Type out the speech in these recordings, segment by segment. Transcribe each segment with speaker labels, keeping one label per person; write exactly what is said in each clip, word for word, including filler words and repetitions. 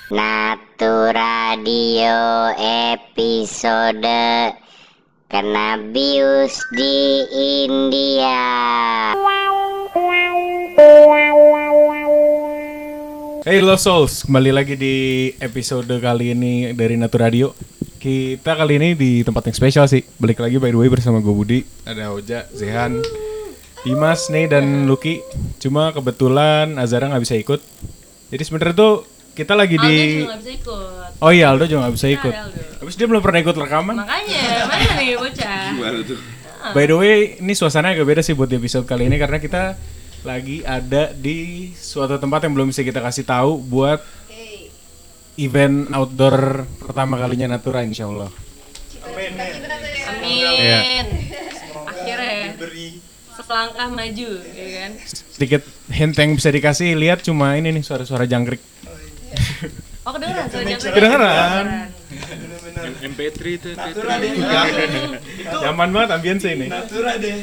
Speaker 1: Natu Radio episode Kena bius di India.
Speaker 2: Hey Lost Souls, kembali lagi di episode kali ini dari Natu Radio. Kita kali ini di tempat yang spesial sih. Balik lagi by the way bersama gue Budi. Ada Oja, Zehan, Dimas nih dan Lucky. Cuma kebetulan Azara gak bisa ikut. Jadi sebenarnya tuh kita lagi
Speaker 3: Aldo
Speaker 2: di
Speaker 3: juga gak bisa ikut.
Speaker 2: Oh iya, Aldo juga gak bisa ikut.
Speaker 3: Nah, Aldo.
Speaker 2: Habis dia belum pernah ikut rekaman.
Speaker 3: Makanya, mana nih bocah?
Speaker 4: Gimana tuh?
Speaker 2: By the way, ini suasananya agak beda sih buat di episode kali ini karena kita lagi ada di suatu tempat yang belum bisa kita kasih tahu buat event outdoor pertama kalinya Natura insyaallah.
Speaker 3: Amin.
Speaker 2: Iya.
Speaker 3: Akhirnya selangkah maju, ya kan?
Speaker 2: Sedikit hint yang bisa dikasih lihat cuma ini nih suara-suara jangkrik.
Speaker 3: Oh kedengeran suara jangkrik.
Speaker 2: Kedengeran.
Speaker 4: M P tiga itu
Speaker 5: Natura deh. Itu
Speaker 2: Nyaman banget ambience ini.
Speaker 5: Natura deh.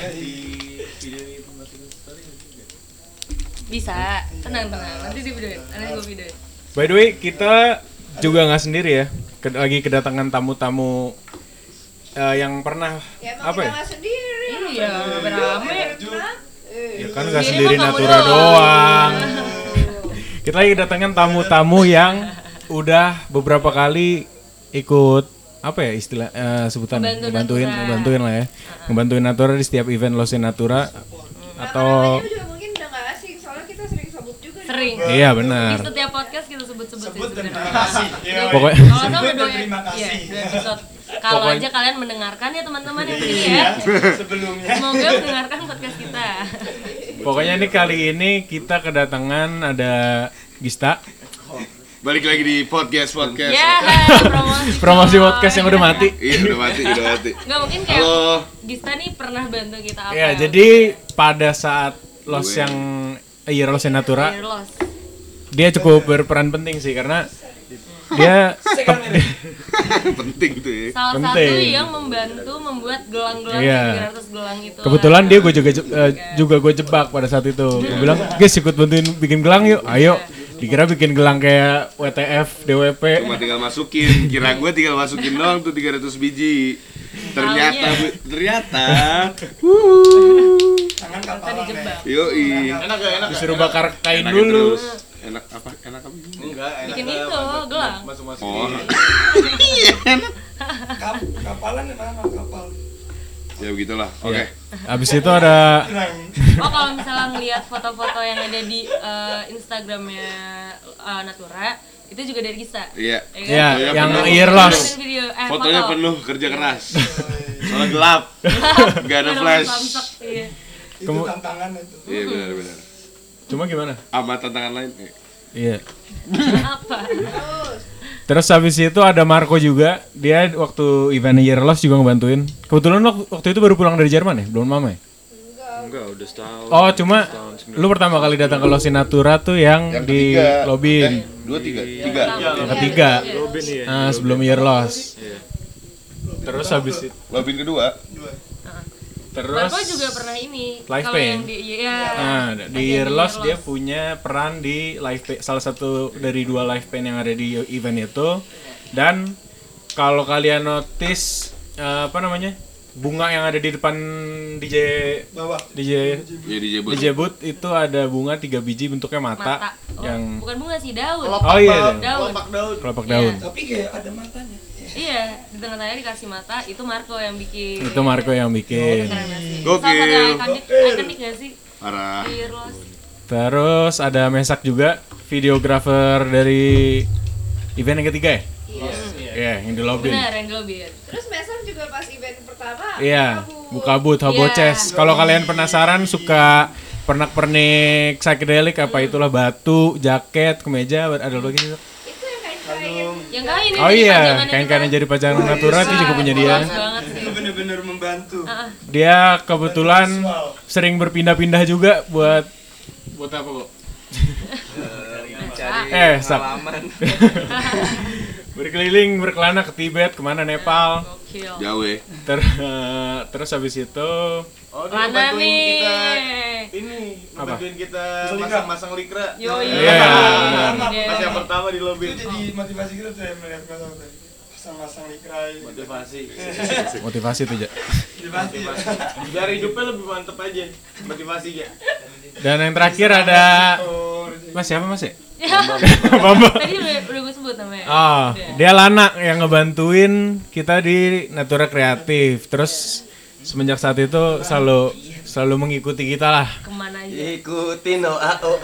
Speaker 3: Bisa, tenang tenang. Nanti di videoin, nanti gue videoin.
Speaker 2: By the way, kita juga nggak sendiri ya. Ke- lagi kedatangan tamu-tamu eh, yang pernah
Speaker 6: Ya,
Speaker 2: apa ya?
Speaker 6: Nggak sendiri.
Speaker 3: Iya, berame.
Speaker 2: Ya kan nggak
Speaker 3: Ini
Speaker 2: sendiri
Speaker 3: mah kamu
Speaker 2: Natura
Speaker 3: doang.
Speaker 2: doang. Kita lagi kedatangan tamu-tamu yang udah beberapa kali ikut apa ya istilah eh, sebutannya
Speaker 3: Ngebantu
Speaker 2: ngebantuin
Speaker 3: Natura.
Speaker 2: ngebantuin lah ya. Ngebantuin Natura di setiap event Losin Natura atau
Speaker 6: Namanya juga mungkin udah nggak asing, soalnya kita sering sebut juga. di
Speaker 3: Sering.
Speaker 2: iya
Speaker 3: Di
Speaker 2: benar.
Speaker 3: setiap podcast kita sebut-sebut
Speaker 5: Sebut dan
Speaker 3: sebenarnya.
Speaker 5: terima kasih. Iya,
Speaker 2: Pokoknya-
Speaker 3: Kalau nggak
Speaker 5: Sebut
Speaker 3: udah
Speaker 5: dan
Speaker 3: dua,
Speaker 5: terima
Speaker 3: iya,
Speaker 5: kasih.
Speaker 3: dua episode. Kalau
Speaker 2: Pokoknya-
Speaker 3: aja kalian mendengarkan ya teman-teman yang ini
Speaker 5: Iya,
Speaker 3: ya.
Speaker 5: sebelumnya.
Speaker 3: Semoga mendengarkan podcast kita.
Speaker 2: Pokoknya ini kali ini kita kedatangan ada Gista,
Speaker 4: Balik lagi di podcast podcast.
Speaker 3: Ya, promosi.
Speaker 2: promosi podcast yang udah mati.
Speaker 4: Iya udah mati, udah mati.
Speaker 3: Nggak mungkin kayak
Speaker 4: Halo.
Speaker 3: Gista nih pernah bantu kita apa?
Speaker 2: Ya, jadi pada saat Los
Speaker 4: Gue.
Speaker 2: yang iya Los yang Natura,
Speaker 3: Year loss.
Speaker 2: dia cukup berperan penting sih karena dia tep-
Speaker 4: Penting tuh ya.
Speaker 3: Salah
Speaker 2: Penting.
Speaker 3: satu yang membantu membuat gelang-gelang
Speaker 2: Iya.
Speaker 3: tiga ratus gelang itu.
Speaker 2: kebetulan dia gue juga je- eh, juga gue jebak pada saat itu. Gue bilang, "Guys, ikut bantuin bikin gelang yuk." Ayo. Dikira bikin gelang kayak W T F, D W P.
Speaker 4: Cuma tinggal masukin. Kira gue tinggal masukin doang tuh tiga ratus biji. Ternyata
Speaker 3: Taunya.
Speaker 4: bu- ternyata.
Speaker 5: Tangan
Speaker 3: Kita
Speaker 5: kapalan
Speaker 3: dijebak.
Speaker 4: Yoi.
Speaker 5: Enak gak enak?
Speaker 2: Disuruh bakar kain
Speaker 4: Enak
Speaker 2: dulu.
Speaker 4: terus. Enak apa? Enak apa?
Speaker 5: Enggak, enak.
Speaker 3: Bikin itu gelang.
Speaker 4: Oh.
Speaker 5: Kap, kapalan emang kapal.
Speaker 4: Ya begitulah. Oke.
Speaker 2: Ya. Abis itu ada
Speaker 3: Oh kalau misalnya ngelihat foto-foto yang ada di eh, Instagramnya eh, Natura itu juga dari Gista.
Speaker 4: Iya.
Speaker 3: Ya kan?
Speaker 2: ya
Speaker 4: Fotonya
Speaker 2: yang
Speaker 4: penuh.
Speaker 2: ear loss.
Speaker 3: Video, eh,
Speaker 4: Fotonya
Speaker 3: foto.
Speaker 4: penuh kerja keras. Soalnya gelap. Gak ada
Speaker 3: Ada
Speaker 4: flash.
Speaker 3: samsak, iya.
Speaker 5: Itu
Speaker 2: Kemu-
Speaker 5: tantangan itu.
Speaker 4: Iya benar benar.
Speaker 2: Cuma gimana?
Speaker 4: Sama tantangan lain. Eh.
Speaker 2: Iya.
Speaker 3: Apa?
Speaker 2: Terus habis itu ada Marco juga. Dia waktu event Year Loss juga ngebantuin. Kebetulan wak- waktu itu baru pulang dari Jerman ya, belum lama ya?
Speaker 7: Enggak, udah setahun.
Speaker 2: Oh, cuma lu pertama kali datang ke Losin Natura tuh yang,
Speaker 4: Yang
Speaker 2: di
Speaker 4: ketiga.
Speaker 2: Lobin.
Speaker 4: Eh, dua tiga tiga.
Speaker 2: Yang ketiga.
Speaker 7: Robin ya.
Speaker 2: Nah, sebelum Year Loss. Terus habis itu
Speaker 4: Lobin kedua.
Speaker 2: terus
Speaker 3: Marco juga pernah ini.
Speaker 2: Live
Speaker 3: Kalau
Speaker 2: Pain.
Speaker 3: yang di ya.
Speaker 2: Nah, di
Speaker 3: bagian
Speaker 2: Year Loss dia
Speaker 3: Loss.
Speaker 2: punya peran di live pa- salah satu dari dua live band yang ada di event itu. Dan kalau kalian notice eh, apa namanya? Bunga yang ada di depan D J
Speaker 5: Bawah.
Speaker 2: D J
Speaker 4: Ya di Jebut.
Speaker 2: D J booth itu ada bunga tiga biji bentuknya mata,
Speaker 3: Mata. Oh,
Speaker 2: yang
Speaker 3: bukan bunga sih, daun.
Speaker 2: Oh iya,
Speaker 3: Daun.
Speaker 5: Kelopak daun.
Speaker 2: kelopak
Speaker 3: Iya.
Speaker 2: daun.
Speaker 5: Tapi kayak ada matanya.
Speaker 3: Iya, di tengah-tengahnya dikasih mata, itu Marco yang bikin.
Speaker 2: Itu Marco yang bikin.
Speaker 3: Keren gak sih?
Speaker 4: Gokil.
Speaker 3: Salah satu ikonik, ikonik gak sih?
Speaker 4: Parah.
Speaker 3: Di Year Loss.
Speaker 2: Terus ada Mesak juga, videografer dari event yang ketiga ya? Iya, yang di lobby.
Speaker 3: Benar, yang di lobby.
Speaker 6: Terus Mesam juga pas event pertama.
Speaker 2: Iya, buka booth Hobo
Speaker 3: Iya.
Speaker 2: Chess. Kalau kalian penasaran suka pernak-pernik psychedelic apa itulah batu, jaket, kemeja, ada lagi nih.
Speaker 6: Itu yang kain-kain.
Speaker 3: Yang kain ini
Speaker 2: Oh
Speaker 3: jadi
Speaker 2: iya,
Speaker 3: pajangan
Speaker 2: kain-kain yang jadi pajangan Natura itu juga punya dia.
Speaker 3: Bagus banget sih.
Speaker 5: Itu bener-bener membantu.
Speaker 3: Ah, ah.
Speaker 2: Dia kebetulan sering berpindah-pindah juga buat buat apa kok? Eh, sak. Berkeliling berkelana ke Tibet, kemana Nepal.
Speaker 3: Gokil.
Speaker 4: Jauh ya.
Speaker 2: Ter- terus habis itu
Speaker 5: Oh, dia
Speaker 3: Mana
Speaker 5: ngebantuin
Speaker 3: nih?
Speaker 5: kita ini,
Speaker 2: Apa?
Speaker 5: ngebantuin kita masang-masang likra.
Speaker 3: Yoi.
Speaker 2: Iya, benar.
Speaker 3: Iya.
Speaker 5: Pas yang pertama
Speaker 4: lama di lobby.
Speaker 5: Itu jadi motivasi kita tuh ya melihat Mas Al tadi. Pasang-pasang likrai.
Speaker 4: Motivasi.
Speaker 2: Motivasi tuh, Ja.
Speaker 5: Motivasi.
Speaker 4: Biar hidupnya lebih mantep aja. Motivasi ya.
Speaker 2: Dan yang terakhir ada Mas siapa Mas ya? Bambang.
Speaker 3: Tadi udah, udah gue sebut namanya.
Speaker 2: Ah,
Speaker 3: Udah.
Speaker 2: dia Lana yang ngebantuin kita di Natura Kreatif. Terus semenjak saat itu selalu selalu mengikuti kita lah.
Speaker 3: Kemana aja?
Speaker 8: Ikutin O A O.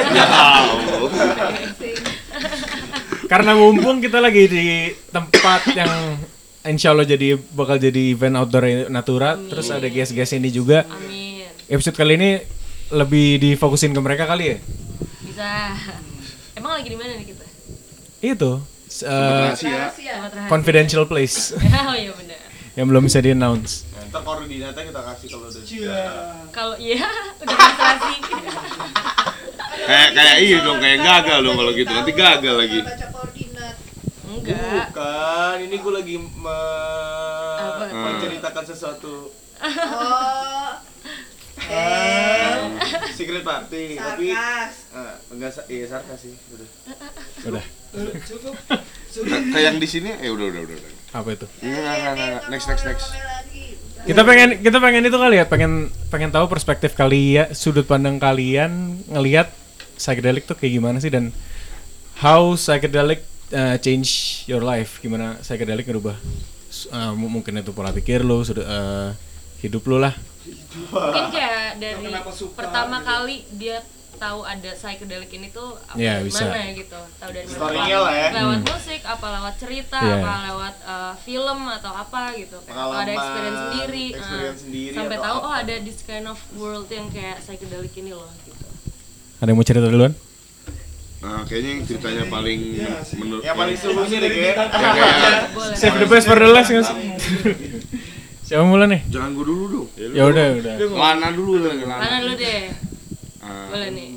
Speaker 2: Karena mumpung kita lagi di tempat yang insya Allah jadi bakal jadi event outdoor Natura.
Speaker 3: Amin.
Speaker 2: Terus ada guest-guest ini juga.
Speaker 3: Amin.
Speaker 2: Episode kali ini lebih difokusin ke mereka kali ya?
Speaker 3: Bisa. Emang lagi di mana nih kita?
Speaker 2: Itu uh,
Speaker 4: Rahasia.
Speaker 3: Tempat rahasia.
Speaker 2: confidential place
Speaker 3: Oh iya benar.
Speaker 2: yang belum bisa di-announce.
Speaker 4: Ntar koordinatnya kita kasih kalau udah.
Speaker 3: Kalau iya udah registrasi.
Speaker 4: Kayak kayak iya dong, kayak gagal dong kalau gitu. Nanti gagal lagi.
Speaker 6: Baca koordinat.
Speaker 3: Enggak.
Speaker 4: Bukan, ini gue lagi me...
Speaker 3: Apa?
Speaker 4: menceritakan sesuatu.
Speaker 6: Oh.
Speaker 4: Eh, secret party, tapi
Speaker 6: Sarkas.
Speaker 4: eh, enggak sa- iya sarkas sih, udah.
Speaker 2: Udah.
Speaker 5: Cukup.
Speaker 4: Kayak yang di sini, eh udah udah udah. udah.
Speaker 2: Apa itu?
Speaker 4: Enggak enggak enggak, enggak. Next next next.
Speaker 2: Kita pengen kita pengen itu kali ya, pengen pengen tahu perspektif kalian, sudut pandang kalian ngelihat psychedelic tuh kayak gimana sih dan how psychedelic uh, change your life, gimana psychedelic ngerubah uh, m- mungkin itu pola pikir lo, sudut uh, hidup lo lah.
Speaker 3: Mungkin kayak dari
Speaker 5: Kenapa suka
Speaker 3: pertama
Speaker 5: gitu.
Speaker 3: kali dia tahu ada psychedelic ini tuh apa
Speaker 2: Ya,
Speaker 3: dari
Speaker 2: bisa.
Speaker 3: mana gitu. Tahu dari mana?
Speaker 4: Story-nya lah ya.
Speaker 3: Lewat
Speaker 2: Hmm.
Speaker 3: musik, apa lewat cerita,
Speaker 2: Iya.
Speaker 3: apa lewat uh, film atau apa gitu. Atau ada
Speaker 4: Pengalaman,
Speaker 3: experience sendiri. uh,
Speaker 4: experience sendiri
Speaker 3: sampai
Speaker 4: atau
Speaker 3: tahu
Speaker 4: apa.
Speaker 3: oh ada this kind of world yang kayak psychedelic ini loh gitu.
Speaker 2: Ada yang mau cerita duluan?
Speaker 4: Nah, kayaknya yang ceritanya paling menurut
Speaker 5: Yang paling solusi deh kayak.
Speaker 4: yang kayak
Speaker 3: Boleh.
Speaker 2: Save the best for the last nggak sih? Siapa mulai nih?
Speaker 4: jangan gue dulu dong.
Speaker 2: Ya udah udah.
Speaker 4: Lana dulu lah, Lana.
Speaker 3: Mana dulu deh.
Speaker 4: Ah.
Speaker 3: Boleh nih.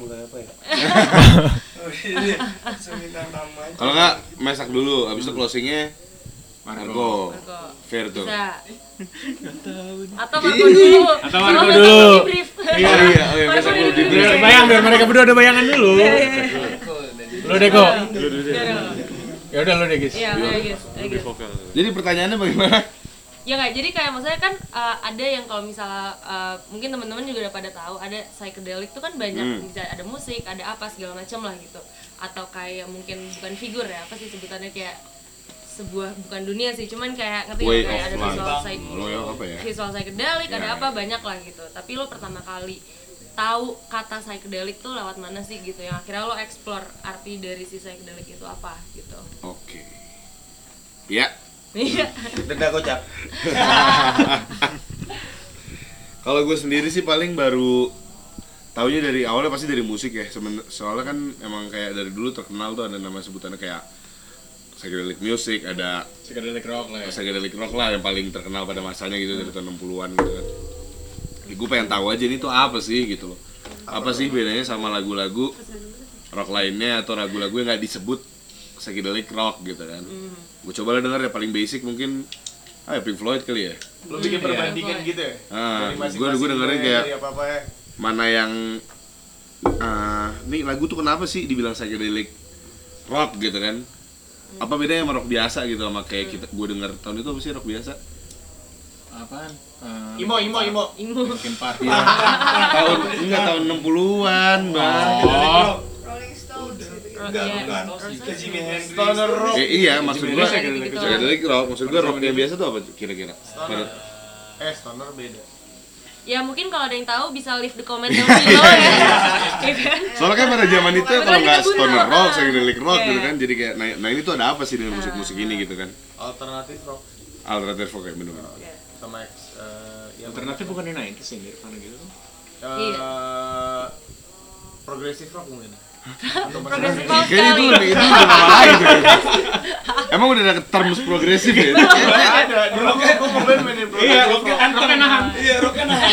Speaker 5: Oh ini langsung bintang tamu aja.
Speaker 4: Kalau enggak masak dulu, habis itu closingnya Marco.
Speaker 3: Marco.
Speaker 4: Fair tuh.
Speaker 3: Bisa. Atau Marco dulu.
Speaker 2: Atau Marco
Speaker 3: Kalau
Speaker 2: dulu.
Speaker 3: besok di brief.
Speaker 4: Iya, iya, oh iya,
Speaker 3: Marco
Speaker 4: besok
Speaker 3: di
Speaker 4: dulu di
Speaker 3: brief.
Speaker 4: brief.
Speaker 2: Bayang biar mereka berdua ada bayangan dulu. Lo deh kok. Ya udah lo deh guys.
Speaker 3: Iya, iya guys. Iya, guys.
Speaker 7: Vokal.
Speaker 4: Jadi pertanyaannya bagaimana?
Speaker 3: Ya nggak, jadi kayak maksudnya kan uh, ada yang kalau misalnya uh, mungkin teman-teman juga udah pada tahu ada psychedelic tuh kan banyak,
Speaker 4: Hmm.
Speaker 3: bisa ada musik, ada apa segala macam lah gitu. Atau kayak mungkin bukan figur ya, apa sih sebutannya kayak sebuah bukan dunia sih, cuman kayak ngerti
Speaker 4: Way
Speaker 3: nggak, kayak
Speaker 4: of
Speaker 3: ada
Speaker 4: life.
Speaker 3: visual psych
Speaker 4: Way of apa ya?
Speaker 3: visual psychedelic, ada
Speaker 4: Ya,
Speaker 3: apa
Speaker 4: ya.
Speaker 3: banyak lah gitu. Tapi lo pertama kali tahu kata psychedelic tuh lewat mana sih gitu, yang akhirnya lo explore arti dari si psychedelic itu apa gitu.
Speaker 4: Oke. Ya.
Speaker 3: Iya.
Speaker 8: Denda kocak.
Speaker 4: Kalau gue sendiri sih paling baru taunya dari awalnya pasti dari musik ya. Semen- soalnya kan emang kayak dari dulu terkenal tuh ada nama sebutannya kayak psychedelic music, ada
Speaker 2: Psychedelic rock lah ya.
Speaker 4: psychedelic rock lah yang paling terkenal pada masanya gitu dari tahun enam puluhan gitu kan. Ya, gue pengen tahu aja ini tuh apa sih gitu loh. Apa sih bedanya sama lagu-lagu rock lainnya atau lagu-lagu yang nggak disebut psychedelic rock gitu kan. Gue coba lah denger ya paling basic mungkin ah ya Pink Floyd kali ya.
Speaker 5: Lo bikin perbandingan gitu ya?
Speaker 4: Ah,
Speaker 5: Dari
Speaker 4: gue
Speaker 5: masing-masing
Speaker 4: gue dengerin
Speaker 5: band,
Speaker 4: kayak
Speaker 5: dari apa-apa ya.
Speaker 4: mana yang ah nih lagu tuh kenapa sih dibilang psychedelic rock gitu kan? Apa bedanya sama rock biasa gitu sama kayak kita gue denger tahun itu apa sih rock biasa?
Speaker 2: Apaan?
Speaker 5: Imo, imo, imo.
Speaker 3: Imo.
Speaker 2: Bikin party.
Speaker 4: Iya. tahun enggak tahun enam puluhan, Bang.
Speaker 2: Oh.
Speaker 6: Rolling Stones gitu.
Speaker 5: Enggak,
Speaker 3: Iya.
Speaker 5: bukan.
Speaker 3: Terus-
Speaker 5: Ke Jimi Hendrix.
Speaker 4: Stoner rock. Eh, iya, maksud gua
Speaker 3: Gitu-gitu.
Speaker 4: psychedelic rock. Maksud gua rock yang biasa tuh apa kira-kira? Menurut-
Speaker 5: Eh, stoner beda.
Speaker 3: Ya mungkin kalau ada yang tahu bisa leave the comment down below ya. Ya kan?
Speaker 4: Soalnya kan pada zaman itu
Speaker 3: Beneran
Speaker 4: kalau nggak
Speaker 3: kita bunuh.
Speaker 4: stoner rock,
Speaker 3: Ah.
Speaker 4: psychedelic rock gitu
Speaker 3: Iya.
Speaker 4: kan, jadi kayak nah, nah ini tuh ada apa sih dengan musik-musik ini gitu kan?
Speaker 5: Alternatif rock
Speaker 4: Alternatif rock kayak bener.
Speaker 5: sama ex eh, yang
Speaker 2: Alternatif bukan di nineties ya, Nirvana gitu.
Speaker 5: eh, progressive rock mungkin.
Speaker 3: Progressive rock
Speaker 4: Kayaknya itu
Speaker 3: sekali.
Speaker 4: lebih itu udah nama lain gitu. Emang udah ada terms progresif ya?
Speaker 5: Ada, dulu kan gua mau main mainin
Speaker 2: Iya,
Speaker 5: progressive
Speaker 2: rock
Speaker 5: rock.
Speaker 2: kan rock kan nahan.
Speaker 5: Iya, rock kan nahan.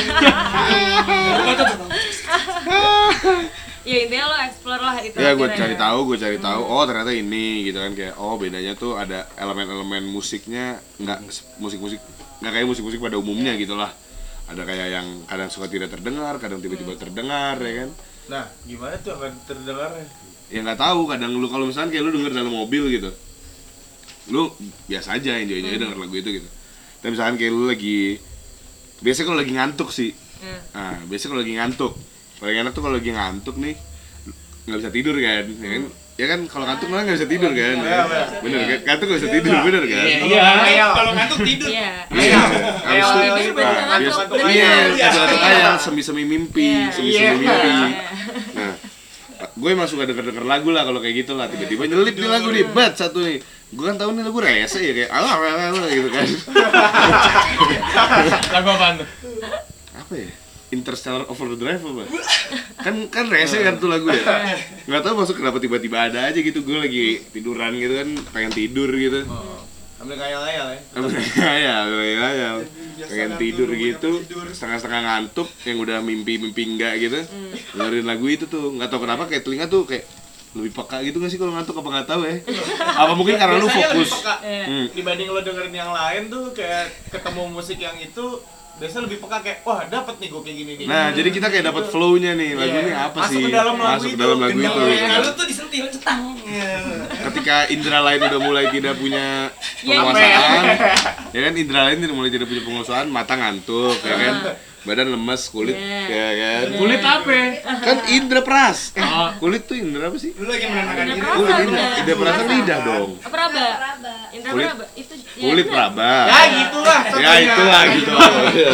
Speaker 3: Ya intinya lo explore lah itu.
Speaker 4: Ya gue
Speaker 3: akhirnya.
Speaker 4: cari tahu, gue cari tahu. Oh ternyata ini gitu kan kayak oh bedanya tuh ada elemen-elemen musiknya nggak musik-musik nggak kayak musik-musik pada umumnya gitulah. Ada kayak yang kadang suka tidak terdengar, kadang tiba-tiba terdengar ya kan.
Speaker 5: Nah, gimana tuh akan terdengarnya?
Speaker 4: ya nggak tahu kadang lu kalau misalnya kayak lu denger dalam mobil gitu, lu biasa aja enjoy enjoy denger lagu itu gitu. Tapi misalkan kayak lu lagi, biasanya kalau lagi ngantuk sih,
Speaker 3: Hmm.
Speaker 4: nah biasanya kalau lagi ngantuk, paling enak tuh kalau lagi ngantuk nih nggak bisa tidur kan, ya kan? Ya kan kalau ngantuk malah nggak bisa tidur kan, bener kan? Ngantuk nggak bisa tidur, bener kan?
Speaker 5: Iya, kalau ngantuk tidur.
Speaker 3: Iya.
Speaker 4: Iya, habis itu,
Speaker 3: Tidur berarti
Speaker 4: nah,
Speaker 3: ngantuk,
Speaker 4: biasa-
Speaker 3: berarti
Speaker 4: iya,
Speaker 3: ngantuk.
Speaker 4: ngantuk ayam, semi-semi mimpi,
Speaker 3: Iya.
Speaker 4: semi-semi mimpi.
Speaker 3: Iya.
Speaker 4: Nah, gue emang suka denger-denger lagu lah kalau kayak gitu lah, tiba-tiba nyelip nih lagu nih, bat satu nih. Gue kan tahu nih lagu rese ya kayak alah alah alah gitu kan.
Speaker 2: Lagu apaan tuh?
Speaker 4: Apa ya? Interstellar Overdrive apa? Kan kan rese kan tuh lagu ya. Nggak tahu masuk kenapa tiba-tiba ada aja gitu, gue lagi tiduran gitu kan, pengen tidur gitu.
Speaker 8: Ambil ngayal-ngayal ya.
Speaker 4: ya, ya, ya, pengen tidur gitu, setengah-setengah ngantuk, yang udah mimpi-mimpi enggak gitu, dengerin lagu itu tuh, nggak tahu kenapa kayak telinga tuh kayak lebih peka gitu nggak sih kalau ngantuk apa nggak tahu ya? Apa mungkin karena lu
Speaker 8: Biasanya lebih
Speaker 4: fokus?
Speaker 8: peka.
Speaker 4: Hmm.
Speaker 8: Dibanding lo dengerin yang lain tuh kayak ketemu musik yang itu biasanya lebih peka kayak wah dapet nih gue kayak gini nih.
Speaker 4: Nah, jadi kita kayak dapat flow-nya nih, lagu
Speaker 8: Iya.
Speaker 4: ini apa
Speaker 8: Masuk
Speaker 4: sih?
Speaker 8: ke dalam lagu
Speaker 4: Masuk ke
Speaker 8: itu,
Speaker 4: dalam lagu
Speaker 8: gendang
Speaker 4: itu.
Speaker 8: lagu.
Speaker 4: gitu kan.
Speaker 5: Lalu tuh disentil cetang.
Speaker 4: Ketika indera lain udah mulai tidak punya
Speaker 3: Iya,
Speaker 4: penguasaan, ya kan indera lain tidak mulai tidak punya penguasaan, mata ngantuk, ya kan, badan lemes, kulit,
Speaker 3: Iya.
Speaker 4: ya kan.
Speaker 2: Kulit apa?
Speaker 4: Kan indera peras. Eh, kulit tuh indera apa sih?
Speaker 5: Lu lagi menenangkan diri.
Speaker 3: Perasa,
Speaker 4: Kulit indera,
Speaker 3: bener.
Speaker 4: indera peras kan lidah dong.
Speaker 3: Apa raba?
Speaker 6: Raba.
Speaker 3: Indra
Speaker 4: Kulit-
Speaker 3: raba. Itu ya,
Speaker 4: Kulit
Speaker 3: bener.
Speaker 4: raba.
Speaker 8: Ya gitulah.
Speaker 4: Ya itulah gitu.
Speaker 6: Iya.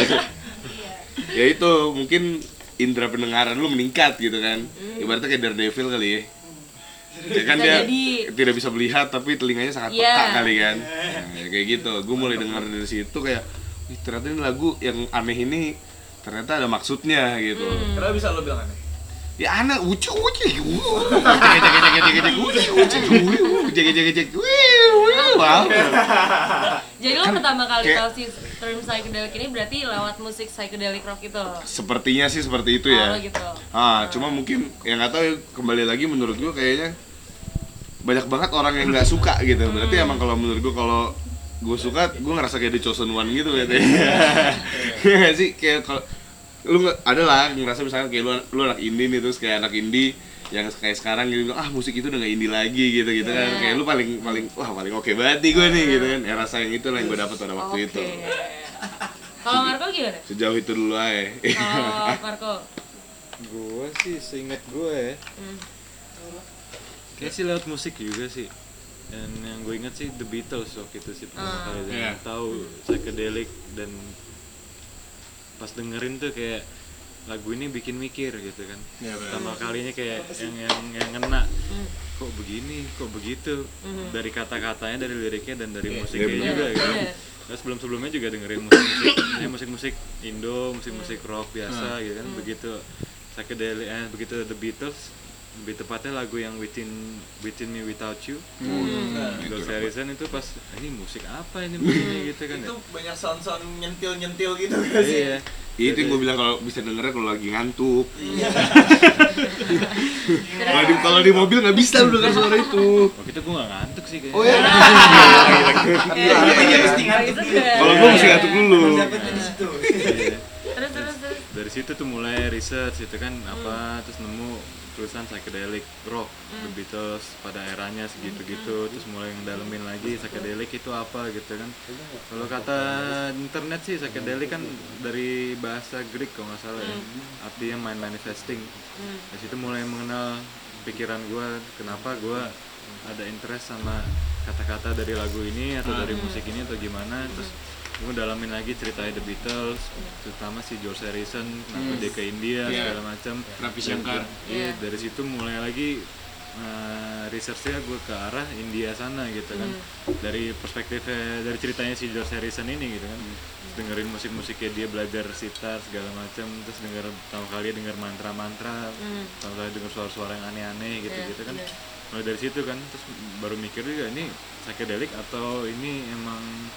Speaker 4: Ya itu mungkin indera pendengaran lu meningkat gitu kan. Ibaratnya kayak Daredevil kali ya. Ya kan
Speaker 3: Bisa
Speaker 4: dia
Speaker 3: jadi.
Speaker 4: tidak bisa melihat tapi telinganya sangat
Speaker 3: Iya.
Speaker 4: peka kali kan. Nah, ya kayak gitu. Gue mulai dengar dari situ kayak, wih ternyata ini lagu yang aneh ini ternyata ada maksudnya gitu.
Speaker 8: Kenapa bisa lo bilang aneh?
Speaker 4: Ya aneh, ucu ucu, cek cek cek cek cek cek, ucu ucu, cek cek cek cek, wow.
Speaker 3: Jadi lo
Speaker 4: Kan
Speaker 3: pertama kali
Speaker 4: kayak-
Speaker 3: tahu si term psychedelic ini berarti lewat musik psychedelic rock itu.
Speaker 4: Sepertinya sih seperti itu
Speaker 3: Oh,
Speaker 4: ya.
Speaker 3: gitu.
Speaker 4: Ah, cuma mungkin yang nggak tahu ya, kembali lagi menurut gua kayaknya banyak banget orang yang nggak suka gitu. Berarti emang kalau menurut gua kalau gua suka, gua ngerasa kayak the chosen one gitu katanya. Iya nggak sih kayak kalau lu nggak ada lah ngerasa misalnya kayak lu lu anak indie nih terus kayak anak indie yang kayak sekarang gitu bilang, ah musik itu udah nggak indie lagi gitu gitu kan
Speaker 3: Iya.
Speaker 4: kayak lu paling paling wah paling oke banget nih gue nih gitu kan ya rasa yang itu lah yang gue dapat pada waktu
Speaker 3: Oke.
Speaker 4: itu
Speaker 3: Kalau Marco gimana?
Speaker 4: sejauh itu dulu aja.
Speaker 3: Kalau Marco,
Speaker 7: Gua sih seingat gue ya,
Speaker 3: hmm.
Speaker 7: kayak sih lewat musik juga sih. Dan yang gue ingat sih The Beatles waktu itu sih pertama
Speaker 3: Ah.
Speaker 7: kali dan
Speaker 2: Iya.
Speaker 7: tahu psychedelic, dan pas dengerin tuh kayak lagu ini bikin mikir gitu kan.
Speaker 2: Iya, benar.
Speaker 7: Pertama kalinya kayak yang yang yang ngena.
Speaker 3: Hmm.
Speaker 7: Kok begini, kok begitu,
Speaker 3: Mhm.
Speaker 7: dari kata-katanya, dari liriknya, dan dari
Speaker 4: Iya,
Speaker 7: musiknya
Speaker 4: benar.
Speaker 7: juga gitu.
Speaker 3: Benar.
Speaker 7: Nah, sebelum-sebelumnya juga dengerin musik-musik, ya musik-musik Indo, musik-musik rock biasa gitu kan. Begitu psychedelic, eh, begitu The Beatles, lebih tepatnya lagu yang Within Within Me Without You, George Harrison itu pas "Ah, ini musik apa ini begini gitu kan ya.
Speaker 8: Itu banyak sound-sound nyentil-nyentil gitu kan sih.
Speaker 7: Iya.
Speaker 4: Itu yang gue bilang kalau bisa dengernya kalau lagi ngantuk.
Speaker 8: Iya.
Speaker 4: Kalau di kalau di mobil nggak bisa lu denger suara itu.
Speaker 7: Waktu itu gue gak ngantuk sih kayaknya.
Speaker 4: Oh ya.
Speaker 5: Iya, dia mesti ngantuk
Speaker 3: Itu
Speaker 5: dulu.
Speaker 3: kan.
Speaker 4: Kalau gue mesti ngantuk dulu.
Speaker 5: Dapetnya di situ.
Speaker 7: Iya.
Speaker 3: Terus terus terus.
Speaker 7: Dari situ tuh mulai research itu kan apa, terus nemu tulisan psychedelic rock, The Beatles pada eranya segitu-gitu, terus mulai ngedalemin lagi psychedelic itu apa gitu kan. Kalau kata internet sih psychedelic kan dari bahasa Greek kalau nggak salah ya, artinya mind manifesting. Dari situ mulai mengenal pikiran gue, kenapa gue ada interest sama kata-kata dari lagu ini atau dari musik ini atau gimana. Terus gue dalamin lagi ceritanya The Beatles, terutama si George Harrison, kenapa dia ke India
Speaker 2: Iya.
Speaker 7: segala macam.
Speaker 2: Ravi Shankar.
Speaker 7: Iya, dari situ mulai lagi uh, researchnya gue ke arah India sana gitu kan. Dari perspektifnya, dari ceritanya si George Harrison ini gitu kan. Terus dengerin musik-musiknya dia, belajar sitar segala macam, terus denger pertama kali denger mantra-mantra, pertama kali denger suara-suara yang aneh-aneh gitu-gitu kan. Mulai dari situ kan, terus baru mikir juga ini psychedelic atau ini emang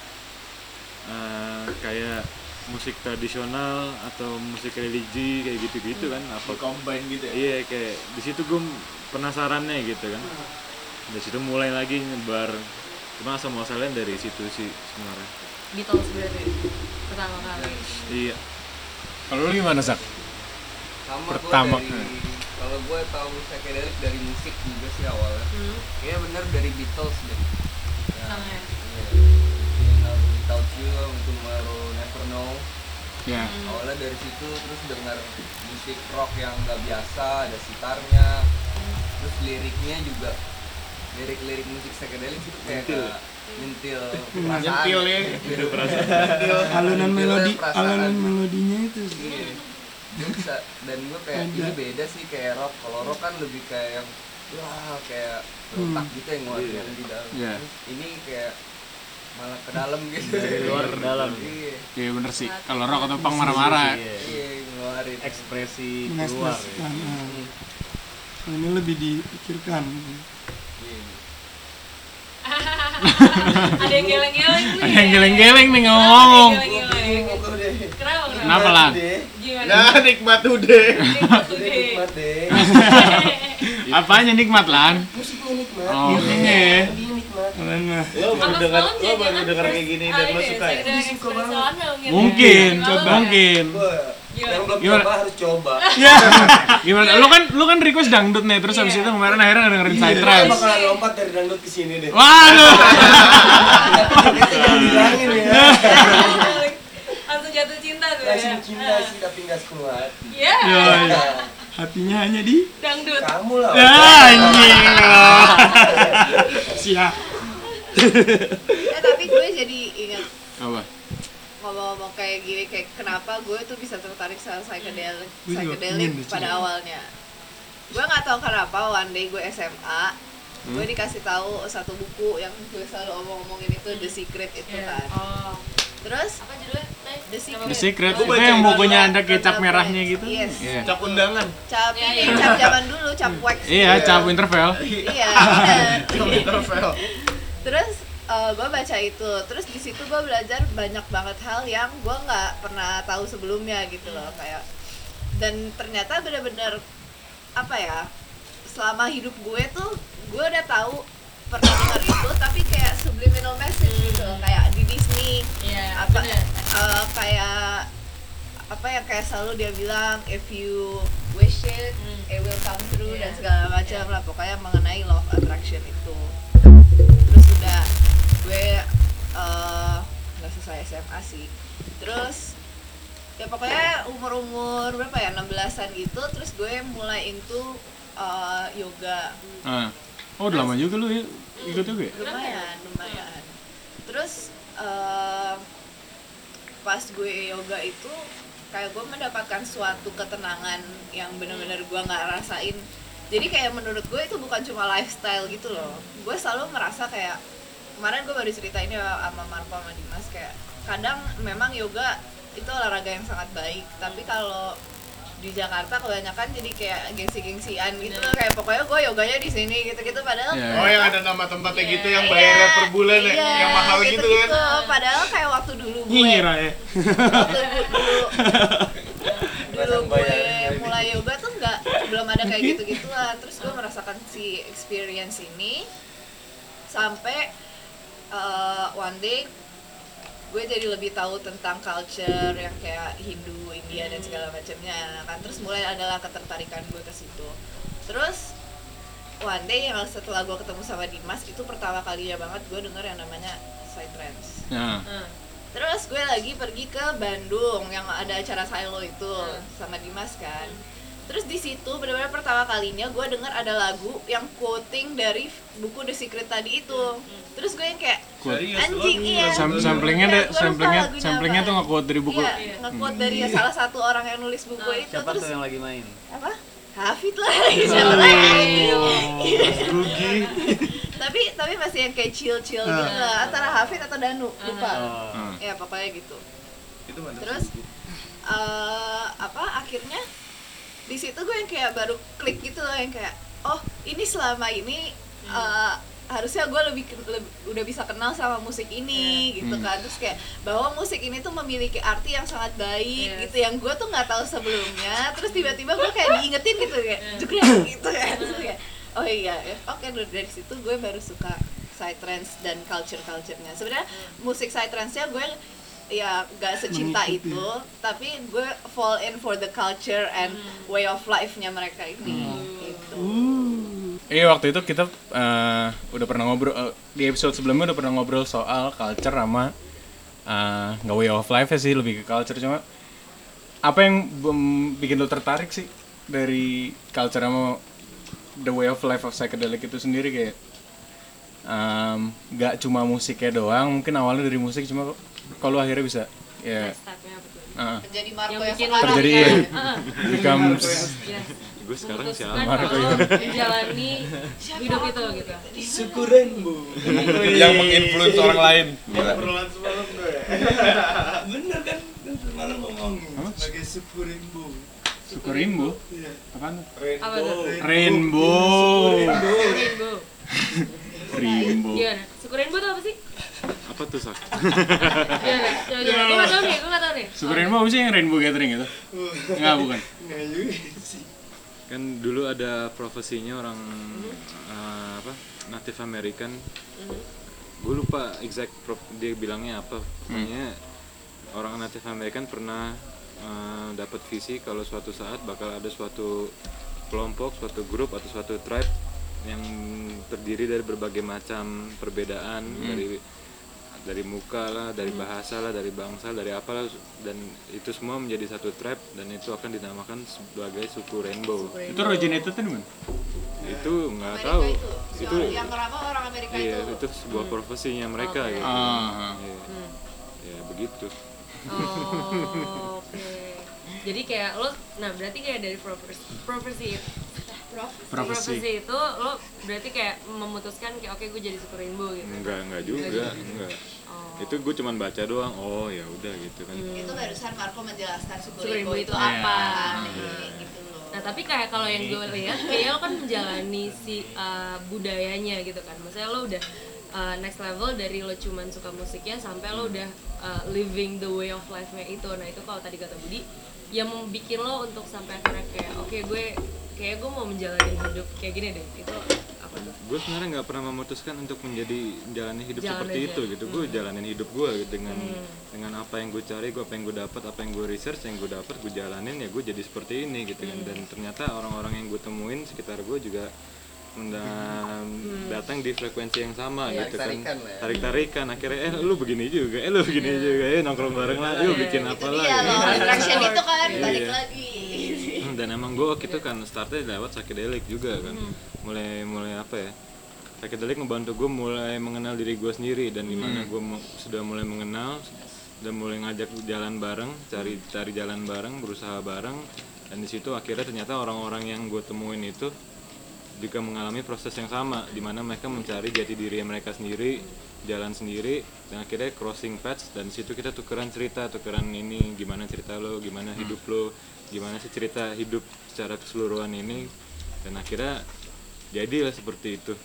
Speaker 7: uh, kayak musik tradisional atau musik religi kayak gitu-gitu kan, apa
Speaker 8: Combine gitu ya.
Speaker 7: iya kayak di situ gue penasarannya gitu kan. Dari situ mulai lagi nyebar, cuma asal muasalnya dari situ sih sebenarnya.
Speaker 3: Beatles berarti pertama kali.
Speaker 7: Iya.
Speaker 2: Kalau lu gimana, Sak?
Speaker 8: Sama
Speaker 2: Pertama.
Speaker 8: gua dari
Speaker 5: Kalau gue tahu psychedelic dari musik juga sih awalnya.
Speaker 3: Hmm.
Speaker 5: Kayaknya bener dari Beatles deh. Ya,
Speaker 3: Sama ya?
Speaker 5: iya. Mungkin album Without You, Tomorrow Never Know.
Speaker 2: Ya.
Speaker 5: Awalnya dari situ terus dengar musik rock yang nggak biasa, ada sitarnya. Terus liriknya juga lirik-lirik musik psychedelic itu kayak nyentil, nyentil perasaan.
Speaker 8: Nyentil ya.
Speaker 5: Nyentil perasaan.
Speaker 9: Alunan
Speaker 5: Nyentil
Speaker 9: melodi,
Speaker 5: perasaan.
Speaker 9: alunan melodinya itu.
Speaker 5: Iya. Gue bisa, dan gue kayak ini beda sih kayak rock. Kalau rock kan lebih kayak yang wah kayak letak gitu yang ngeluarin di dalam.
Speaker 2: Iya.
Speaker 5: Terus ini kayak malah ke dalam gitu.
Speaker 7: Dari luar ke dalam.
Speaker 5: Iya.
Speaker 2: Iya bener sih. Kalau rock atau punk marah-marah.
Speaker 5: Iya, ngeluarin
Speaker 7: Ekspresi keluar.
Speaker 9: Mengekspresikan.
Speaker 7: Ya.
Speaker 9: Nah, kalau ini lebih dipikirkan.
Speaker 5: Iya.
Speaker 3: Ada yang geleng-geleng nih.
Speaker 2: Ada yang geleng-geleng nih
Speaker 3: Kenapa
Speaker 2: ngomong.
Speaker 3: yang geleng-geleng? Kenapa?
Speaker 2: Kenapa lah?
Speaker 3: Gimana?
Speaker 8: Nah, nikmat udah.
Speaker 3: Nikmat tuh deh.
Speaker 5: Nikmat deh.
Speaker 2: Apanya nikmat lan?
Speaker 5: Musiknya nikmat.
Speaker 2: Oh iya.
Speaker 9: Kalian mah
Speaker 8: Lo baru
Speaker 3: Apa
Speaker 8: dengar,
Speaker 3: semalam
Speaker 8: lo baru
Speaker 3: jangan
Speaker 8: dengar
Speaker 3: first-
Speaker 8: kayak gini
Speaker 3: ah,
Speaker 8: dan lo
Speaker 3: ini,
Speaker 8: suka ya?
Speaker 3: psychedelic experience-an mungkin.
Speaker 2: Mungkin,
Speaker 3: Ya.
Speaker 2: coba. Mungkin.
Speaker 3: Gimana?
Speaker 5: Yang belum
Speaker 2: Gimana?
Speaker 5: coba harus coba.
Speaker 2: Gimana? Lu kan lu kan request dangdut nih, terus habis
Speaker 3: Iya.
Speaker 2: itu kemarin akhirnya dengerin side
Speaker 5: Saya
Speaker 2: trance.
Speaker 5: bakalan lompat dari dangdut ke sini deh.
Speaker 2: Waduh.
Speaker 5: Jangan bilangin ya.
Speaker 3: Langsung jatuh cinta tuh ya.
Speaker 5: Langsung cinta sih tapi nggak sepenuh hati.
Speaker 3: Iya.
Speaker 2: Yoi.
Speaker 9: hatinya hanya di
Speaker 3: Dangdut.
Speaker 5: Kamu lah.
Speaker 2: Ya anjing. Siap.
Speaker 6: Eh tapi gue jadi ingat
Speaker 2: Apa?
Speaker 6: ngomong-ngomong kayak gini, kayak kenapa gue tuh bisa tertarik sama psychedelic,
Speaker 9: Gue juga
Speaker 6: psychedelic
Speaker 9: pengen deh,
Speaker 6: pada
Speaker 9: coba.
Speaker 6: awalnya. Gue nggak tahu kenapa one day gue S M A, gue
Speaker 2: Hmm?
Speaker 6: dikasih tahu satu buku yang gue selalu omong-omongin itu The Secret itu
Speaker 3: Iya.
Speaker 6: kan.
Speaker 3: Oh.
Speaker 6: Terus
Speaker 3: Apa judulnya? Nay?
Speaker 6: The Secret.
Speaker 2: The Secret
Speaker 6: Gue
Speaker 2: itu
Speaker 6: baca
Speaker 2: yang
Speaker 6: itu
Speaker 2: bukunya
Speaker 6: juga,
Speaker 2: ada kecap
Speaker 6: Ronald
Speaker 2: merahnya
Speaker 6: Wayne.
Speaker 2: gitu.
Speaker 6: Yes.
Speaker 2: Iya.
Speaker 8: Cap undangan.
Speaker 6: Cap
Speaker 2: Iya.
Speaker 6: ini cap zaman dulu, cap wax.
Speaker 2: Iya, cap Winterfell.
Speaker 6: Iya, bener.
Speaker 8: Cap Winterfell.
Speaker 6: Terus uh, gue baca itu, terus di situ gue belajar banyak banget hal yang gue nggak pernah tahu sebelumnya gitu loh, kayak, dan ternyata benar-benar apa ya, selama hidup gue tuh gue udah tahu pernah dengar itu, tapi kayak subliminal message gitu loh, kayak di Disney
Speaker 3: Iya.
Speaker 6: apa
Speaker 3: bener.
Speaker 6: uh, kayak apa ya, kayak selalu dia bilang if you wish it,
Speaker 3: Hmm.
Speaker 6: it will come true,
Speaker 3: Iya.
Speaker 6: dan segala macam lah, pokoknya mengenai law of attraction itu. Terus udah gue uh, nggak selesai S M A sih, terus ya pokoknya umur-umur berapa ya, enam belasan gitu, terus gue mulai into uh, yoga.
Speaker 2: Ah. Oh, udah lama juga lu ya ikut juga ya?
Speaker 6: Lumayan, lumayan. Terus uh, pas gue yoga itu kayak gue mendapatkan suatu ketenangan yang benar-benar gue nggak rasain. Jadi kayak menurut gue itu bukan cuma lifestyle gitu loh. Gue selalu merasa kayak, kemarin gue baru cerita ini sama Marco sama Dimas, kayak kadang memang yoga itu olahraga yang sangat baik, tapi kalau di Jakarta kebanyakan jadi kayak gengsi-gengsian gitu loh, kayak pokoknya gue yoganya di sini gitu-gitu, padahal
Speaker 2: Iya.
Speaker 8: Oh, yang ada nama tempatnya
Speaker 3: Iya.
Speaker 8: gitu yang bayarnya per bulan ya,
Speaker 6: iya,
Speaker 8: yang mahal gitu kan.
Speaker 6: Padahal kayak waktu dulu gue
Speaker 2: Ngira ya.
Speaker 6: waktu gu- dulu dulu
Speaker 5: Pasang
Speaker 6: gue
Speaker 5: bayaran.
Speaker 6: mulai yoga tuh nggak, belum ada kayak gitu-gituan. Terus gue merasakan si experience ini sampai uh, one day gue jadi lebih tahu tentang culture yang kayak Hindu, India dan segala macamnya kan. Terus mulai adalah ketertarikan gue ke situ. Terus one day yang setelah gue ketemu sama Dimas, itu pertama kalinya banget gue denger yang namanya psytrance.
Speaker 2: Nah.
Speaker 3: Hmm.
Speaker 6: Terus gue lagi pergi ke Bandung yang ada acara Silo itu sama Dimas kan. Terus di situ benar-benar pertama kalinya gue dengar ada lagu yang quoting dari buku The Secret tadi itu. Terus gue yang kayak anjing, iya.
Speaker 2: Sam- samplingnya deh,
Speaker 6: Iya, gue lupa
Speaker 2: samplingnya
Speaker 6: lagunya
Speaker 2: samplingnya
Speaker 6: apa.
Speaker 2: tuh nge-quote dari buku.
Speaker 6: Iya, nge-quote dari salah satu orang yang nulis buku itu.
Speaker 7: Siapa
Speaker 6: Terus
Speaker 7: tuh yang lagi main?
Speaker 6: apa? Hafid lah, siapa lagi?
Speaker 2: Rugi.
Speaker 6: tapi tapi masih yang kayak chill-chill gitu lah, antara Hafid atau Danu, lupa.
Speaker 7: Oh.
Speaker 6: Ya pokoknya gitu.
Speaker 8: Itu mana?
Speaker 6: Terus eh apa akhirnya di situ gue yang kayak baru klik gitu loh, yang kayak oh ini selama ini eh, harusnya gue lebih, lebih udah bisa kenal sama musik ini gitu kan. Terus kayak bahwa musik ini tuh memiliki arti yang sangat baik
Speaker 3: Yes.
Speaker 6: gitu, yang gue tuh nggak tahu sebelumnya. Terus tiba-tiba gue kayak diingetin gitu kayak juga gitu kan. Terus kayak oh iya ya, oke dari situ gue baru suka psytrance dan culture-culturenya. Sebenarnya musik psytrance-nya gue ya gak secinta
Speaker 9: Mengikuti.
Speaker 6: itu, tapi gue fall in for the culture and way of life-nya mereka ini gitu.
Speaker 2: Iya waktu itu kita eh, udah pernah ngobrol eh, di episode sebelumnya udah pernah ngobrol soal culture sama eh, nggak way of life sih, lebih ke culture. Cuma apa yang bem- bikin lo tertarik sih dari culture sama the way of life of psychedelic itu sendiri? Kayak em, nggak cuma musiknya doang, mungkin awalnya dari musik, cuma kalau akhirnya bisa ya
Speaker 3: Next step-nya apa tuh?
Speaker 2: eh,
Speaker 6: Jadi Marco
Speaker 3: Yang
Speaker 6: yang,
Speaker 3: bikin
Speaker 6: sekarang
Speaker 2: terjadi
Speaker 6: kan.
Speaker 2: iya,
Speaker 3: Heeh.
Speaker 2: becomes
Speaker 3: Yes.
Speaker 7: Gue sekarang
Speaker 3: Memutuskan
Speaker 7: siapa?
Speaker 2: Marco
Speaker 3: kalau
Speaker 2: ya.
Speaker 3: menjalani hidup itu gitu.
Speaker 8: Suku Rainbow.
Speaker 4: Yang menginfluence orang lain. Gila.
Speaker 8: Perlahan semalam gue.
Speaker 9: Bener kan? Kan semalam ngomong sebagai suku rainbow.
Speaker 2: suku rainbow.
Speaker 9: Iya.
Speaker 2: Apaan?
Speaker 3: Apa tuh?
Speaker 2: Rainbow.
Speaker 3: Rainbow.
Speaker 2: Rainbow.
Speaker 3: Gimana? Suku rainbow tuh apa sih?
Speaker 7: Apa tuh sak?
Speaker 3: Gimana? Coba coba. Gue nggak tahu nih. Gue nggak tahu nih.
Speaker 2: Suku rainbow apa sih yang rainbow gathering itu? Enggak, bukan.
Speaker 9: Nggak juga sih.
Speaker 7: Kan dulu ada profesinya orang eh, apa Native American. Gue lupa exact prof, dia bilangnya apa. Pokoknya orang Native American pernah eh, dapat visi kalau suatu saat bakal ada suatu kelompok, suatu grup atau suatu tribe yang terdiri dari berbagai macam perbedaan, dari dari muka lah, dari bahasa lah, dari bangsa, dari apalah, dan itu semua menjadi satu tribe dan itu akan dinamakan sebagai suku rainbow.
Speaker 2: Itu originated di mana?
Speaker 7: Itu nggak
Speaker 6: Amerika
Speaker 7: tahu.
Speaker 6: itu,
Speaker 7: Itu
Speaker 6: yang kenapa orang Amerika
Speaker 7: iya,
Speaker 6: itu
Speaker 7: itu sebuah profesinya mereka gitu.
Speaker 2: Ah.
Speaker 7: Iya. Ya begitu.
Speaker 3: Oh, oke. Jadi kayak lo, nah berarti kayak dari profesi, profesi,
Speaker 6: Prof.
Speaker 2: Profesi.
Speaker 3: profesi itu lo berarti kayak memutuskan kayak oke gue jadi suku rainbow gitu.
Speaker 7: Enggak, enggak juga, enggak.
Speaker 3: Oh.
Speaker 7: Itu gue cuman baca doang. Oh, ya udah gitu kan.
Speaker 6: Itu barusan Marco menjelaskan suku
Speaker 3: Suku
Speaker 6: rainbow
Speaker 3: rainbow
Speaker 6: itu
Speaker 3: itu
Speaker 6: apa
Speaker 3: apa?
Speaker 6: nih, gitu loh.
Speaker 3: Nah tapi kayak kalau yang gue lihat kayaknya lo kan menjalani si uh, budayanya gitu kan. Maksudnya lo udah uh, next level dari lo cuman suka musiknya sampai lo udah uh, living the way of life-nya itu. Nah itu kalau tadi kata Budi, yang bikin lo untuk sampai akhirnya kayak oke gue kayak gue mau menjalani hidup kayak gini deh. Itu apa tuh?
Speaker 7: Gue sebenarnya nggak pernah memutuskan untuk menjadi jalani hidup
Speaker 3: Jalan
Speaker 7: seperti
Speaker 3: aja.
Speaker 7: itu gitu. Gue jalanin hidup gue gitu, dengan dengan apa yang gue cari, gue apa yang gue dapat, apa yang gue research, yang gue dapat gue jalanin, ya gue jadi seperti ini gitu kan. Dan ternyata orang-orang yang gue temuin sekitar gue juga dan datang di frekuensi yang sama
Speaker 5: Iya,
Speaker 7: gitu kan,
Speaker 5: tarik-tarikan lah ya.
Speaker 7: tarik-tarikan akhirnya eh lu begini juga, eh lu begini juga, eh nongkrong bareng lah, yuk bikin apa
Speaker 6: Itu
Speaker 7: lah
Speaker 6: dia
Speaker 7: gitu.
Speaker 6: loh, attraction itu kan
Speaker 7: Iya.
Speaker 6: balik lagi.
Speaker 7: Dan emang gue waktu itu kan startnya lewat psychedelic juga kan, mulai mulai apa ya, psychedelic ngebantu gue mulai mengenal diri gue sendiri, dan dimana gue mu- sudah mulai mengenal dan mulai ngajak jalan bareng, cari cari jalan bareng, berusaha bareng, dan di situ akhirnya ternyata orang-orang yang gue temuin itu juga mengalami proses yang sama, di mana mereka mencari jati diri mereka sendiri, jalan sendiri, dan akhirnya crossing paths, dan di situ kita tukeran cerita, tukeran ini, gimana cerita lo, gimana hidup lo, gimana sih cerita hidup secara keseluruhan ini, dan akhirnya jadilah seperti itu.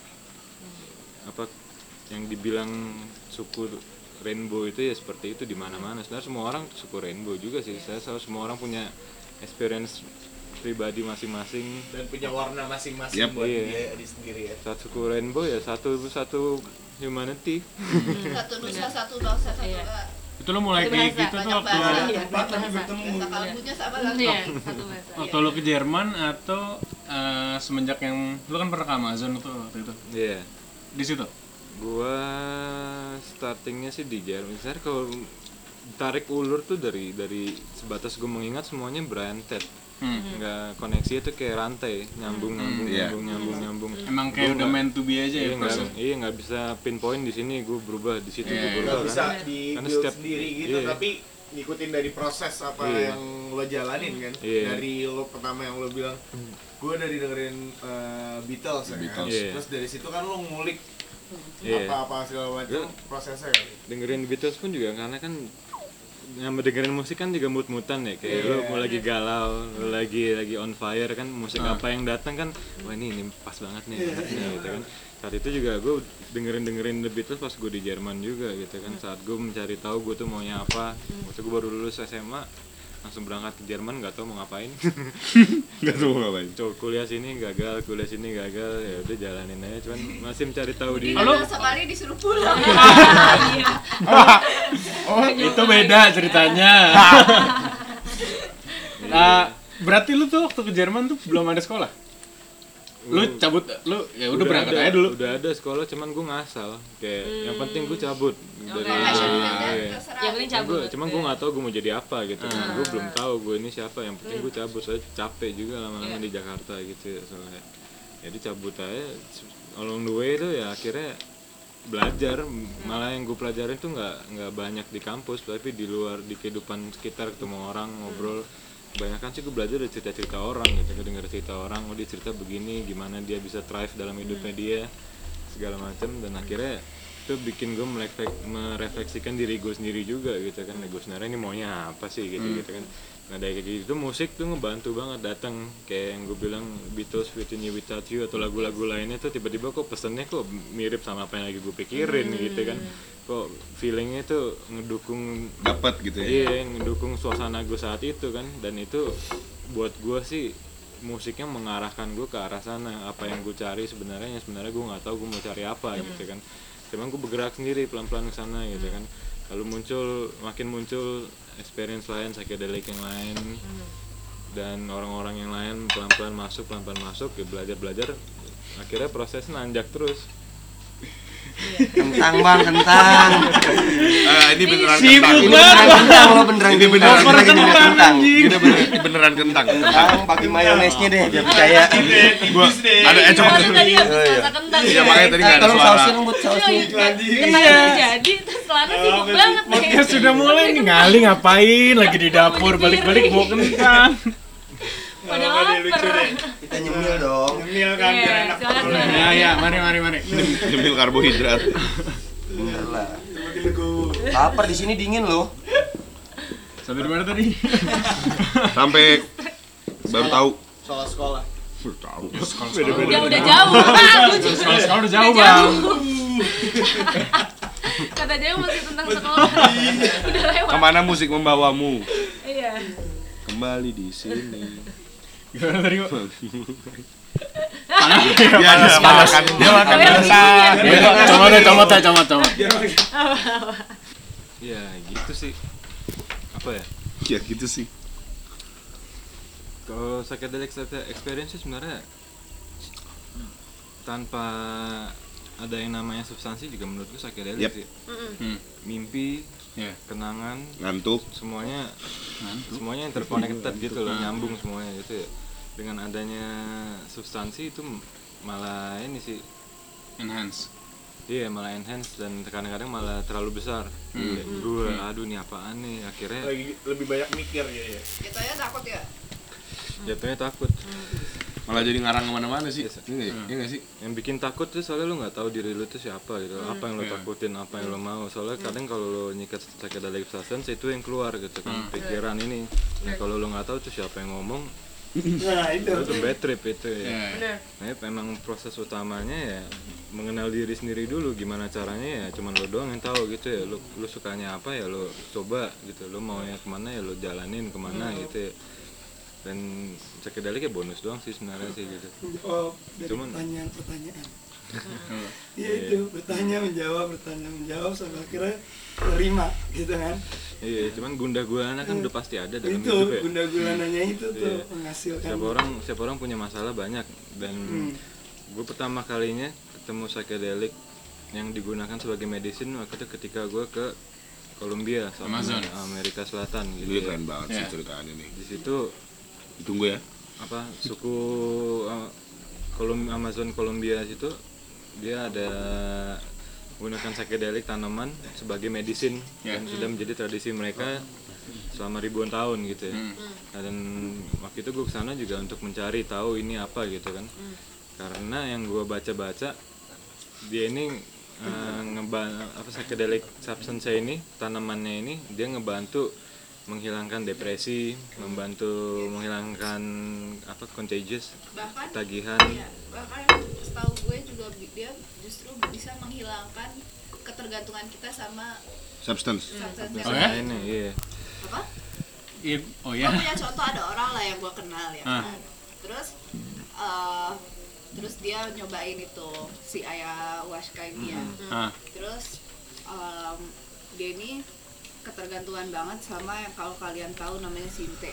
Speaker 7: Apa yang dibilang suku rainbow itu ya seperti itu di mana-mana. Sebenarnya semua orang suku rainbow juga sih. Saya tahu semua orang punya experience pribadi masing-masing.
Speaker 8: Dan punya warna masing-masing
Speaker 4: Yap.
Speaker 8: buat
Speaker 7: Iya.
Speaker 8: dia di sendiri ya.
Speaker 7: Satu suku rainbow ya satu satu humanity.
Speaker 6: Satu nusa, satu bangsa, satu
Speaker 3: Iya.
Speaker 6: A.
Speaker 2: Itu lo mulai
Speaker 3: Itu
Speaker 2: kayak
Speaker 3: bahasa,
Speaker 2: gitu tuh
Speaker 6: banyak
Speaker 2: waktu
Speaker 6: bahasa.
Speaker 3: Iya,
Speaker 9: Tempat lagi
Speaker 3: bahasa.
Speaker 9: bertemu.
Speaker 6: Bahasa kalbunya sama lah.
Speaker 3: Iya, satu bahasa.
Speaker 2: waktu lo ke Jerman atau eh, semenjak yang lo kan pernah ke Amazon tuh waktu itu
Speaker 7: Iya.
Speaker 2: di situ?
Speaker 7: Gua startingnya sih di Jerman. Sebenarnya kalau tarik ulur tuh dari dari sebatas gue mengingat semuanya branded.
Speaker 2: Hmm.
Speaker 7: Nggak, koneksi itu kayak rantai, nyambung nyambung
Speaker 4: Iya.
Speaker 7: nyambung nyambung nyambung.
Speaker 2: Emang kayak
Speaker 7: Gua
Speaker 2: udah
Speaker 7: nggak-
Speaker 2: meant to be aja ya
Speaker 7: Iya nggak,
Speaker 2: proses.
Speaker 7: iya nggak bisa pinpoint di sini gue berubah, di situ gue
Speaker 2: Iya.
Speaker 7: berubah
Speaker 8: Gak bisa
Speaker 7: kan.
Speaker 8: di
Speaker 7: Karena
Speaker 8: build
Speaker 7: setiap-
Speaker 8: sendiri gitu,
Speaker 7: iya.
Speaker 8: tapi ngikutin dari proses apa
Speaker 7: Iya.
Speaker 8: yang lo jalanin kan.
Speaker 7: Iya.
Speaker 8: Dari lo pertama yang lo bilang, gue dari dengerin eh, Beatles ya kan.
Speaker 4: Beatles.
Speaker 7: Iya.
Speaker 8: Terus dari situ kan lo ngulik
Speaker 7: Iya.
Speaker 8: apa-apa segala macam
Speaker 7: Iya.
Speaker 8: prosesnya kan.
Speaker 7: Dengerin Beatles pun juga karena kan yang dengerin musik kan juga mood-moodan ya, kayak
Speaker 8: Iya.
Speaker 7: lu mau lagi galau, lu lagi lagi on fire kan, musik apa yang datang kan, wah ini ini pas banget nih, nah, gitu kan. Saat itu juga gue dengerin dengerin The Beatles pas gue di Jerman juga gitu kan, saat gue mencari tahu gue tuh maunya apa, waktu gue baru lulus S M A, langsung berangkat ke Jerman nggak tahu mau ngapain.
Speaker 4: Nggak tahu mau ngapain.
Speaker 7: Coba kuliah sini gagal, kuliah sini gagal, ya udah jalanin aja. Cuman masih mencari tahu di.
Speaker 6: Halo sekali disuruh pulang.
Speaker 2: Oh, itu beda ceritanya. Nah, berarti lu tuh waktu ke Jerman tuh belum ada sekolah? Lu cabut, lu ya udah berangkat
Speaker 7: ada,
Speaker 2: aja dulu.
Speaker 7: Udah ada sekolah, cuman gue ngasal. Kayak
Speaker 3: Hmm.
Speaker 7: yang penting gue cabut. Dari
Speaker 6: Passion
Speaker 7: iya.
Speaker 6: kita terserah.
Speaker 3: Yang penting cabut.
Speaker 7: Gua, cuman gue nggak tahu gue mau jadi apa gitu.
Speaker 3: Ah.
Speaker 7: Gue belum tahu gue ini siapa. Yang penting gue cabut. Soalnya capek juga lama-lama
Speaker 3: Iya.
Speaker 7: di Jakarta gitu ya, soalnya. Jadi cabut aja. Along the way itu ya akhirnya belajar. Malah yang gue pelajarin tuh nggak nggak banyak di kampus, tapi di luar, di kehidupan sekitar, ketemu orang, ngobrol. Kebanyakan sih gue belajar dari cerita-cerita orang gitu, denger cerita orang, oh dia cerita begini, gimana dia bisa thrive dalam hidupnya dia, segala macam. Dan akhirnya itu bikin gue mereflek- merefleksikan diri gue sendiri juga gitu kan, gue sebenarnya ini maunya apa sih gitu gitu kan. Nah dari kayak gitu musik tuh ngebantu banget datang, kayak yang gue bilang Beatles, Within You Without You atau lagu-lagu lainnya tuh tiba-tiba kok pesennya kok mirip sama apa yang lagi gue pikirin gitu kan, kok feelingnya tuh ngedukung
Speaker 4: Dapat gitu ya.
Speaker 7: iya ngedukung suasana gue saat itu kan. Dan itu buat gue sih musiknya mengarahkan gue ke arah sana, apa yang gue cari sebenarnya, yang sebenarnya gue nggak tahu gue mau cari apa gitu kan. Cuman gue bergerak sendiri pelan-pelan ke sana gitu kan. Lalu muncul, makin muncul experience lain, psychedelic yang lain, dan orang-orang yang lain pelan-pelan masuk, pelan-pelan masuk, ya belajar-belajar, akhirnya prosesnya nanjak terus.
Speaker 5: Kentang bang, kentang.
Speaker 4: Ah, ini beneran
Speaker 2: Sibuk
Speaker 4: kentang.
Speaker 5: Ini beneran kentang, lo beneran
Speaker 4: Ini beneran
Speaker 5: kentang. Ini beneran kentang.
Speaker 4: Ini beneran, beneran kentang.
Speaker 5: Kentang pakai mayonesnya deh, biar percaya.
Speaker 4: Gua ada eh coba.
Speaker 3: Soalnya tadi habis
Speaker 5: Oh, iya.
Speaker 3: masak kentang.
Speaker 4: Iya, makanya tadi nggak ada
Speaker 5: Tolong
Speaker 4: suara.
Speaker 5: sausin buat sausin.
Speaker 3: Kentang udah jadi, terus celana sibuk banget nih.
Speaker 2: Podcast sudah mulai nih, ngali ngapain lagi di dapur, balik-balik bawa kentang.
Speaker 3: Padahal lapar.
Speaker 5: Kita nyemil dong.
Speaker 9: Nyemil kan biar
Speaker 3: Iya,
Speaker 9: enak.
Speaker 3: silakan.
Speaker 2: Ya ya, mari mari mari.
Speaker 4: Nyemil karbohidrat.
Speaker 5: Bener lah.
Speaker 9: Makin legowo.
Speaker 5: Lapar di sini dingin loh.
Speaker 2: Sampai di mana tadi?
Speaker 4: Sampai baru tahu.
Speaker 9: Soal sekolah.
Speaker 4: Baru tahu.
Speaker 3: Udah udah jauh. Ah, lucu.
Speaker 2: Sekolah sekolah udah jauh,
Speaker 3: Udah
Speaker 2: Bang.
Speaker 3: Kata dia masih tentang sekolah. Udah lewat.
Speaker 4: Kemana musik membawamu?
Speaker 3: Iya.
Speaker 4: Kembali di sini.
Speaker 2: Gimana tadi, Kok?
Speaker 4: Ya, dia makan. Dia makan
Speaker 3: Oh, yang
Speaker 4: kentang.
Speaker 3: itunya.
Speaker 2: Ya, coba deh, coba deh, coba coba.
Speaker 7: Ya gitu sih. Apa ya?
Speaker 4: Ya gitu sih.
Speaker 7: Kalau psychedelic experience sih sebenarnya tanpa ada yang namanya substansi juga menurutku psychedelic
Speaker 4: Yep.
Speaker 7: sih.
Speaker 2: Hmm.
Speaker 7: Mimpi,
Speaker 2: Ya.
Speaker 7: kenangan,
Speaker 4: Ngantuk.
Speaker 7: semuanya semuanya interconnected gitu loh, nyambung semuanya gitu ya. Dengan adanya substansi itu malah ini sih,
Speaker 2: Enhance.
Speaker 7: iya malah enhance dan kadang-kadang malah terlalu besar. Kayak gue, aduh nih apaan nih, akhirnya
Speaker 9: Lagi lebih banyak mikir ya ya.
Speaker 6: Kitanya takut ya.
Speaker 7: jatuhnya takut.
Speaker 4: Malah jadi ngarang kemana-mana sih.
Speaker 7: Yes.
Speaker 4: Iya nggak sih? Iya nggak sih?
Speaker 7: Yang bikin takut tuh soalnya lu nggak tahu diri lu tuh siapa gitu, apa yang lu
Speaker 2: Iya.
Speaker 7: takutin, apa yang lu mau. Soalnya kadang kalau lu nyikat psychedelic substance itu yang keluar gitu kan, pikiran ini. Nah kalau lu nggak tahu tuh siapa yang ngomong,
Speaker 9: Nah itu.
Speaker 7: itu bad trip itu ya.
Speaker 2: Ya.
Speaker 3: Bener.
Speaker 7: Nah memang proses utamanya ya mengenal diri sendiri dulu, gimana caranya ya cuman lu doang yang tahu gitu ya. Lu lu sukanya apa ya lu coba gitu, lu maunya kemana ya lu jalanin kemana gitu ya. Dan psychedelic ya bonus doang sih sebenarnya sih gitu.
Speaker 9: Oh, dari
Speaker 7: Cuman-
Speaker 9: pertanyaan-pertanyaan. Iya itu, bertanya menjawab, bertanya menjawab sampai akhirnya terima gitu kan.
Speaker 7: Iya, cuman gundah gulana kan udah pasti ada dalam
Speaker 9: Itu
Speaker 7: hidup ya.
Speaker 9: gunda gulananya itu tuh
Speaker 7: Iya.
Speaker 9: menghasilkan.
Speaker 7: Setiap orang setiap orang punya masalah banyak dan
Speaker 9: Hmm.
Speaker 7: gue pertama kalinya ketemu psychedelic yang digunakan sebagai medicine waktu itu ketika gue ke Colombia, South
Speaker 2: Amazon.
Speaker 7: Amerika Selatan
Speaker 4: Ini
Speaker 7: gitu ya.
Speaker 4: keren banget sih
Speaker 2: Ya.
Speaker 4: ceritanya nih.
Speaker 7: Di situ
Speaker 4: Ditunggu ya.
Speaker 7: apa suku uh, Kolom Amazon Colombia situ dia ada menggunakan psychedelic tanaman sebagai medicine
Speaker 2: Ya.
Speaker 7: dan sudah menjadi tradisi mereka selama ribuan tahun gitu ya. Nah, dan waktu itu gue kesana juga untuk mencari tahu ini apa gitu kan, karena yang gue baca-baca dia ini uh, ngeba apa psychedelic substance ini, tanamannya ini dia ngebantu menghilangkan depresi, membantu menghilangkan apa contagious,
Speaker 6: Bahkan
Speaker 7: tagihan.
Speaker 6: iya, bahkan setahu gue juga bi- dia justru bisa menghilangkan ketergantungan kita sama
Speaker 4: Substance.
Speaker 6: substance yang
Speaker 2: Oh ya?
Speaker 7: Nah, ini iya.
Speaker 6: apa?
Speaker 2: Iya, oh
Speaker 6: gue
Speaker 2: ya.
Speaker 6: punya contoh ada orang lah yang gue kenal ya
Speaker 2: Ah.
Speaker 6: kan. Terus uh, terus dia nyobain itu si ayahuasca ini ya.
Speaker 2: Ah.
Speaker 6: Terus um, dia ini ketergantungan banget sama yang kalau kalian tahu namanya sinte.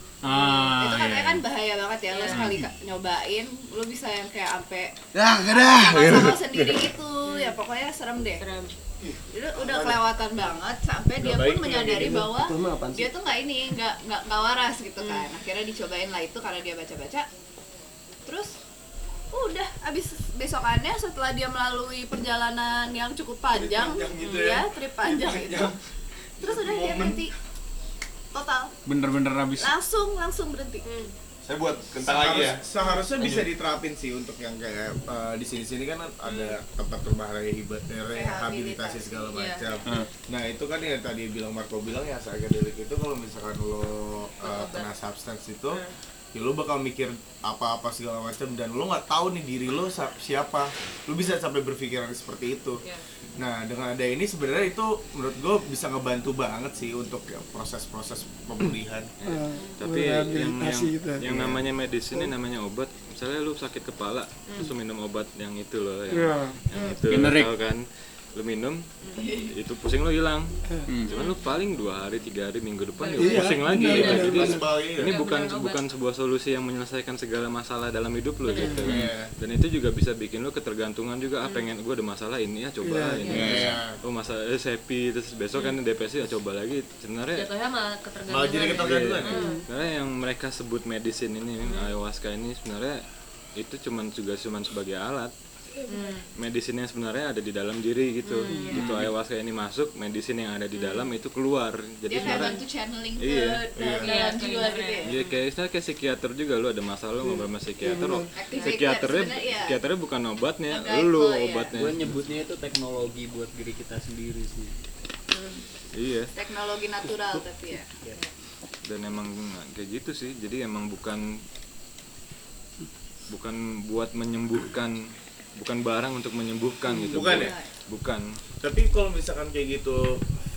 Speaker 2: Ah,
Speaker 6: Itu katanya
Speaker 2: iya.
Speaker 6: kan bahaya banget ya, lo
Speaker 3: Iya.
Speaker 6: sekali ka- nyobain, lo bisa yang kayak ampe
Speaker 4: Ya, gak dah.
Speaker 6: sama sendiri gitu, ya pokoknya serem deh.
Speaker 3: Serem.
Speaker 6: Itu udah kelewatan banget sampai dia pun menyadari bahwa dia tuh nggak ini, nggak nggak nggak waras gitu kan. Akhirnya dicobain lah itu karena dia baca-baca. Terus udah abis besokannya setelah dia melalui perjalanan yang cukup panjang,
Speaker 9: panjang gitu
Speaker 6: ya,
Speaker 9: ya.
Speaker 6: trip panjang
Speaker 9: Trip
Speaker 6: itu.
Speaker 9: panjang.
Speaker 6: Terus udah dia berhenti total,
Speaker 2: Bener-bener habis.
Speaker 6: langsung langsung berhenti.
Speaker 4: Saya buat kentang lagi ya.
Speaker 8: Seharusnya bisa diterapin sih untuk yang kayak eh, di sini-sini kan ada tempat berbahaya hibat, rehabilitasi segala
Speaker 6: Iya.
Speaker 8: macam.
Speaker 2: Hmm.
Speaker 8: Nah itu kan yang tadi bilang Marco bilang ya psychedelic itu kalau misalkan lo eh, kena substance itu, ya lo bakal mikir apa-apa segala macam dan lo nggak tahu nih diri lo sa- siapa. Lo bisa sampai berpikiran seperti itu.
Speaker 3: Iya.
Speaker 8: Nah dengan ada ini sebenarnya itu menurut gue bisa ngebantu banget sih untuk ya, proses-proses pemulihan.
Speaker 9: Eh,
Speaker 7: Tapi yang yang,
Speaker 9: rehabilitasi gitu.
Speaker 7: yang namanya medis ini namanya obat. Misalnya lu sakit kepala, terus lu minum obat yang itu loh, yang,
Speaker 9: Iya.
Speaker 7: yang itu
Speaker 2: Generik.
Speaker 7: tahu kan, lu minum, itu pusing lu hilang.
Speaker 2: Hmm.
Speaker 7: Cuman lu paling dua hari, tiga hari, minggu depan
Speaker 9: Iya,
Speaker 7: juga pusing lagi.
Speaker 9: benar,
Speaker 7: ya.
Speaker 9: benar,
Speaker 7: Jadi
Speaker 8: benar.
Speaker 7: ini
Speaker 3: Iya,
Speaker 7: bukan
Speaker 3: benar, obat.
Speaker 7: bukan sebuah solusi yang menyelesaikan segala masalah dalam hidup lu gitu.
Speaker 8: Iya.
Speaker 7: Dan itu juga bisa bikin lu ketergantungan juga. Ah pengen gue ada masalah ini ya coba
Speaker 9: Iya,
Speaker 7: ini.
Speaker 8: iya.
Speaker 7: Oh masalah eh, sepi terus besok kan depresi ya coba lagi. Sebenarnya
Speaker 3: Jatuhnya malah ketergantungan.
Speaker 8: Malah jadi ketergantungan ya?
Speaker 3: Hmm.
Speaker 7: sebenarnya yang mereka sebut medisin ini, ayahuasca ini sebenarnya itu cuman juga cuman sebagai alat.
Speaker 3: Hmm.
Speaker 7: Medisin yang sebenarnya ada di dalam diri gitu. Gitu ayahuasca ini masuk, medisin yang ada di dalam itu keluar. Jadi
Speaker 6: Dia kayak
Speaker 7: sebenarnya
Speaker 6: bantu channeling ke
Speaker 7: Iya,
Speaker 6: dalam
Speaker 3: iya.
Speaker 6: jiwa gitu ya.
Speaker 7: ya kayak misalnya kayak psikiater juga lu ada masalah lu ngobrol sama psikiater. oh,
Speaker 6: Activate
Speaker 7: Psikiaternya
Speaker 6: sebenarnya, iya.
Speaker 7: psikiaternya bukan obatnya,
Speaker 6: Nge-guide
Speaker 7: lu
Speaker 6: lo, iya.
Speaker 7: obatnya.
Speaker 10: Gue nyebutnya itu teknologi buat diri kita sendiri sih.
Speaker 7: Iya.
Speaker 6: Teknologi natural tapi ya.
Speaker 7: Dan emang kayak gitu sih, jadi emang bukan bukan buat menyembuhkan, bukan barang untuk menyembuhkan gitu.
Speaker 8: Bukan
Speaker 7: buat-
Speaker 8: ya?
Speaker 7: Bukan.
Speaker 8: Tapi kalau misalkan kayak gitu,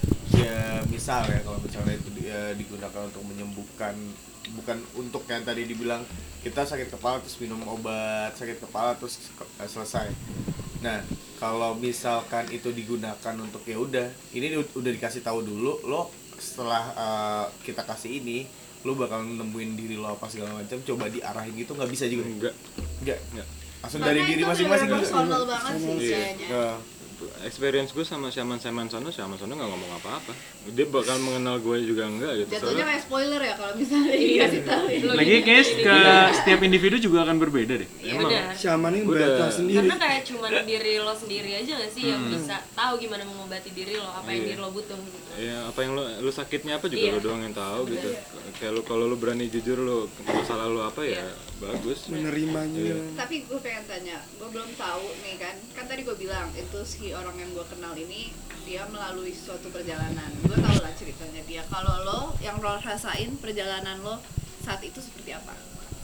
Speaker 8: ya misal ya kalau misalnya itu di- ya, digunakan untuk menyembuhkan, bukan untuk yang tadi dibilang kita sakit kepala terus minum obat sakit kepala terus ke- eh, selesai. Nah kalau misalkan itu digunakan untuk ya udah ini u- udah dikasih tahu dulu lo setelah eh, kita kasih ini lo bakal nemuin diri lo apa segala macam, coba diarahin gitu nggak bisa juga.
Speaker 7: Enggak.
Speaker 8: Enggak.
Speaker 7: Enggak.
Speaker 8: Langsung
Speaker 6: Karena
Speaker 8: dari diri
Speaker 6: itu
Speaker 8: masing-masing
Speaker 6: bener-bener
Speaker 8: juga.
Speaker 6: personal banget sih
Speaker 7: Iya.
Speaker 6: kayaknya.
Speaker 8: Nah,
Speaker 7: Experience gue sama Shaman-Shaman sono, Shaman sono nggak ngomong apa-apa. Dia bakal mengenal gue juga enggak gitu.
Speaker 6: Jatuhnya
Speaker 7: Soalnya
Speaker 6: kayak spoiler ya kalau misalnya dikasih tahu ya.
Speaker 2: Lagi guys ke setiap individu juga akan berbeda deh.
Speaker 3: Ya
Speaker 7: Emang.
Speaker 3: udah.
Speaker 9: Shaman ini
Speaker 7: Udah.
Speaker 9: batang sendiri.
Speaker 3: Karena kayak cuman diri lo sendiri aja gak sih yang bisa tahu gimana mengobati diri lo, apa yang
Speaker 7: Iya.
Speaker 3: diri lo butuh gitu.
Speaker 7: ya apa yang lu lu sakitnya apa juga
Speaker 3: Iya.
Speaker 7: lu doang yang tahu gitu. Kayak lu kalau lu berani jujur lu masalah lu apa ya bagus.
Speaker 9: Menerima juga.
Speaker 6: Tapi gue pengen tanya, gue belum tahu nih kan. Kan tadi gue bilang itu si orang yang gue kenal ini dia melalui suatu perjalanan. Gue tau lah ceritanya dia. Kalau lo yang lo rasain perjalanan lo saat itu seperti apa?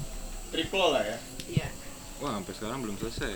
Speaker 8: triple lah ya.
Speaker 6: Iya.
Speaker 7: Wah sampai sekarang belum selesai.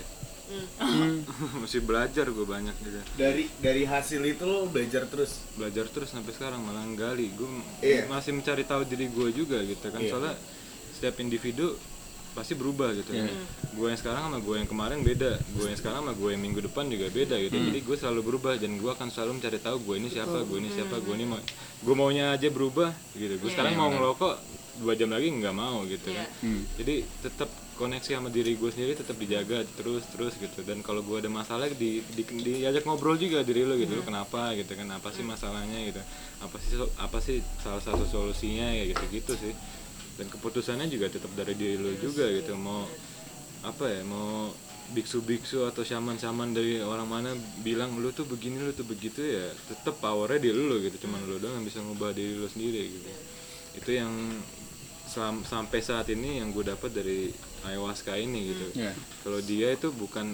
Speaker 9: Hmm.
Speaker 7: Masih belajar gue banyak juga.
Speaker 8: Dari dari hasil itu lo belajar terus.
Speaker 7: Belajar terus sampai sekarang malah gali. Gue
Speaker 8: Iya.
Speaker 7: masih mencari tahu diri gue juga gitu kan.
Speaker 8: Iya.
Speaker 7: Soalnya setiap individu pasti berubah gitu
Speaker 8: Iya.
Speaker 7: kan. Gue yang sekarang sama gue yang kemarin beda. Gue yang sekarang sama gue yang minggu depan juga beda gitu.
Speaker 8: Hmm.
Speaker 7: Jadi gue selalu berubah dan gue akan selalu mencari tahu gue ini siapa, gue ini siapa, gue ini mau gue maunya aja berubah gitu. Gue sekarang mau ngerokok dua jam lagi nggak mau gitu kan. Jadi tetap koneksi sama diri gue sendiri tetap dijaga terus terus gitu. Dan kalau gue ada masalah di, di diajak ngobrol juga diri lo gitu. Lo kenapa gitu kan, apa sih masalahnya gitu, apa sih apa sih salah satu solusinya ya gitu gitu sih. Dan keputusannya juga tetap dari diri lo juga gitu. Mau apa ya, mau biksu-biksu atau shaman-shaman dari orang mana bilang lu tuh begini lu tuh begitu ya tetap powernya di lo gitu. Cuman lo doang yang bisa ngubah diri lo sendiri gitu. Itu yang Sam- sampai saat ini yang gue dapat dari ayahuasca ini gitu.
Speaker 2: Iya.
Speaker 7: Kalau dia itu bukan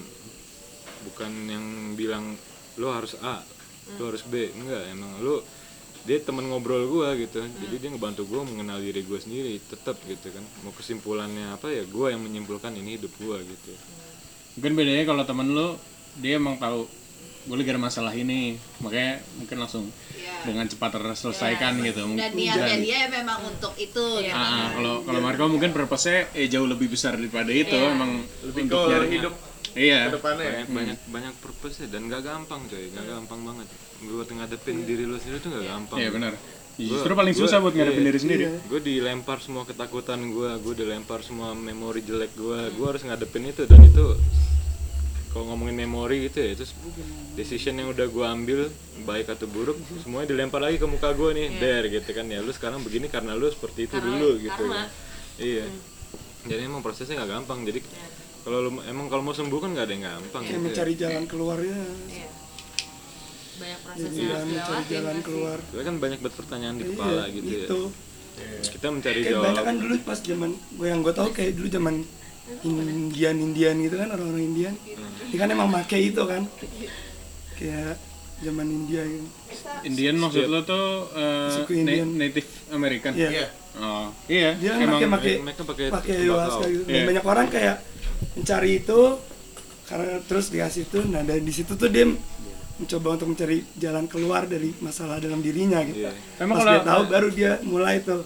Speaker 7: bukan yang bilang lo harus A, lo harus B, enggak, emang lo dia teman ngobrol gue gitu. Jadi dia ngebantu gue mengenal diri gue sendiri tetap gitu kan. Mau kesimpulannya apa ya gue yang menyimpulkan ini hidup gue gitu.
Speaker 2: Mungkin bedanya kalau temen lu dia emang tahu gue lagi ada masalah ini, makanya mungkin langsung
Speaker 6: Iya.
Speaker 2: dengan cepat terselesaikan
Speaker 6: Iya.
Speaker 2: gitu.
Speaker 6: Dan niatnya dia ya memang untuk itu.
Speaker 3: Iya.
Speaker 6: gitu.
Speaker 2: Ah, kalau kalau Marco mungkin purpose-nya eh, jauh lebih besar daripada itu,
Speaker 3: Iya.
Speaker 2: emang
Speaker 8: Lebih
Speaker 2: untuk
Speaker 8: ke
Speaker 2: nyari
Speaker 8: hidup
Speaker 2: Iya.
Speaker 8: ke depannya.
Speaker 7: banyak banyak banyak purpose dan gak gampang coy, gak gampang banget buat ngadepin diri lu sendiri tuh gak gampang.
Speaker 2: Iya benar.
Speaker 7: Gua-
Speaker 2: Justru paling
Speaker 7: gua-
Speaker 2: susah buat ngadepin
Speaker 7: iya.
Speaker 2: diri sendiri.
Speaker 7: Gue dilempar semua ketakutan gue, gue dilempar semua memori jelek gue, gue harus ngadepin itu. Dan itu kalau ngomongin memori gitu ya, terus decision yang udah gue ambil baik atau buruk semuanya dilempar lagi ke muka gue nih, der gitu kan ya, lu sekarang begini karena lu seperti itu
Speaker 3: Karena
Speaker 7: dulu gitu
Speaker 3: karma.
Speaker 7: kan. Iya, jadi emang prosesnya nggak gampang. Jadi kalau lu emang kalau mau sembuh kan nggak ada yang gampang
Speaker 9: Kayak
Speaker 7: gitu ya.
Speaker 9: mencari jalan keluarnya.
Speaker 3: Iya. Banyak proses
Speaker 9: Jadi
Speaker 3: yang
Speaker 9: kan
Speaker 3: harus
Speaker 9: mencari
Speaker 3: dilewatin
Speaker 9: jalan
Speaker 3: pasti.
Speaker 9: keluar.
Speaker 7: Soalnya kan banyak banget pertanyaan di
Speaker 9: Iya,
Speaker 7: kepala gitu ya.
Speaker 9: gitu.
Speaker 7: Kita mencari
Speaker 9: Kayak banyak kan
Speaker 7: jawaban.
Speaker 9: dulu pas zaman gue yang gue tau kayak dulu zaman Indian Indian gitu kan, orang-orang Indian. Ini kan emang make itu kan. Kayak zaman India gitu.
Speaker 2: Indian maksud lo tuh eh,
Speaker 9: Suku
Speaker 2: na-
Speaker 9: Indian.
Speaker 2: Native American.
Speaker 9: Iya.
Speaker 2: Oh, iya.
Speaker 9: Dia
Speaker 2: emang
Speaker 9: pakai pakai
Speaker 7: mereka pakai
Speaker 9: pakai
Speaker 7: tembakau.
Speaker 9: ayahuasca gitu. Dan
Speaker 2: Iya.
Speaker 9: banyak orang kayak mencari itu karena terus dikasih itu. Nah dari di situ tuh dia mencoba untuk mencari jalan keluar dari masalah dalam dirinya gitu.
Speaker 7: Iya.
Speaker 2: Emang
Speaker 9: Pas
Speaker 2: kalau
Speaker 9: dia tahu baru dia mulai tuh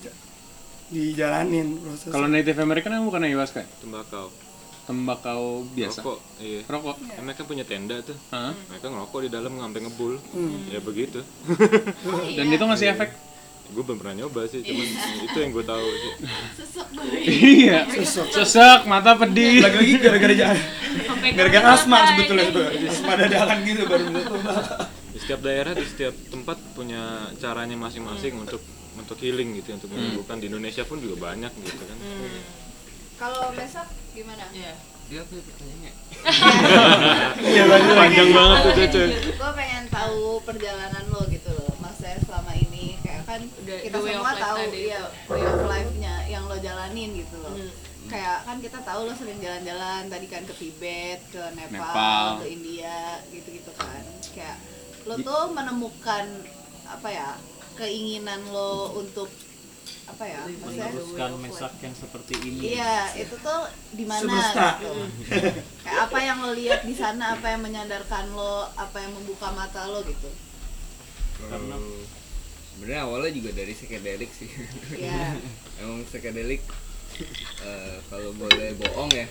Speaker 9: dijalanin proses.
Speaker 2: kalau Native American kan bukan ayahuasca,
Speaker 7: Tembakau,
Speaker 2: tembakau biasa.
Speaker 7: rokok, iya.
Speaker 2: Rokok.
Speaker 7: Ya, mereka punya tenda tuh.
Speaker 2: Hah?
Speaker 7: Mereka ngerokok di dalam sampai ngebul. Ya begitu.
Speaker 2: Dan itu ngasih efek.
Speaker 7: Gue belum pernah nyoba sih, cuman itu yang gue tahu sih.
Speaker 6: Sesek gue.
Speaker 2: Iya. Sesek, mata pedih.
Speaker 9: Lagi-lagi gara-gara jalan.
Speaker 3: Sampai
Speaker 9: Gara-gara
Speaker 3: kapan
Speaker 9: asma
Speaker 3: selesai?
Speaker 9: sebetulnya itu. Asma dadakan gitu baru betul.
Speaker 7: Di setiap daerah, di setiap tempat punya caranya masing-masing untuk untuk healing gitu, untuk menyembuhkan. Di Indonesia pun juga banyak gitu kan.
Speaker 6: Kalau Mesak gimana?
Speaker 3: Iya.
Speaker 5: Dia apa ya pertanyaannya?
Speaker 9: Iya banyak.
Speaker 7: Panjang banget tuh Cece.
Speaker 6: Gue pengen tahu perjalanan lo gitu loh, maksudnya selama ini kayak kan
Speaker 3: Udah,
Speaker 6: kita
Speaker 3: the way
Speaker 6: semua
Speaker 3: of life
Speaker 6: tahu
Speaker 3: tadi.
Speaker 6: ya way of life-nya yang lo jalanin gitu loh.
Speaker 3: Hmm.
Speaker 6: Kayak kan kita tahu lo sering jalan-jalan tadi kan ke Tibet, ke Nepal,
Speaker 2: Nepal.
Speaker 6: ke India gitu-gitu kan. Kayak lo tuh menemukan apa ya keinginan lo untuk apa ya maksudnya
Speaker 10: meneruskan mesak yang seperti ini.
Speaker 6: iya itu tuh di mana
Speaker 9: Semesta.
Speaker 6: gitu kayak apa yang lo lihat di sana, apa yang menyadarkan lo, apa yang membuka mata lo gitu.
Speaker 10: Karena
Speaker 5: Sebenarnya awalnya juga dari psychedelic sih.
Speaker 6: Iya.
Speaker 5: Emang psychedelic eh, kalau boleh bohong ya.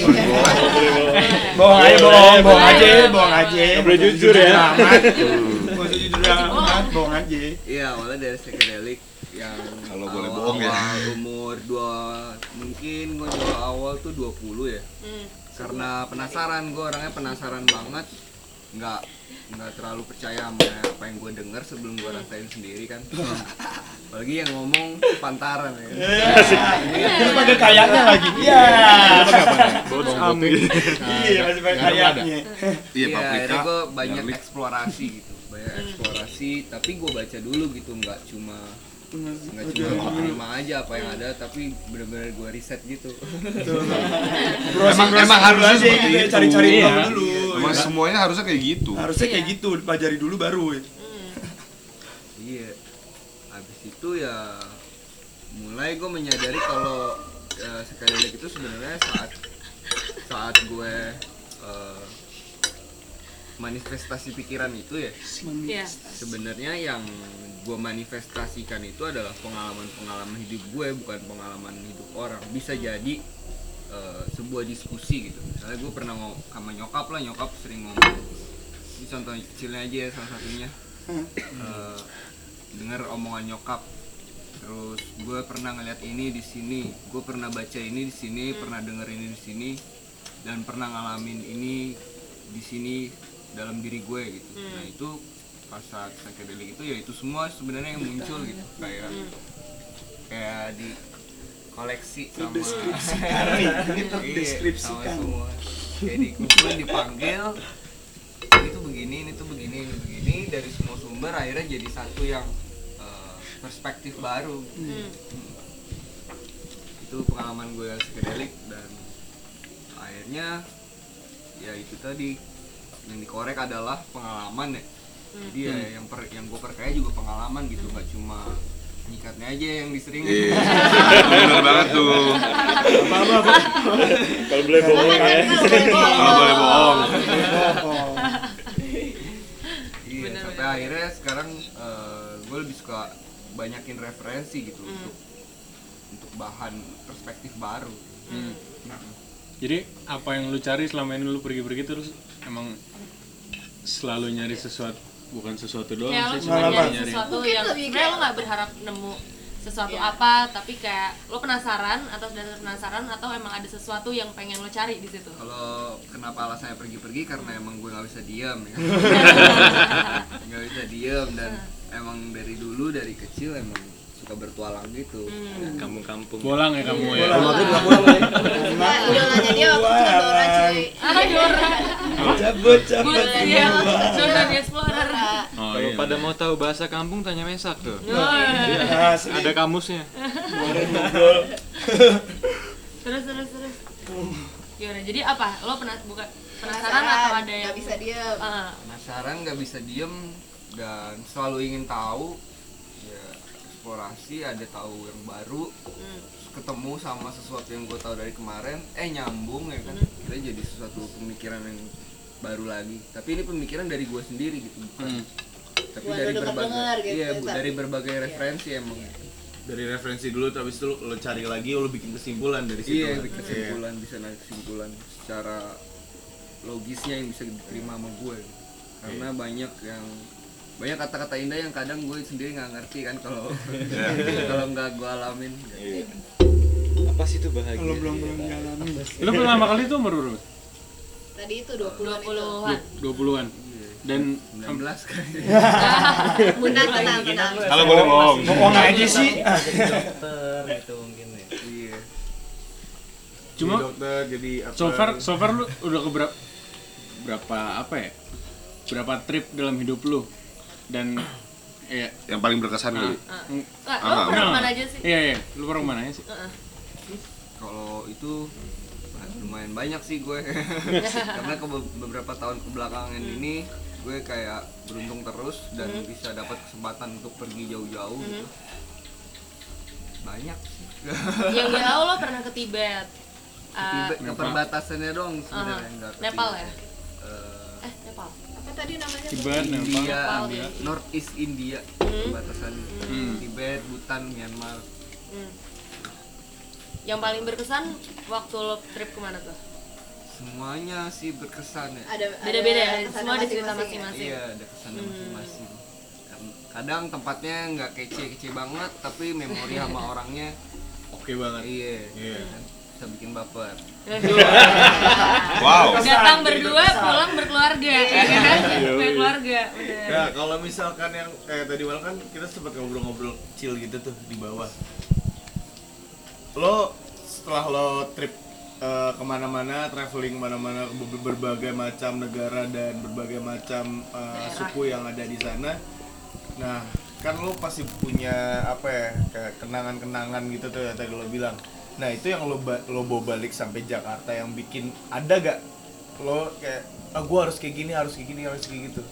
Speaker 9: Bohong aja, bohong, bohong aja, bohong aja.
Speaker 2: Nggak boleh jujur ya.
Speaker 9: Amat. Nggak usah jujur amat, bohong aja.
Speaker 5: Iya awalnya dari psychedelic yang
Speaker 4: Kalau boleh
Speaker 5: awal-
Speaker 4: bohong ya.
Speaker 5: awal umur dua mungkin gue juga awal tuh dua puluh ya. Karena penasaran, gue orangnya penasaran banget. Nggak nggak terlalu percaya sama apa yang gue denger sebelum gue rasain sendiri kan. Apalagi yang ngomong pantaran ya.
Speaker 9: Terus pakai kayaknya lagi. Iya.
Speaker 7: Am gitu.
Speaker 9: Iya, masih pakai kayaknya.
Speaker 4: Iya,
Speaker 5: Iya,
Speaker 4: paprika.
Speaker 5: akhirnya gue banyak
Speaker 4: garlic.
Speaker 5: eksplorasi gitu, banyak eksplorasi. Tapi gue baca dulu gitu, nggak cuma nggak cuma gua terima aja apa yang ada, tapi benar-benar gue riset gitu.
Speaker 4: Emang emang harusnya
Speaker 9: aja
Speaker 4: seperti
Speaker 9: gitu ya,
Speaker 4: itu.
Speaker 9: cari-cari
Speaker 2: Iya.
Speaker 9: tahu dulu.
Speaker 4: Emang
Speaker 9: ya.
Speaker 4: semuanya harusnya kayak gitu.
Speaker 9: Harusnya kayak gitu, dipelajari dulu baru. Ya.
Speaker 5: Iya. Habis itu ya mulai gue menyadari kalau uh, psychedelic itu sebenarnya saat saat gue uh, manifestasi pikiran itu ya.
Speaker 3: Iya.
Speaker 5: Sebenarnya yang gue manifestasikan itu adalah pengalaman-pengalaman hidup gue, bukan pengalaman hidup orang. Bisa jadi uh, sebuah diskusi gitu. Misalnya gue pernah ngomong sama nyokap lah, nyokap sering ngomong. Ini contoh kecilnya aja ya salah satunya. Uh, dengar omongan nyokap. Terus gue pernah ngeliat ini di sini, gue pernah baca ini di sini, pernah denger ini di sini, dan pernah ngalamin ini di sini dalam diri gue gitu. Nah itu pas saat psychedelic itu ya itu semua sebenarnya yang muncul gitu, kayak kayak di koleksi sama
Speaker 9: Deskripsikan nih, ini
Speaker 5: Iya,
Speaker 9: terdeskripsikan.
Speaker 5: sama semua kayak dikumpulin dipanggil ini tuh begini, ini tuh begini, ini begini, dari semua sumber akhirnya jadi satu yang eh, perspektif baru.
Speaker 3: Hmm.
Speaker 5: Itu pengalaman gue yang psychedelic, dan akhirnya ya itu tadi yang dikorek adalah pengalaman ya. Jadi ya yang per, yang gue perkaya juga pengalaman gitu, nggak cuma nyikatnya aja yang diseringin.
Speaker 4: Iya. Bener banget tuh.
Speaker 7: Kalau boleh bohong ya.
Speaker 4: Kalau boleh bohong.
Speaker 5: akhirnya sekarang uh, gue lebih suka banyakin referensi gitu
Speaker 3: Hmm.
Speaker 5: untuk untuk bahan perspektif baru.
Speaker 2: Hmm. Jadi apa yang lu cari selama ini lu pergi-pergi terus emang selalu nyari sesuatu, bukan sesuatu doang
Speaker 3: Kayak lo
Speaker 2: sih,
Speaker 3: cuma
Speaker 2: sebenarnya
Speaker 3: nyari
Speaker 2: nyari.
Speaker 3: sesuatu
Speaker 6: Mungkin
Speaker 3: yang
Speaker 6: lebih
Speaker 3: sebenarnya lo
Speaker 6: kayak-
Speaker 3: nggak berharap nemu sesuatu
Speaker 6: Iya.
Speaker 3: apa, tapi kayak lo penasaran atas dasar penasaran atau emang ada sesuatu yang pengen lo cari di situ.
Speaker 5: Kalau kenapa alasannya pergi-pergi karena emang gue nggak bisa diem ya. Nggak bisa diem dan emang dari dulu dari kecil emang suka bertualang gitu.
Speaker 3: Hmm.
Speaker 7: Kampung-kampung.
Speaker 2: Bolang ya kamu ya.
Speaker 9: Bolang.
Speaker 8: Kalau nggak pulang ya.
Speaker 6: Nah, idolanya dia waktu itu Dora cuy.
Speaker 3: Ah, Dora.
Speaker 9: Cabut, cabut.
Speaker 3: Buat dia, Dora the Explorer.
Speaker 6: Dora.
Speaker 2: Oh,
Speaker 7: Kalau
Speaker 2: iya.
Speaker 7: pada mau tahu bahasa kampung tanya Mesak tuh.
Speaker 3: Oh,
Speaker 9: Asli.
Speaker 7: Ada kamusnya.
Speaker 9: Ngobrol.
Speaker 3: terus terus terus. Gimana? Jadi apa? Lo pernah bukan penasaran atau ada yang
Speaker 6: nggak bisa diem.
Speaker 3: Ah,
Speaker 5: Penasaran nggak bisa diem dan selalu ingin tahu ya eksplorasi ada tahu yang baru
Speaker 3: hmm.
Speaker 5: terus ketemu sama sesuatu yang gue tahu dari kemarin eh nyambung ya kan kita jadi sesuatu pemikiran yang baru lagi tapi ini pemikiran dari gue sendiri gitu bukan
Speaker 2: Hmm.
Speaker 5: tapi
Speaker 6: Bukan
Speaker 5: dari
Speaker 6: lo
Speaker 5: berbagai
Speaker 6: denger-denger gitu,
Speaker 5: iya bu,
Speaker 6: tapi-
Speaker 5: dari berbagai referensi emang
Speaker 8: Dari referensi dulu tapi itu lo cari lagi lo bikin kesimpulan dari situ.
Speaker 5: iya
Speaker 8: kan?
Speaker 5: bikin kesimpulan bisa naik kesimpulan secara logisnya yang bisa diterima sama gue karena banyak yang banyak kata-kata indah yang kadang gue sendiri nggak ngerti kan kalau kalau nggak gue alamin
Speaker 7: Apa sih itu bahagia?
Speaker 9: Kalau belum belum ngalamin.
Speaker 2: Lu pertama kali itu umur berapa?
Speaker 6: Tadi itu dua
Speaker 3: dua
Speaker 6: puluhan itu.
Speaker 3: puluhan.
Speaker 2: dua puluhan. Dan
Speaker 5: sembilan belas kali
Speaker 6: Tenang, tenang, tenang.
Speaker 4: Kalau boleh bohong.
Speaker 9: Bohong aja sih.
Speaker 10: dokter gitu mungkin ya.
Speaker 5: iya
Speaker 2: cuma
Speaker 8: Jadi dokter jadi apa?
Speaker 2: so far so far lu udah ke berapa berapa apa ya? Berapa trip dalam hidup lu? Dan ya
Speaker 4: Yang paling berkesan kali.
Speaker 3: Ah.
Speaker 2: mm,
Speaker 3: Nggak, lo
Speaker 4: Ah,
Speaker 3: pernah
Speaker 2: nah.
Speaker 3: kemana aja sih?
Speaker 2: Iya iya, lu pernah kemana aja sih?
Speaker 3: Heeh.
Speaker 5: kalau itu lumayan banyak sih gue karena ke be- beberapa tahun kebelakangan ini gue kayak beruntung terus dan bisa dapat kesempatan untuk pergi jauh-jauh gitu banyak sih
Speaker 3: Yang gue tahu lo pernah ke Tibet. Ah,
Speaker 5: Tibet ke perbatasannya dong sebenarnya
Speaker 3: Aha.
Speaker 5: enggak ke
Speaker 3: Nepal
Speaker 5: Tibet.
Speaker 3: ya?
Speaker 5: Eh,
Speaker 3: Eh, Nepal.
Speaker 6: Apa tadi namanya?
Speaker 2: Tibet, Nepal.
Speaker 5: India,
Speaker 3: Nepal,
Speaker 5: India,
Speaker 3: ya.
Speaker 5: North East India perbatasan
Speaker 2: Hmm.
Speaker 5: Tibet, Bhutan, Myanmar.
Speaker 3: Hmm. Yang paling berkesan waktu lo trip kemana tuh?
Speaker 5: Semuanya sih berkesan ya.
Speaker 6: Ada
Speaker 3: Beda-beda ya,
Speaker 6: kesannya
Speaker 3: semua ada cerita
Speaker 6: masing-masing ya?
Speaker 3: masing-masing.
Speaker 5: Iya, ada kesannya
Speaker 3: Hmm.
Speaker 5: masing-masing. Kadang tempatnya nggak kece-kece banget, tapi memori sama orangnya
Speaker 8: Oke banget.
Speaker 5: iya,
Speaker 8: Iya.
Speaker 5: kan? Bisa bikin baper.
Speaker 4: Wow.
Speaker 3: Datang berdua, pulang berkeluarga, ya kan? Berkeluarga, bener.
Speaker 8: Ya kalau misalkan yang kayak tadi malam kan kita sempat ngobrol-ngobrol chill gitu tuh di bawah. Lo setelah lo trip eh, kemana-mana, traveling kemana-mana ke ber- berbagai macam negara dan berbagai macam eh, suku yang ada di sana. Nah kan lo pasti punya apa ya kayak kenangan-kenangan gitu tuh yang tadi lo bilang. Nah itu yang lo ba- lo bawa balik sampai Jakarta yang bikin ada gak lo kayak ah gue harus kayak gini harus kayak gini harus kayak gitu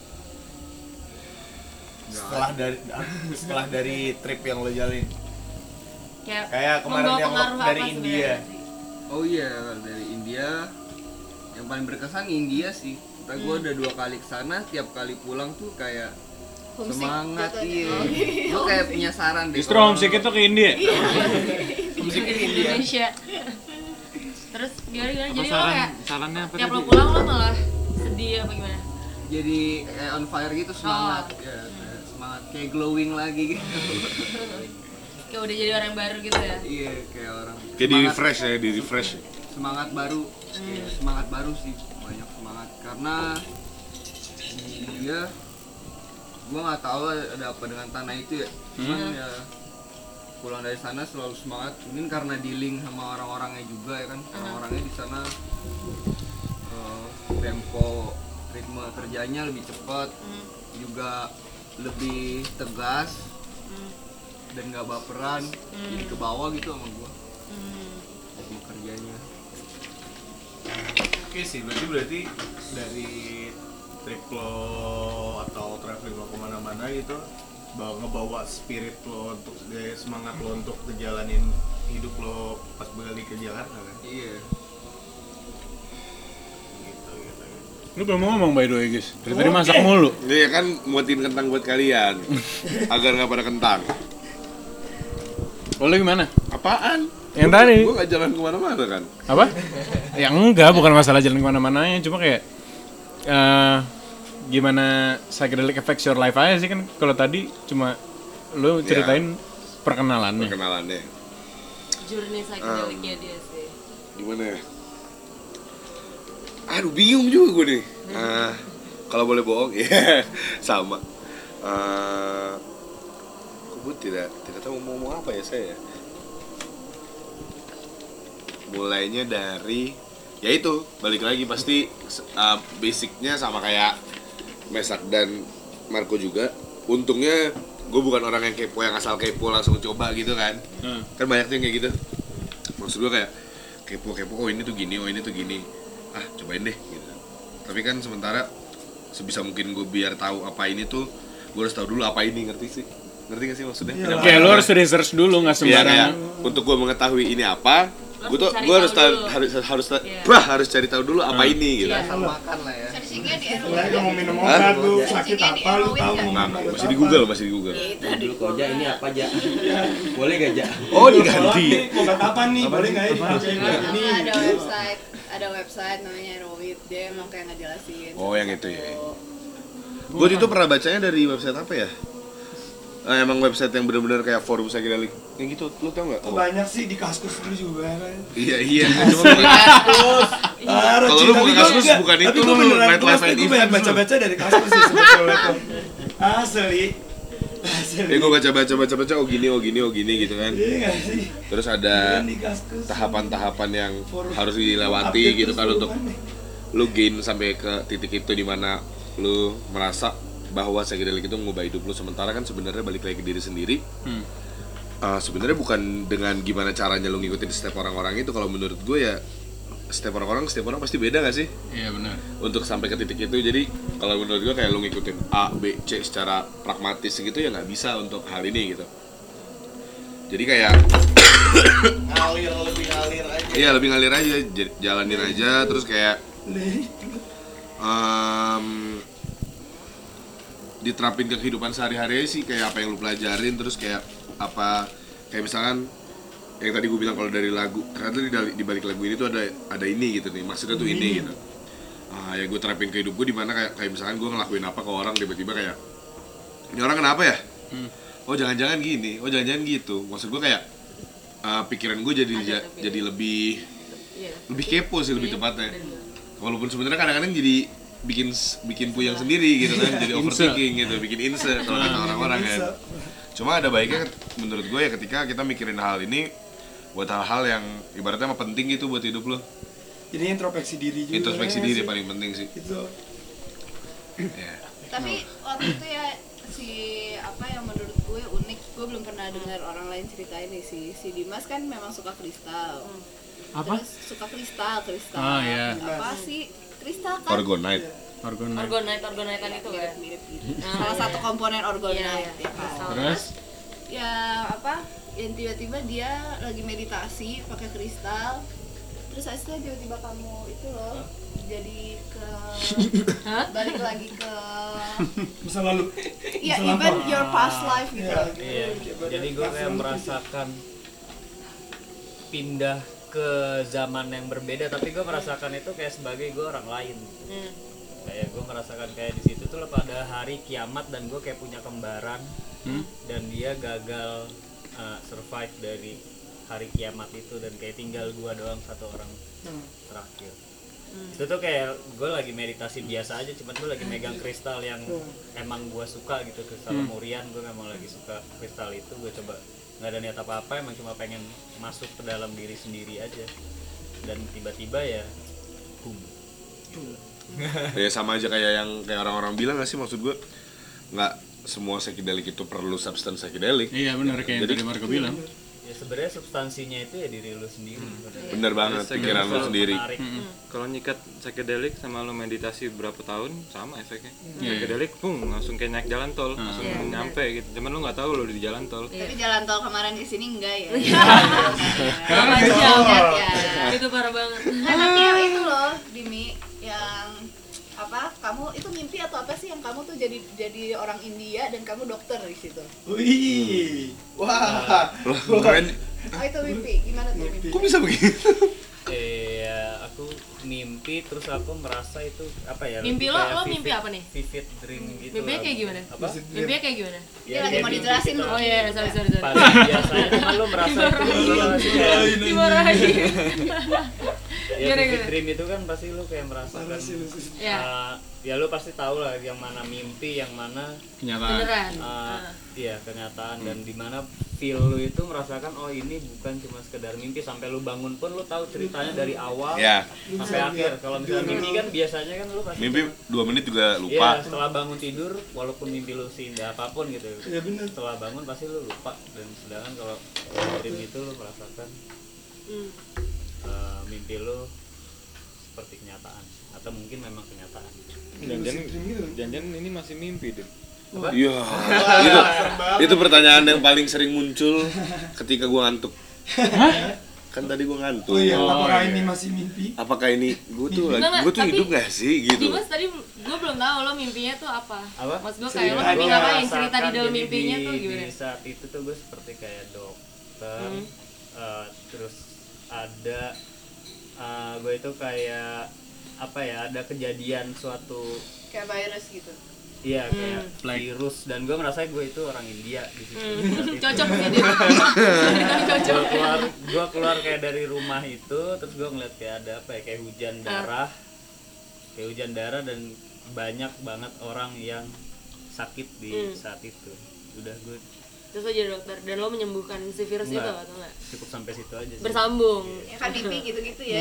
Speaker 8: setelah dari setelah dari trip yang lo jalin
Speaker 3: Kayak,
Speaker 8: kayak kemarin
Speaker 3: membawa
Speaker 8: yang lo
Speaker 3: pengaruh
Speaker 8: dari
Speaker 3: apa
Speaker 8: India
Speaker 3: sebenarnya sih?
Speaker 5: Oh iya, dari India yang paling berkesan India sih. Kita gue udah dua kali kesana, tiap kali pulang tuh kayak
Speaker 6: Homesick
Speaker 5: semangat
Speaker 6: jatuhnya.
Speaker 5: iya.
Speaker 6: Oh, iya.
Speaker 5: Gue kayak punya saran deh.
Speaker 2: Justru
Speaker 5: kalau-
Speaker 2: homesick itu ke India.
Speaker 5: homesick di India.
Speaker 3: Indonesia. Terus gimana gimana?
Speaker 7: Apa
Speaker 3: Jadi lo
Speaker 7: saran
Speaker 3: kayak
Speaker 7: sarannya apa
Speaker 3: tiap
Speaker 7: tadi?
Speaker 3: lo pulang lo malah sedih apa gimana?
Speaker 5: Jadi kayak on fire gitu semangat.
Speaker 3: Oh.
Speaker 5: Ya, kayak semangat kayak glowing lagi gitu.
Speaker 3: Kayak udah jadi orang baru gitu ya?
Speaker 5: Iya, kayak orang.
Speaker 4: Kayak di
Speaker 5: semangat-
Speaker 4: refresh ya, di refresh.
Speaker 5: Semangat baru. Kayak semangat baru sih, banyak semangat karena dia gua nggak tahu ada apa dengan tanah itu ya. Cuman ya pulang dari sana selalu semangat. Mungkin karena dealing sama orang-orangnya juga ya kan. Orang-orangnya di sana eh, tempo ritme kerjanya lebih cepat, juga lebih tegas dan nggak baperan. Jadi ke bawah gitu sama gua. Ritme kerjanya.
Speaker 8: oke sih berarti berarti dari trip lo atau traveling lo kemana-mana gitu bawa ngebawa spirit lo untuk eh, semangat lo untuk ngejalanin hidup lo pas balik ke Jakarta kan
Speaker 5: Iya.
Speaker 8: gitu gitu
Speaker 2: Lu belum ngomong by the way guys. Dari tadi masak mulu.
Speaker 4: Iya kan muatin kentang buat kalian agar nggak pada kentang.
Speaker 2: Oh, lu gimana?
Speaker 4: Apaan?
Speaker 2: Yang
Speaker 4: Gua-
Speaker 2: tadi.
Speaker 4: Gua nggak jalan kemana-mana kan.
Speaker 2: Apa? Ya enggak, bukan masalah jalan kemana-mananya, cuma kayak eh gimana psychedelic affects your life aja sih kan. Kalau tadi cuma lu ceritain perkenalannya.
Speaker 4: Perkenalannya.
Speaker 3: Journey psychedelicnya dia sih.
Speaker 4: Gimana ya? Aduh bingung juga gue nih. Uh, kalau boleh bohong, ya sama. Uh, gue tidak tidak tahu mau ngomong apa ya saya. Mulainya dari, ya itu balik lagi pasti uh, basicnya sama kayak Mesak dan Marco juga. Untungnya gue bukan orang yang kepo yang asal kepo langsung coba gitu kan. Hmm. Kan banyak tuh yang kayak gitu. Maksud gue kayak kepo-kepo, oh ini tuh gini, oh ini tuh gini. Ah cobain deh gitu. Tapi kan sementara sebisa mungkin gue biar tahu apa ini tuh, gue harus tahu dulu apa ini, ngerti sih? Ngerti gak sih maksudnya?
Speaker 2: Ya, kayak lu harus research dulu, nggak sembarangan.
Speaker 4: Ya, untuk gue mengetahui ini apa, gue tuh
Speaker 3: cari
Speaker 4: gue harus
Speaker 3: tahu
Speaker 4: tahu,
Speaker 3: dulu.
Speaker 4: harus harus
Speaker 3: Iya.
Speaker 4: bah, harus cari tahu dulu apa
Speaker 2: Hmm.
Speaker 4: ini gitu.
Speaker 6: Iya.
Speaker 5: Asal makan lah ya.
Speaker 6: Searchingnya di R O W.
Speaker 9: Lagi mau minum
Speaker 4: Hah?
Speaker 9: obat lu sakit
Speaker 6: Searchingnya di
Speaker 9: apa lu
Speaker 6: R O W
Speaker 9: tahu
Speaker 6: kan?
Speaker 9: mau
Speaker 4: Nah,
Speaker 9: minum obat
Speaker 4: masih di
Speaker 9: apa.
Speaker 4: Google, masih di Google.
Speaker 6: Ya itu di
Speaker 10: Dulu koja ini apa aja? Boleh gak aja?
Speaker 4: Oh diganti.
Speaker 9: Obat obat apa nih? Boleh nggak ya dibacain kayak gini?
Speaker 6: Nah, ada website, ada website namanya R O W. Dia emang kayak ngejelasin.
Speaker 4: Oh yang itu ya. Gue itu pernah bacanya dari website apa ya? Eh, emang website yang benar-benar kayak forum psychedelic yang gitu, lu tau nggak?
Speaker 9: Oh, banyak sih di Kaskus dulu juga banyak.
Speaker 4: Iya iya. Cuma gua-
Speaker 9: Ah,
Speaker 4: Kalau
Speaker 9: Roci,
Speaker 4: lu
Speaker 9: tapi
Speaker 4: bukan
Speaker 9: gua
Speaker 4: Kaskus,
Speaker 9: enggak.
Speaker 4: bukan
Speaker 9: Tapi
Speaker 4: itu,
Speaker 9: gua
Speaker 4: lu
Speaker 9: beneran
Speaker 4: Night Life
Speaker 9: close,
Speaker 4: and
Speaker 9: gua banyak
Speaker 4: Events,
Speaker 9: baca-baca dari Kaskus sih sebetulnya tuh. Asli. Asli.
Speaker 4: Eh gue baca-baca baca-baca oh gini oh gini oh gini gitu kan.
Speaker 9: Iya nggak sih?
Speaker 4: Terus ada
Speaker 9: Iya, di Kaskus.
Speaker 4: tahapan-tahapan yang
Speaker 9: Forum.
Speaker 4: harus dilewati
Speaker 9: Update
Speaker 4: gitu
Speaker 9: terus
Speaker 4: kan untuk
Speaker 9: forumannya.
Speaker 4: lu gain sampai ke titik itu di mana lu merasa bahwa psychedelic itu mengubah hidup lu. Sementara kan sebenarnya balik lagi ke diri sendiri.
Speaker 2: Hmm.
Speaker 4: Uh, sebenarnya bukan dengan gimana caranya lu ngikutin step orang-orang itu. Kalau menurut gue ya step orang-orang setiap orang pasti beda gak sih
Speaker 2: Iya benar.
Speaker 4: untuk sampai ke titik itu. Jadi kalau menurut gue kayak lu ngikutin A, B, C secara pragmatis gitu ya nggak bisa untuk hal ini gitu. Jadi kayak
Speaker 8: Ngalir lebih ngalir aja.
Speaker 4: iya lebih ngalir aja, j- jalanin aja terus kayak um, diterapin ke kehidupan sehari-hari sih, kayak apa yang lu pelajarin, terus kayak apa, kayak misalkan yang tadi gue bilang kalau dari lagu, ternyata di, dali- di balik lagu ini tuh ada ada ini gitu nih, maksudnya tuh ini gitu. Ah, yang gue terapin ke hidup gue, dimana kayak kayak misalkan gue ngelakuin apa ke orang tiba-tiba kayak ini orang kenapa ya?
Speaker 2: Hmm.
Speaker 4: Oh jangan-jangan gini, oh jangan-jangan gitu. Maksud gue kayak uh, pikiran gue jadi
Speaker 3: Ada
Speaker 4: ja-
Speaker 3: tapi-
Speaker 4: jadi lebih
Speaker 3: Iya.
Speaker 4: lebih kepo sih lebih
Speaker 3: Iya,
Speaker 4: tepatnya.
Speaker 3: bener.
Speaker 4: Walaupun sebenarnya kadang-kadang jadi bikin bikin puyeng sendiri gitu kan, jadi overthinking gitu, bikin inse kalau kata orang-orang kan. Cuma ada baiknya menurut gue ya ketika kita mikirin hal ini buat hal-hal yang ibaratnya mah penting gitu buat hidup lo.
Speaker 9: Jadi introspeksi diri juga.
Speaker 4: Introspeksi
Speaker 9: ya
Speaker 4: diri
Speaker 9: sih?
Speaker 4: paling penting sih.
Speaker 9: Itu.
Speaker 4: Ya.
Speaker 6: Tapi waktu itu ya si apa yang menurut gue unik, gue belum pernah dengar orang lain ceritain nih, si si Dimas kan memang suka kristal.
Speaker 2: Apa?
Speaker 6: Terus suka kristal, kristal.
Speaker 2: Ah, iya.
Speaker 6: Apa sih kristal kan?
Speaker 4: Orgonite.
Speaker 2: Orgonite.
Speaker 3: Orgonite, orgonitean itu kan.
Speaker 6: Mirip-mirip gitu.
Speaker 3: Ah,
Speaker 6: Salah
Speaker 3: iya.
Speaker 6: satu komponen orgonite
Speaker 3: Iya, iya.
Speaker 6: ya kan.
Speaker 3: Kristal.
Speaker 2: Terus?
Speaker 6: Ya apa? Yang tiba-tiba dia lagi meditasi pakai kristal. Terus akhirnya tiba-tiba kamu itu loh jadi ke
Speaker 3: Hah?
Speaker 6: balik lagi ke
Speaker 9: Bisa lalu.
Speaker 6: ya
Speaker 9: Bisa
Speaker 6: even
Speaker 9: lampau.
Speaker 6: your past life gitu.
Speaker 9: Iya.
Speaker 10: Iya. Jadi gue kayak merasakan pindah ke zaman yang berbeda, tapi gue merasakan itu kayak sebagai gue orang lain.
Speaker 3: Hmm.
Speaker 10: Kayak gue merasakan kayak di situ tuh pada hari kiamat dan gue kayak punya kembaran
Speaker 2: Hmm?
Speaker 10: dan dia gagal uh, survive dari hari kiamat itu dan kayak tinggal gue doang satu orang terakhir. Itu tuh kayak gue lagi meditasi biasa aja, cuman gue lagi megang kristal yang emang gue suka gitu, kristal
Speaker 2: Hmm.
Speaker 10: lemurian. Gue memang lagi suka kristal itu, gue coba nggak ada niat apa-apa, emang cuma pengen masuk ke dalam diri sendiri aja. Dan tiba-tiba ya boom.
Speaker 4: Ya sama aja kayak yang kayak orang-orang bilang gak sih, maksud gue nggak semua psychedelic itu perlu substance psychedelic.
Speaker 2: Iya benar kayak yang
Speaker 4: Jadi-
Speaker 2: tadi Marco bilang.
Speaker 10: Ya sebenarnya substansinya itu ya diri lu sendiri.
Speaker 4: Bener banget,
Speaker 7: Saya
Speaker 4: pikiran
Speaker 7: kira
Speaker 4: lo
Speaker 7: kalau
Speaker 4: sendiri.
Speaker 10: Menarik.
Speaker 7: Kalau nyikat psychedelic sama lo meditasi berapa tahun sama efeknya.
Speaker 2: Iya.
Speaker 7: Psychedelic pung langsung kayak naik jalan tol, langsung
Speaker 3: Iya,
Speaker 7: nyampe gitu. Cuman lo nggak tahu lo di jalan tol.
Speaker 6: Tapi jalan tol kemarin ke sini enggak ya?
Speaker 3: Karena
Speaker 6: Banyak
Speaker 3: jauh.
Speaker 6: ya.
Speaker 3: Itu parah banget.
Speaker 6: Kan tapi yang itu loh, Dimi, yang apa apa kamu itu mimpi atau apa sih yang kamu tuh jadi jadi orang India dan kamu dokter di situ?
Speaker 8: Wih, wah,
Speaker 4: Loh, keren.
Speaker 6: Oh itu mimpi, gimana tuh mimpi?
Speaker 4: Kok bisa begitu?
Speaker 10: Iya, aku mimpi terus aku merasa itu apa ya?
Speaker 3: Mimpi
Speaker 10: lebih
Speaker 3: lo-
Speaker 10: kayak
Speaker 3: lo
Speaker 10: vivid-
Speaker 3: mimpi apa nih?
Speaker 10: Vivid dream gitu.
Speaker 3: Mimpinya
Speaker 10: lah.
Speaker 3: kayak gimana?
Speaker 10: Apa?
Speaker 3: Mimpinya kayak gimana?
Speaker 6: Dia lagi
Speaker 10: kayak
Speaker 6: mau
Speaker 10: mimpi
Speaker 6: dijelasin
Speaker 10: kita.
Speaker 6: dulu.
Speaker 3: Oh iya, sorry sorry sorry.
Speaker 10: Pada biasanya cuma lo merasa itu lo masih kayak
Speaker 3: Dimarahin.
Speaker 10: ya
Speaker 3: Gimana,
Speaker 10: vivid
Speaker 3: gimana?
Speaker 10: dream itu kan pasti lo kayak merasakan
Speaker 3: Ya.
Speaker 10: uh, ya lo pasti tahu lah yang mana mimpi, yang mana
Speaker 2: Kenyataan.
Speaker 3: Beneran.
Speaker 10: uh,
Speaker 3: Ah.
Speaker 10: iya kenyataan dan di mana feel lo itu merasakan oh ini bukan cuma sekedar mimpi, sampai lo bangun pun lo tahu ceritanya dari awal
Speaker 4: Ya.
Speaker 10: sampai akhir. Kalau misalnya mimpi kan biasanya kan lo pasti
Speaker 4: Mimpi dua menit juga
Speaker 10: Iya,
Speaker 4: lupa.
Speaker 10: setelah bangun tidur, walaupun mimpi lu seindah apapun gitu,
Speaker 9: Iya benar.
Speaker 10: setelah bangun pasti lu lupa. Dan sedangkan kalau dream itu lu merasakan
Speaker 3: Hmm.
Speaker 10: uh, mimpi lu seperti kenyataan, atau mungkin memang kenyataan.
Speaker 7: Jangan-jangan jangan-jangan ini masih mimpi deh.
Speaker 4: Iya. Itu, itu pertanyaan yang paling sering muncul ketika gua ngantuk. Kan tadi gua ngantuk.
Speaker 9: Oh iya,
Speaker 2: Oh,
Speaker 9: apakah
Speaker 2: iya.
Speaker 9: ini masih mimpi?
Speaker 4: Apakah ini gua tuh
Speaker 3: Enggak,
Speaker 4: lagi
Speaker 3: enggak,
Speaker 4: gua tuh
Speaker 3: tapi-
Speaker 4: hidup gak sih gitu.
Speaker 3: Dimas tadi gue belum tahu lo mimpinya tuh apa.
Speaker 10: Apa?
Speaker 3: Maksud gue kayak lo
Speaker 10: Gua
Speaker 3: mimpi ngapain?
Speaker 10: merasakan,
Speaker 3: Cerita di dalam
Speaker 10: jadi
Speaker 3: mimpinya
Speaker 10: di-
Speaker 3: tuh gimana?
Speaker 10: Di saat itu tuh gue seperti kayak dokter,
Speaker 3: Hmm.
Speaker 10: uh, terus ada uh, gue itu kayak apa ya? Ada kejadian suatu
Speaker 6: Kayak virus gitu.
Speaker 10: iya
Speaker 3: Hmm.
Speaker 10: kayak virus, dan gue merasa gue itu orang India di situ.
Speaker 3: Hmm.
Speaker 10: Saat itu.
Speaker 3: Cocok sih dia. Cocok.
Speaker 10: Gue keluar gue keluar kayak dari rumah itu, terus gue ngeliat kayak ada apa ya, kayak hujan darah, kayak hujan darah dan banyak banget orang yang sakit di
Speaker 3: Hmm.
Speaker 10: saat itu. Udah gue
Speaker 3: Terus lo jadi dokter dan lo menyembuhkan si virus itu
Speaker 10: Enggak.
Speaker 3: atau enggak?
Speaker 10: cukup sampai situ aja sih.
Speaker 3: Bersambung.
Speaker 6: Ya kan mimpi gitu-gitu ya.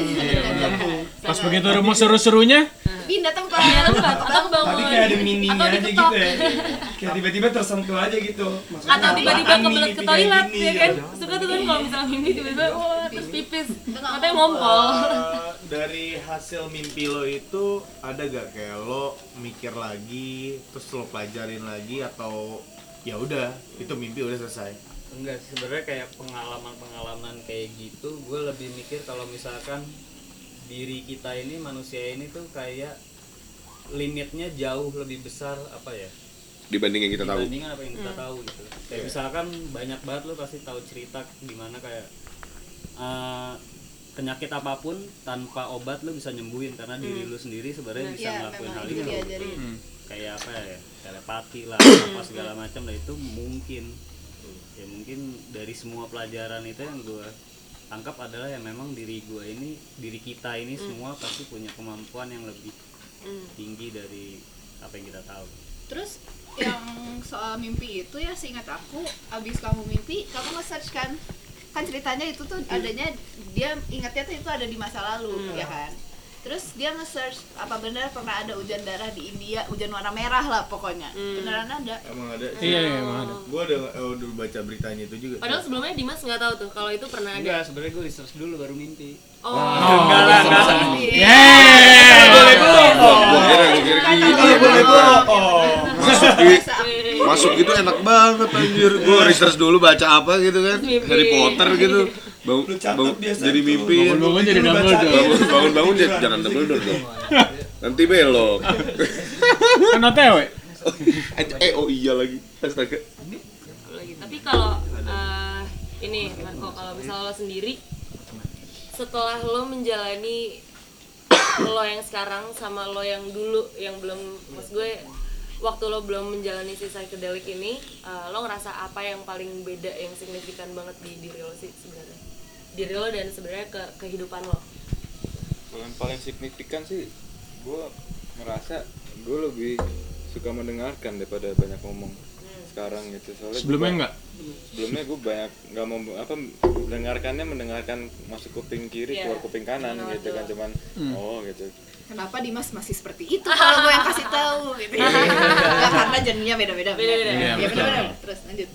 Speaker 2: Pas begitu rumah seru-serunya,
Speaker 6: Pindah tempat.
Speaker 3: Pindah tempat atau bangun.
Speaker 9: Tadi kayak ada mininya
Speaker 3: atau
Speaker 9: aja
Speaker 3: diketok.
Speaker 9: gitu ya. Kayak tiba-tiba tersentuh aja gitu. Maksudnya
Speaker 3: Atau tiba-tiba
Speaker 9: apaan nih
Speaker 3: kebelet
Speaker 9: mimpi
Speaker 3: ke
Speaker 9: kayak
Speaker 3: toilet
Speaker 9: gini,
Speaker 3: ya kan?
Speaker 9: gitu.
Speaker 3: Suka tuh kan kalau misalnya mimpi tiba-tiba wah terus pipis.
Speaker 6: nggak
Speaker 3: Matanya
Speaker 6: mau.
Speaker 3: ngompol.
Speaker 8: Eh, dari hasil mimpi lo itu ada gak kayak lo mikir lagi terus lo pelajarin lagi atau ya udah itu mimpi udah selesai?
Speaker 10: Enggak sih, sebenarnya kayak pengalaman-pengalaman kayak gitu gue lebih mikir kalau misalkan diri kita ini, manusia ini tuh kayak limitnya jauh lebih besar apa ya
Speaker 4: Dibanding yang kita tahu.
Speaker 10: dibandingkan apa yang kita tahu gitu. Kayak misalkan banyak banget lo pasti tahu cerita dimana kayak uh, penyakit apapun tanpa obat lo bisa nyembuhin karena diri lo sendiri sebenarnya bisa
Speaker 6: Iya,
Speaker 10: ngelakuin
Speaker 6: memang
Speaker 10: hal
Speaker 6: itu
Speaker 10: itu.
Speaker 6: diajarin.
Speaker 10: Kayak apa ya, telepati lah apa segala macam, lah itu mungkin ya mungkin dari semua pelajaran itu yang gue tangkap adalah ya memang diri gue ini, diri kita ini semua pasti punya kemampuan yang lebih
Speaker 3: Hmm.
Speaker 10: tinggi dari apa yang kita tahu.
Speaker 6: Terus yang soal mimpi itu ya seingat aku abis kamu mimpi kamu nge-search kan kan ceritanya itu tuh adanya dia ingatnya tuh itu ada di masa lalu ya kan. Terus dia nge-search apa benar pernah ada hujan darah di India, hujan warna merah lah pokoknya. Beneran ada.
Speaker 8: Emang ada?
Speaker 2: iya iya emang ada.
Speaker 8: Gue udah eh, udah baca beritanya itu juga.
Speaker 3: Padahal sebelumnya Dimas nggak tahu tuh kalau itu pernah ada.
Speaker 10: Enggak, sebenarnya gue research dulu baru mimpi.
Speaker 3: Oh.
Speaker 10: Enggak lah, enggak lah.
Speaker 9: Boleh bohong.
Speaker 4: Gua kira gua kira gitu.
Speaker 9: Boleh bohong.
Speaker 4: Masuk gitu. Masuk gitu enak banget anjir. Gua research dulu baca apa gitu kan.
Speaker 3: Mimpi.
Speaker 4: Harry Potter gitu. Bangun,
Speaker 9: Lu catat
Speaker 4: bangun
Speaker 9: biasa
Speaker 4: jadi
Speaker 9: tuh.
Speaker 4: mimpi.
Speaker 2: Bangun-bangun jadi
Speaker 9: Lu
Speaker 2: Dumbledore.
Speaker 9: bacain.
Speaker 4: Bangun bangun bangun jadi jangan Dumbledore dong. Nanti belok.
Speaker 2: Kan O T W.
Speaker 4: Eh oh iya lagi. Astaga.
Speaker 3: Lagi. Tapi kalau eh, ini Marco, kalau misalnya lo sendiri setelah lo menjalani lo yang sekarang sama lo yang dulu yang belum, maksud gue waktu lo belum menjalani si psychedelic ini, eh, lo ngerasa apa yang paling beda yang signifikan banget di diri lo sih sebenarnya, diri lo dan sebenarnya ke kehidupan lo?
Speaker 7: Kalau yang paling signifikan sih gue merasa gue lebih suka mendengarkan daripada banyak ngomong sekarang gitu. Soalnya
Speaker 2: Sebelumnya
Speaker 7: gua-
Speaker 2: enggak?
Speaker 7: sebelumnya gue banyak nggak mau apa mendengarkannya mendengarkan masuk kuping kiri
Speaker 3: Iya.
Speaker 7: keluar kuping kanan
Speaker 3: Benar
Speaker 7: gitu kan,
Speaker 3: tuh.
Speaker 7: cuman oh gitu.
Speaker 6: Kenapa Dimas masih seperti itu kalau gue yang kasih tahu gitu ya. Nggak, karena jadinya beda-beda.
Speaker 3: Beda-beda.
Speaker 6: Ya,
Speaker 2: Iya,
Speaker 6: benar-benar. Terus lanjut.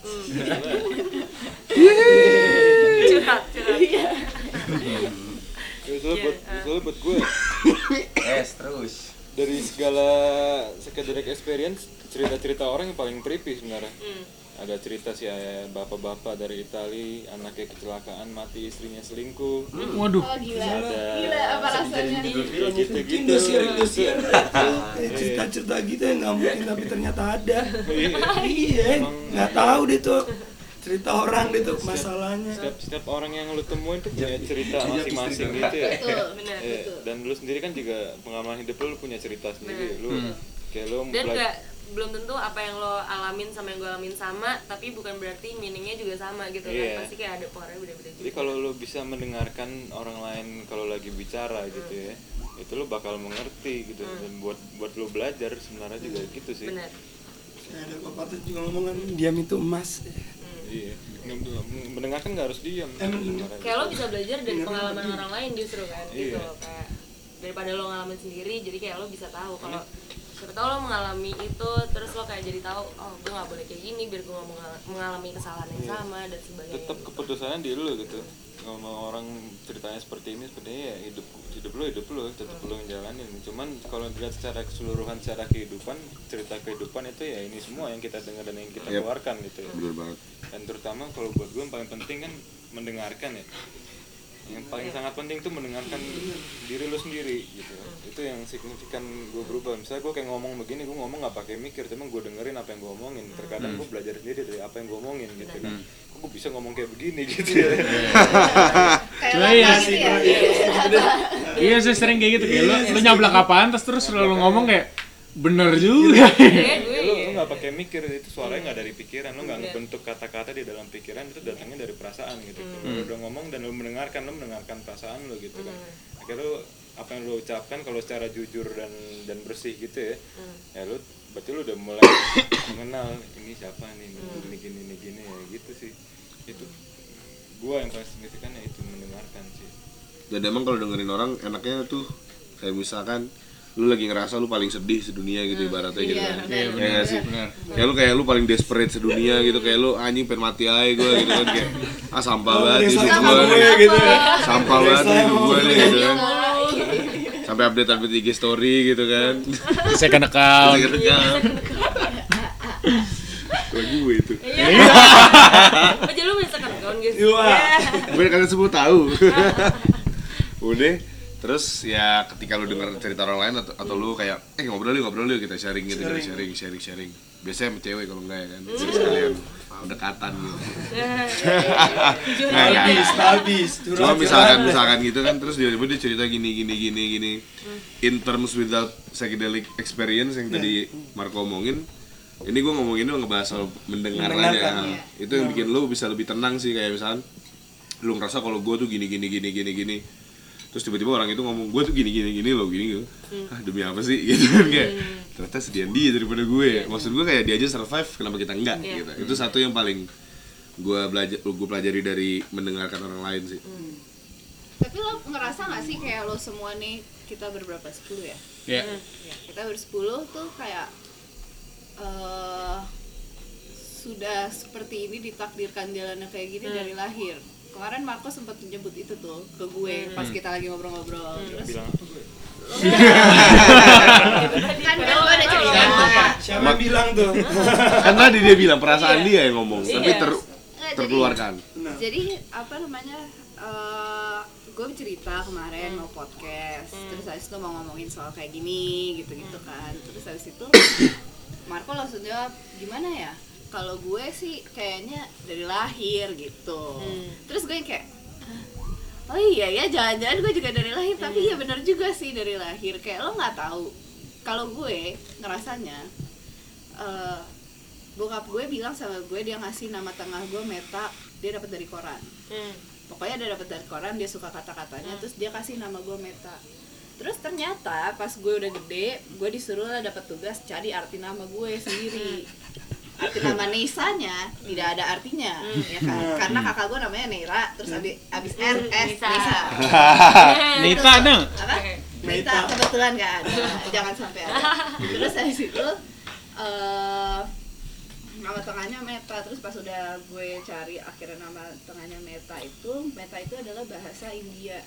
Speaker 3: Curhat, curhat.
Speaker 7: Soalnya buat soalnya buat gue
Speaker 5: Es terus.
Speaker 7: dari segala psychedelic experience, cerita-cerita orang yang paling creepy sebenarnya.
Speaker 3: Hmm.
Speaker 7: Ada cerita si ayah bapak-bapak dari Itali, anaknya kecelakaan mati, istrinya selingkuh.
Speaker 2: Waduh.
Speaker 6: Oh gila.
Speaker 7: Ada
Speaker 6: Gila apa rasanya?
Speaker 7: kayak gitu-gitu.
Speaker 9: Indosiar-indosiar kayak cerita-cerita gitu yang nggak mungkin tapi ternyata ada. Iya, nggak tahu deh tuh cerita orang deh tuh masalahnya.
Speaker 7: Setiap, setiap orang yang lu temuin tuh punya cerita masing-masing gitu ya.
Speaker 6: Betul, benar,
Speaker 7: Iya,
Speaker 6: betul.
Speaker 7: dan lu sendiri kan juga pengalaman hidup lu, lu punya cerita sendiri. Lu kayak lu
Speaker 3: Dan
Speaker 7: bela-
Speaker 3: nggak belum tentu apa yang lo alamin sama yang gue alamin sama, tapi bukan berarti meaningnya juga sama gitu
Speaker 7: Iya.
Speaker 3: kan. Pasti kayak ada pengaruhnya beda-beda
Speaker 7: Jadi
Speaker 3: juga.
Speaker 7: kalau lu bisa mendengarkan orang lain kalau lagi bicara gitu ya, itu lu bakal mengerti gitu. Dan buat buat lu belajar sebenarnya juga gitu sih.
Speaker 3: Benar.
Speaker 9: Kayak ada pepatah juga ngomong kan diam itu emas.
Speaker 7: Iya. Mendengarkan nggak harus diam. sebenarnya.
Speaker 3: Kayak lo bisa belajar dari pengalaman orang lain justru kan gitu
Speaker 7: Iya.
Speaker 3: loh, kayak daripada lo ngalamin sendiri, jadi kayak lo bisa tahu kalau siapa tahu lo mengalami itu, terus lo kayak jadi tahu, oh gue nggak boleh kayak gini biar gue nggak mengal- mengalami kesalahan yang
Speaker 7: Iya.
Speaker 3: sama dan sebagainya.
Speaker 7: Tetap keputusannya di lu gitu. Kalau orang ceritanya seperti ini, sepertinya ya hidup hidup lu hidup lu tetap lu yang jalanin. Cuman kalau dilihat secara keseluruhan secara kehidupan, cerita kehidupan itu ya ini semua yang kita dengar dan yang kita
Speaker 4: Yep.
Speaker 7: keluarkan gitu ya.
Speaker 4: Bener banget.
Speaker 7: Dan terutama kalau buat gue yang paling penting kan mendengarkan ya. Yang paling sangat penting tuh mendengarkan diri lu sendiri gitu. Itu yang signifikan gue berubah. Misalnya gue kayak ngomong begini, gue ngomong nggak pakai mikir, cuma gue dengerin apa yang gue omongin. Terkadang gue belajar sendiri dari apa yang gue omongin gitu kan. Kok gue bisa ngomong kayak begini gitu ya.
Speaker 6: Kayak
Speaker 2: Cuma
Speaker 6: lama
Speaker 2: iya
Speaker 6: gitu
Speaker 2: sih,
Speaker 6: ya.
Speaker 2: Iya sih sering kayak gitu kayak lu, lu nyablak apaan terus terus lu ngomong kayak bener juga.
Speaker 3: Kayak gue
Speaker 7: Ya, lu
Speaker 3: ya.
Speaker 7: lu nggak pakai mikir, itu suaranya nggak dari pikiran, lu nggak ngebentuk kata-kata di dalam pikiran, itu datangnya dari perasaan gitu. Lu udah ngomong dan lu mendengarkan, lu mendengarkan perasaan lu gitu kan. Akhirnya lu apa yang lu ucapkan kalau secara jujur dan dan bersih gitu ya, ya lu berarti lu udah mulai mengenal ini siapa nih, ini gini ini gini ya gitu sih. Itu gua yang paling signifikan ya itu mendengarkan sih.
Speaker 4: Dan emang kalau dengerin orang enaknya tuh kayak misalkan lu lagi ngerasa lu paling sedih sedunia gitu ibaratnya gitu kan.
Speaker 6: Iya,
Speaker 4: Iya nggak sih? Kayak lu kayak lu paling desperate sedunia gitu, kayak lu anjing pengen mati aja gue gitu kan, kayak ah sampah banget hidup
Speaker 9: sama
Speaker 4: gue
Speaker 9: gue
Speaker 4: nih.
Speaker 9: gitu ya.
Speaker 4: Sampah banget hidup gue nih gitu kan.
Speaker 6: Iya.
Speaker 4: Sampai update update I G story gitu kan.
Speaker 2: Second account.
Speaker 4: Lagi rekam. Lagu gue itu.
Speaker 3: Iya. Oh, jadi lu bisa kan kawan guys.
Speaker 9: Iya.
Speaker 4: Gue kalian semua tahu. Udah, terus ya ketika lu denger cerita orang lain atau, atau lu kayak eh ngobrol yuk ngobrol yuk kita sharing gitu, kita sharing sharing sharing. Biasanya sama cewek kalau enggak ya kan, sekalian pendekatan gitu. Nah, ya.
Speaker 9: Habis, habis.
Speaker 4: Cuma misalkan misalkan gitu kan, terus dia dia cerita gini gini gini gini. In terms without psychedelic experience yang tadi Marco omongin, ini gue ngomongin itu ngebahas soal mendengar
Speaker 9: Mendengarkan,
Speaker 4: aja. Itu yang bikin lu bisa lebih tenang sih, kayak misalkan lu ngerasa kalau gue tuh gini gini gini gini gini. Terus tiba-tiba orang itu ngomong gue tuh gini gini gini loh gini gitu. Ah demi apa sih gitu kan, kayak ternyata sedian dia daripada gue. Maksud gue kayak dia aja survive, kenapa kita enggak gitu. Itu satu yang paling gue belajar gue pelajari dari mendengarkan orang lain sih.
Speaker 6: Tapi lo ngerasa nggak sih kayak lo semua nih, kita berberapa, sepuluh ya?
Speaker 2: Iya.
Speaker 6: Ya, kita bersepuluh tuh kayak eh sudah seperti ini ditakdirkan jalannya kayak gini dari lahir. Kemarin Marco sempat menyebut itu tuh ke gue pas kita lagi ngobrol-ngobrol. Terus
Speaker 7: Bilang
Speaker 6: kan kan gue ada cerita.
Speaker 9: Siapa yang bilang tuh?
Speaker 4: Kan tadi dia bilang perasaan dia yang ngomong, tapi ter
Speaker 6: Nggak, jadi-
Speaker 4: terkeluarkan.
Speaker 6: Jadi apa namanya? eh gue cerita kemarin mau podcast, terus habis itu mau ngomongin soal kayak gini gitu-gitu kan. Terus habis itu Marco langsung jawab, gimana ya? Kalau gue sih kayaknya dari lahir gitu. Terus gue yang kayak, oh iya ya, jangan-jangan gue juga dari lahir. Tapi iya benar juga sih dari lahir. Kayak lo nggak tahu. Kalau gue ngerasanya, eh bokap gue bilang sama gue, dia ngasih nama tengah gue Meta, dia dapat dari koran. Pokoknya dia dapat dari koran, dia suka kata-katanya, terus dia kasih nama gue Meta. Terus ternyata pas gue udah gede, gue disuruh lah dapat tugas cari arti nama gue sendiri. Arti nama Nisanya tidak ada artinya, ya kan? Karena kakak gue namanya Nera, terus abis, abis R S
Speaker 3: Nisa.
Speaker 6: Nisa.
Speaker 2: Nita dong.
Speaker 6: Apa? Nita kebetulan nggak ada, jangan sampai ada. Terus habis itu eh nama tengahnya Meta. Terus pas udah gue cari akhirnya nama tengahnya Meta itu, Meta itu adalah bahasa India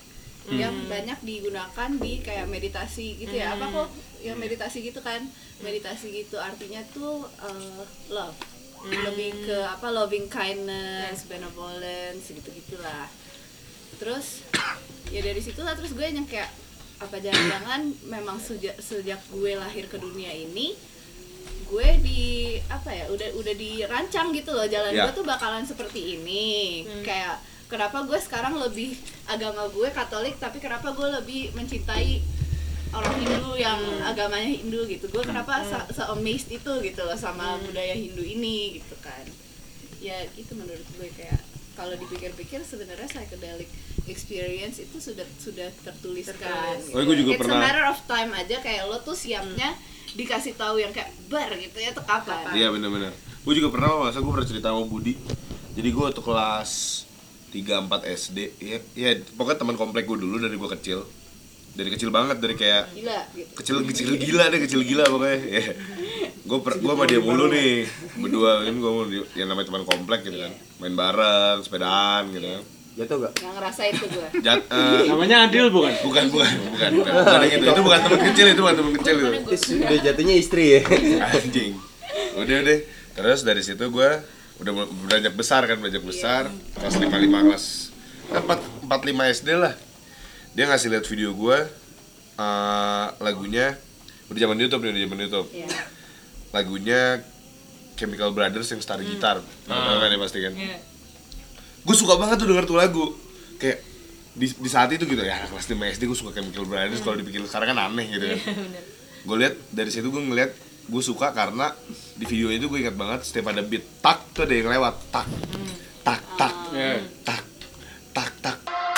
Speaker 6: hmm. yang banyak digunakan di kayak meditasi gitu ya. Hmm. Apa kok yang meditasi gitu kan? Meditasi gitu artinya tuh uh, love. Hmm. Lebih ke apa loving kindness, benevolence gitu-gitulah. Terus ya dari situlah terus gue yang kayak apa jangan-jangan memang sejak sejak gue lahir ke dunia ini gue di apa ya udah udah dirancang gitu loh jalan yeah. gue tuh bakalan seperti ini. Hmm. Kayak kenapa gue sekarang lebih agama gue Katolik tapi kenapa gue lebih mencintai orang Hindu yang hmm. agamanya Hindu gitu. Gue kenapa hmm. se-amazed itu gitu loh sama hmm. budaya Hindu ini gitu kan. Ya itu menurut gue kayak kalau dipikir-pikir sebenarnya psychedelic experience itu sudah sudah tertuliskan. Gitu.
Speaker 4: Oh, gue juga
Speaker 6: It's
Speaker 4: pernah.
Speaker 6: a matter of time aja kayak lo tuh siapnya hmm. dikasih tahu yang kayak bar gitu ya tuh kapan?
Speaker 4: Iya benar-benar. Gue juga pernah masa gue pernah cerita sama Budi. Jadi gue waktu kelas tiga empat S D, ya, ya pokoknya teman komplek gue dulu dari gue kecil. Dari kecil banget, dari kayak
Speaker 6: gila, gitu.
Speaker 4: kecil kecil gila deh, kecil gila pokoknya. Ya. Gue gue sama dia mulu nih, berdua kan gue mau yang namanya teman komplek gitu kan, main bareng, sepedaan gitu kan.
Speaker 8: Jatuh gak?
Speaker 6: Nggak ngerasain tuh gue.
Speaker 4: Jat, uh,
Speaker 10: namanya Adil bukan?
Speaker 4: Bukan, bukan, bukan, bukan. Bukan gitu. Itu bukan teman kecil, itu bukan teman kecil itu.
Speaker 8: Udah jatuhnya istri ya.
Speaker 4: Anjing. Udah deh. Terus dari situ gue udah beranjak besar kan, beranjak besar. Kelas lima lima kelas empat lima S D lah. Dia ngasih lihat video gue uh, lagunya udah zaman YouTube nih, udah zaman YouTube. Yeah. Lagunya Chemical Brothers yang Star hmm. Gitar. Tahu ah. kan ya pasti kan? Yeah. Gue suka banget tuh denger tuh lagu. Kayak di, di saat itu gitu ya, kelas lima S D gue suka Chemical Brothers. Hmm. Kalau dipikir sekarang kan aneh gitu kan. Yeah, gue lihat dari situ gue ngeliat gue suka karena di video itu gue ingat banget setiap ada beat tak tuh ada yang lewat tak hmm. tak tak oh. yeah. tak tak tak.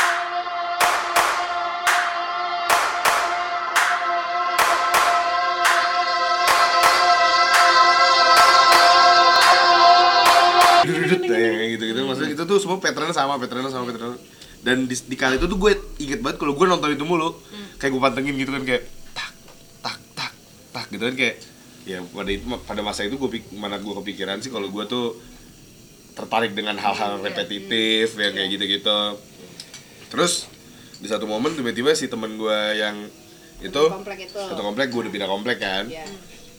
Speaker 4: Kayak gitu-gitu, maksudnya itu tuh semua patternnya sama, patternnya sama, patternnya. Dan di, di kali itu tuh gue inget banget kalau gue nonton itu mulu, hmm. kayak gue pantengin gitu kan kayak tak, tak, tak, tak gitu kan kayak ya pada itu pada masa itu gue mana gue kepikiran sih kalau gue tuh tertarik dengan hal-hal repetitif hmm. yang kayak gitu-gitu. Terus di satu momen tiba-tiba si temen gue yang itu
Speaker 6: komplek itu
Speaker 4: satu komplek gue udah pindah komplek kan, yeah.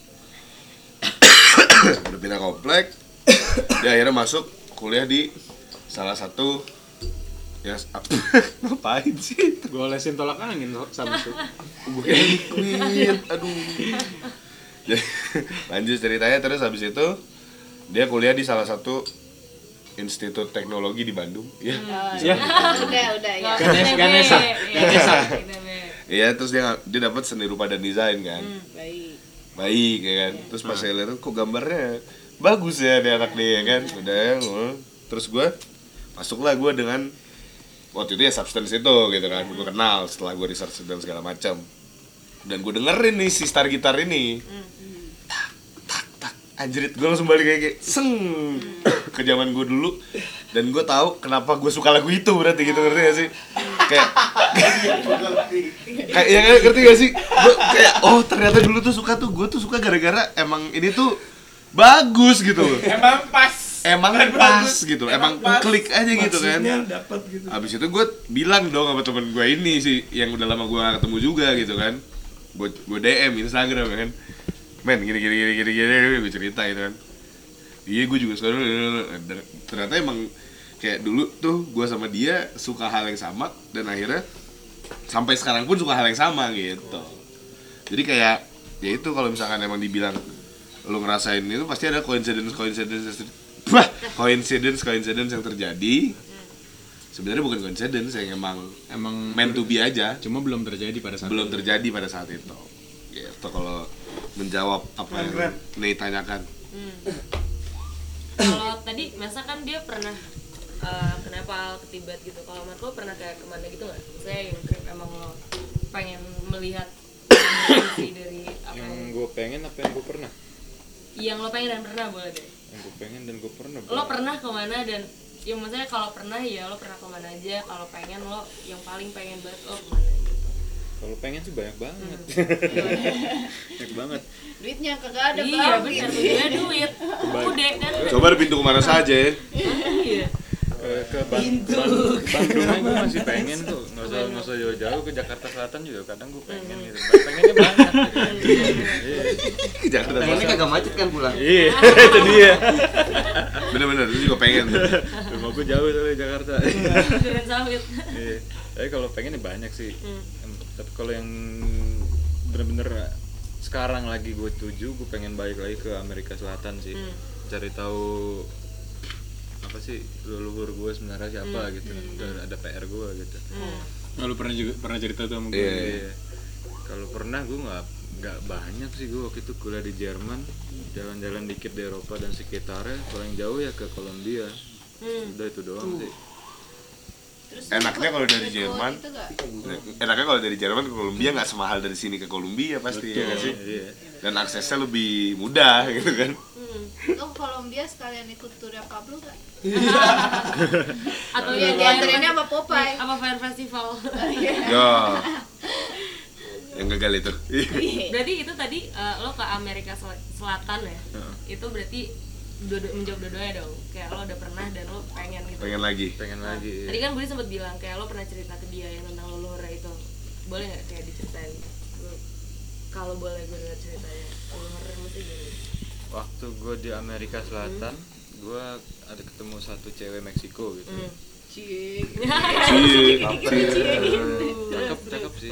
Speaker 4: udah pindah komplek. Dia akhirnya masuk kuliah di salah satu ya ngapain sih?
Speaker 10: Gue lesin tolak angin sama tuh.
Speaker 4: Bukan liquid, aduh. Jadi, lanjut ceritanya terus habis itu dia kuliah di salah satu institut teknologi di Bandung. Ya.
Speaker 6: Oh, ya. Udah, udah ya.
Speaker 10: Ganes, Ganesa. Ganesa.
Speaker 4: Iya, terus dia dia dapat seni rupa dan desain kan.
Speaker 6: Hmm, baik.
Speaker 4: Baik ya kan. Terus pas saya lihat kok gambarnya bagus ya dia anak dia kan, udah terus gue masuklah gue dengan waktu itu ya Substance itu gitu kan, gue kenal setelah gue research dan segala macam dan gue dengerin nih si Star Gitar ini tak tak tak anjrit gue langsung balik kayak, kayak seng ke zaman gue dulu dan gue tahu kenapa gue suka lagu itu berarti gitu ngerti gak sih kayak kayak ya ngerti gak sih gue kayak oh ternyata dulu tuh suka tuh gue tuh suka gara-gara emang ini tuh bagus gitu loh.
Speaker 8: Emang pas.
Speaker 4: Emang pas bagus. Gitu. Emang, emang klik aja gitu kan.
Speaker 9: Dapet gitu.
Speaker 4: Abis itu gue bilang dong sama temen gue ini sih yang udah lama gue gak ketemu juga gitu kan. Gue gue D M Instagram kan. Men gini gini gini gini gini gue cerita gitu kan. Iya gue juga sekarang ternyata emang kayak dulu tuh gue sama dia suka hal yang sama dan akhirnya sampai sekarang pun suka hal yang sama gitu. Jadi kayak ya itu kalau misalkan emang dibilang lu ngerasain itu pasti ada coincidence coincidence bah coincidence coincidence yang terjadi. Sebenarnya bukan coincidence yang emang
Speaker 2: emang
Speaker 4: meant to be aja,
Speaker 2: cuma belum terjadi pada saat
Speaker 4: belum
Speaker 2: itu.
Speaker 4: terjadi pada saat itu. Gitu kalau menjawab apa yang Nei tanyakan.
Speaker 3: Hmm. Kalau tadi masa kan dia pernah uh, kenapa ketibat gitu. Kalau Marco pernah kayak kemana gitu nggak? Saya yang emang lo pengen melihat dari apa
Speaker 7: yang gue pengen apa yang gue pernah?
Speaker 3: Yang lo pengen dan pernah boleh deh.
Speaker 7: Yang gue pengen dan gue pernah.
Speaker 3: Lo pernah kemana dan yang maksudnya kalau pernah ya lo pernah kemana aja. Kalau pengen lo yang paling pengen banget lo kemana gitu.
Speaker 7: Kalau pengen sih banyak banget. Hmm. Banyak banget.
Speaker 6: Duitnya kagak ada.
Speaker 3: Iya benar, punya duit. Udah kan.
Speaker 4: Coba pintu kemana saja.
Speaker 3: Iya.
Speaker 7: Ke, ke Bandung, Bandung gue masih pengen tuh, nggak usah nggak usah jauh-jauh ke Jakarta Selatan juga kadang gue pengen gitu. Pengennya banyak. Iya.
Speaker 4: Ke Jakarta
Speaker 5: Pengennya
Speaker 4: Selatan.
Speaker 5: kagak macet kan pulang.
Speaker 7: Iya, itu dia.
Speaker 4: Bener-bener, lu juga pengen.
Speaker 7: Rumah gue jauh soalnya Jakarta.
Speaker 3: Duren sawit.
Speaker 7: Iya. Tapi kalau pengennya banyak sih.
Speaker 3: Hmm.
Speaker 7: Em, Tapi kalau yang bener-bener sekarang lagi gue tuju, gue pengen balik lagi ke Amerika Selatan sih.
Speaker 3: Hmm.
Speaker 7: Cari tahu apa sih leluhur gue sebenarnya siapa gitu. Udah ada P R gue gitu.
Speaker 3: Hmm.
Speaker 2: Nah, lu pernah juga pernah cerita tuh sama gue.
Speaker 4: Iya.
Speaker 7: Iya. Kalau pernah gue nggak nggak banyak sih, gue waktu itu kuliah di Jerman, jalan-jalan dikit di Eropa dan sekitarnya, paling jauh ya ke Kolombia.
Speaker 3: Hmm.
Speaker 7: Udah itu doang sih.
Speaker 6: Terus
Speaker 4: Enaknya
Speaker 6: ikut-
Speaker 4: kalau dari
Speaker 6: ikut
Speaker 4: Jerman,
Speaker 6: itu nggak?
Speaker 4: enaknya kalau dari Jerman ke Kolombia nggak semahal dari sini ke Kolombia pasti ya nggak sih?
Speaker 7: Iya.
Speaker 4: Dan aksesnya lebih mudah gitu kan.
Speaker 6: Oh, Kolombia sekalian ikut turnya Pablo nggak?
Speaker 3: Atau
Speaker 6: Iya,
Speaker 3: yang
Speaker 6: diantarinnya sama Popeye.
Speaker 3: apa Fire Festival.
Speaker 4: Ya. Yang gagal itu.
Speaker 3: Berarti itu tadi eh, lo ke Amerika Sel- Selatan ya? Itu berarti dua- menjawab dua-duanya dong. Kayak lo udah pernah dan lo pengen gitu.
Speaker 4: Pengen lagi.
Speaker 7: Pengen lagi. iya.
Speaker 3: Tadi kan Budi sempat bilang kayak lo pernah cerita ke dia yang tentang leluhurnya itu. Boleh nggak kayak diceritain? Gua- Kalau boleh gue dengar ceritanya. Leluhurnya mesti gini.
Speaker 7: Waktu gue di Amerika Selatan, gue ada ketemu satu cewek Meksiko gitu.
Speaker 3: Hmm.
Speaker 6: Cie.
Speaker 7: Cakep, cakep sih.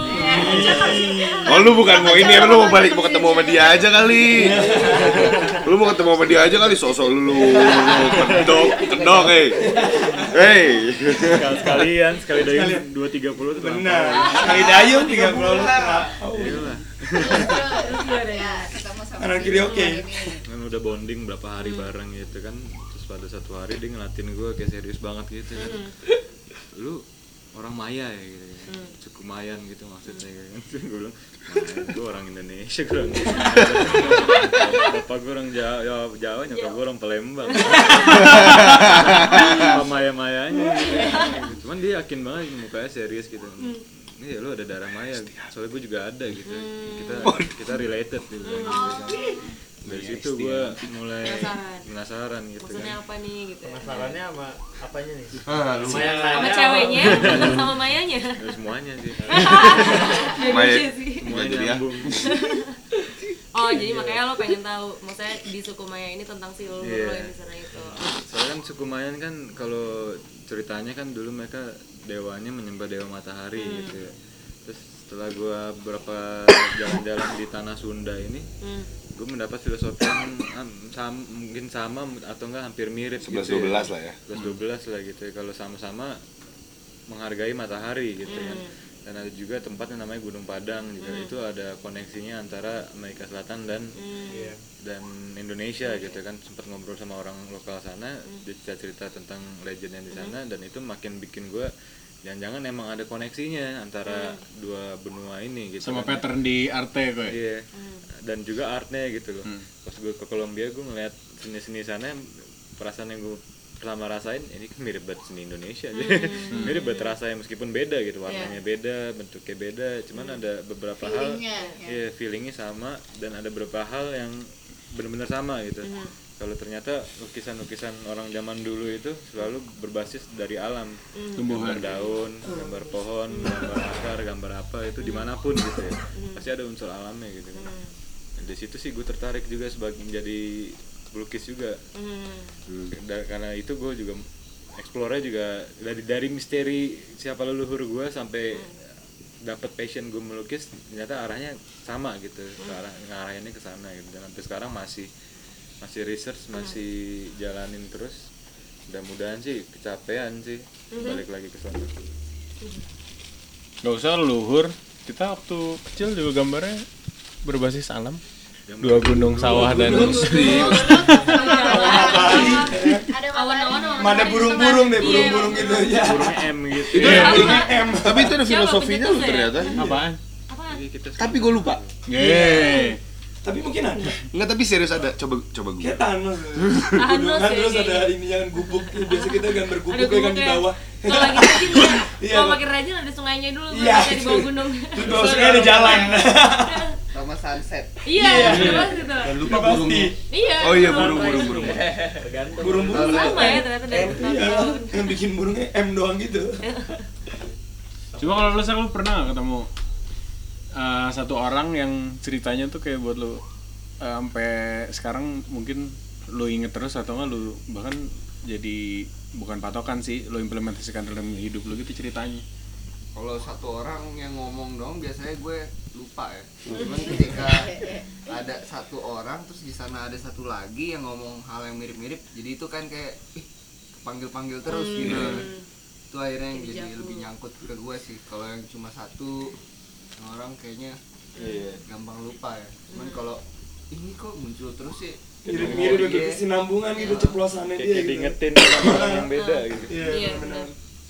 Speaker 4: Oh lu bukan mau ini, lu mau balik mau ketemu sama dia aja kali. Lu mau ketemu sama dia aja kali, sosok lu. Kedok, kedok, hey. Hey.
Speaker 7: Sekal- Sekalian, sekali dari dua tiga puluh tuh
Speaker 9: Benar. Sekali dayung tiga puluh.
Speaker 7: Iyalah.
Speaker 6: Terus gimana ya? Ketemu sama
Speaker 9: Kanan
Speaker 6: si
Speaker 9: kiri oke.
Speaker 6: ini.
Speaker 7: Kan udah bonding berapa hari bareng gitu kan. Terus pada satu hari dia ngelatin gue kayak serius banget gitu kan. Lu orang Maya ya gitu kan. Suku Mayan gitu maksudnya kan. Gue bilang, "Mayan, gue orang Indonesia, gue orang Bapak gue orang Jawa, Jawa, Jawa nyokap gue orang Palembang." Apa Maya-mayanya gitu. Cuman dia yakin banget mukanya serius gitu. Ini ya lu ada darah Maya, soalnya gue juga ada gitu. Kita kita related gitu. Dari situ gue mulai
Speaker 3: Penasaran.
Speaker 7: penasaran gitu
Speaker 3: Maksudnya
Speaker 7: kan.
Speaker 3: apa nih gitu ya?
Speaker 10: Masalahnya sama apanya nih?
Speaker 5: Ah, lu
Speaker 10: Sama yang
Speaker 3: Sama
Speaker 10: lainnya
Speaker 3: ceweknya atau sama Mayanya?
Speaker 7: Ya, semuanya sih.
Speaker 4: Maya.
Speaker 3: Beda sih.
Speaker 7: Semuanya
Speaker 4: Jadi ya.
Speaker 7: nyambung.
Speaker 3: Oh jadi makanya lo pengen tahu, maksudnya di suku Maya ini tentang si leluhur
Speaker 7: Iya.
Speaker 3: lo yang di sana itu.
Speaker 7: Soalnya kan suku Mayan kan kalau ceritanya kan dulu mereka dewanya menyembah dewa matahari gitu ya. Terus setelah gua beberapa jalan-jalan di tanah Sunda ini,
Speaker 3: Hmm.
Speaker 7: gue mendapat filosofi yang am- sam- mungkin sama atau enggak hampir mirip
Speaker 4: sebelas
Speaker 7: gitu
Speaker 4: dua
Speaker 7: ya.
Speaker 4: belas lah ya.
Speaker 7: sebelas dua belas lah gitu ya, kalau sama-sama menghargai matahari gitu kan. Dan ada juga tempat yang namanya Gunung Padang juga, itu ada koneksinya antara Amerika Selatan dan
Speaker 10: Iya.
Speaker 7: dan Indonesia gitu kan. Sempat ngobrol sama orang lokal sana, dia cerita tentang legend yang di sana, dan itu makin bikin gue jangan-jangan emang ada koneksinya antara dua benua ini gitu
Speaker 2: Sama
Speaker 7: kan.
Speaker 2: pattern di arte kok ya.
Speaker 7: Iya. Dan juga artnya gitu loh. Pas gue ke Kolombia, gue ngeliat seni-seni sana, perasaan yang gue pertama rasain, ini kan mirip banget seni Indonesia aja. Mirip banget rasanya meskipun beda gitu, warnanya beda, bentuknya beda, cuman ada beberapa hal,
Speaker 6: Feelingnya, ya.
Speaker 7: iya feelingnya sama, dan ada beberapa hal yang benar-benar sama gitu. Kalau ternyata lukisan-lukisan orang zaman dulu itu selalu berbasis dari alam,
Speaker 2: Tumbuhan.
Speaker 7: gambar daun, gambar pohon, gambar akar, gambar apa itu dimanapun gitu ya, pasti ada unsur alamnya gitu kan. Dan di situ sih gue tertarik juga sebagai menjadi pelukis juga. Da- karena itu gue juga explore juga dari dari misteri siapa leluhur gue sampai dapat passion gue melukis, ternyata arahnya sama gitu, ke arah ngarahinnya ke sana gitu. Dan sampai sekarang masih masih research, masih jalanin terus. Mudah-mudahan sih kecapean sih balik lagi ke sana.
Speaker 2: Gak usah leluhur. Kita waktu kecil juga gambarnya berbasis alam. Dua gunung sawah dan
Speaker 6: Ada
Speaker 3: Awan-awan
Speaker 6: matahari.
Speaker 9: Mana burung-burung deh, burung-burung gitu ya.
Speaker 7: Burungnya M gitu.
Speaker 4: Itu
Speaker 2: Iya.
Speaker 4: burungnya M. Tapi itu ada filosofinya
Speaker 3: Jauh
Speaker 4: loh
Speaker 3: lebih
Speaker 4: ternyata.
Speaker 2: apaan?
Speaker 3: Apaan?
Speaker 7: Jadi kita
Speaker 4: Tapi gue lupa.
Speaker 2: Yeay.
Speaker 9: Tapi mungkin ada.
Speaker 4: Enggak, tapi serius ada. Coba coba gue.
Speaker 9: Kayak Thanos.
Speaker 3: Thanos
Speaker 9: Kan
Speaker 3: ya,
Speaker 9: terus ada
Speaker 3: kayaknya.
Speaker 9: ini yang gubuk. Biasa kita gambar
Speaker 3: Ada
Speaker 9: gubuk kan di
Speaker 3: gubuknya.
Speaker 9: bawah.
Speaker 3: Kalau lagi rajin ya.
Speaker 9: Iya,
Speaker 3: Kalau
Speaker 9: Pak.
Speaker 3: makin rajin ada sungainya dulu,
Speaker 9: Iya.
Speaker 3: baru di bawah gunung.
Speaker 9: Terus bawah sungai ada jalan.
Speaker 5: sama sunset.
Speaker 3: Iya, jelas gitu.
Speaker 5: Dan lupa
Speaker 9: Udah pasti.
Speaker 5: burungnya.
Speaker 3: Iya.
Speaker 4: Oh iya, burung burung burung.
Speaker 10: Tergantung.
Speaker 9: Burung-burung
Speaker 3: Sama ya ternyata dari
Speaker 9: Iya,
Speaker 3: tahun.
Speaker 9: yang bikin burungnya M doang gitu.
Speaker 2: Cuma kalau lu lu pernah gak ketemu uh, satu orang yang ceritanya tuh kayak buat lu uh, sampai sekarang mungkin lu inget terus atau enggak lu bahkan jadi bukan patokan sih, lu implementasikan dalam hidup lu gitu ceritanya.
Speaker 5: Kalau satu orang yang ngomong dong biasanya gue lupa ya. Cuman ketika ada satu orang terus di sana ada satu lagi yang ngomong hal yang mirip-mirip, jadi itu kan kayak ih panggil-panggil terus hmm. gitu. Itu akhirnya yang jadi, jadi lebih nyangkut ke gue sih. Kalau yang cuma satu orang kayaknya yeah. gampang lupa ya. Cuman kalau ini kok muncul terus sih
Speaker 9: mirip-mirip gitu kesinambungan gitu ceplosannya dia
Speaker 7: kayak
Speaker 9: gitu.
Speaker 7: diingetin orang yang beda gitu.
Speaker 3: Iya benar.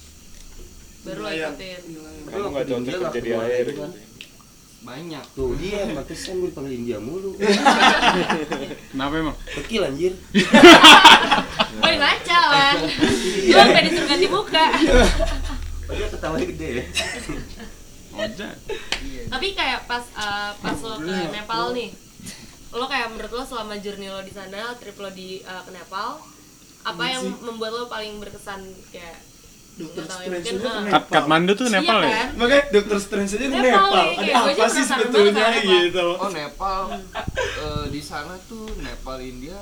Speaker 3: Baru lah ikutin.
Speaker 7: Kamu nggak cocok jadi air gitu.
Speaker 5: Banyak
Speaker 11: tuh dia pantesan gue panggil India mulu.
Speaker 2: Kenapa emang?
Speaker 11: Kecil anjir.
Speaker 3: Woi ngaca kan. Lu sampai disuruh ganti muka.
Speaker 11: Dia ketawanya gede ya.
Speaker 2: Oja.
Speaker 3: Tapi kayak pas uh, pas lo ke Nepal nih, lo kayak menurut lo selama journey lo di sana, trip lo di uh, ke Nepal, apa yang membuat lo paling berkesan kayak
Speaker 9: Dokter
Speaker 3: tahu,
Speaker 9: Strange
Speaker 3: mungkin,
Speaker 9: itu
Speaker 3: uh,
Speaker 9: ke
Speaker 2: Kat
Speaker 9: Nepal.
Speaker 2: Katmandu tuh Nepal
Speaker 3: iya,
Speaker 2: ya?
Speaker 3: kan?
Speaker 9: Makanya Dokter Strange aja ke
Speaker 3: Nepal,
Speaker 9: Nepal.
Speaker 3: iya,
Speaker 9: Ada
Speaker 3: kayak gue
Speaker 9: apa
Speaker 3: juga
Speaker 9: sih
Speaker 3: penasaran
Speaker 9: sebetulnya
Speaker 3: banget sama
Speaker 9: gitu.
Speaker 5: Oh Nepal, uh, di sana tuh Nepal India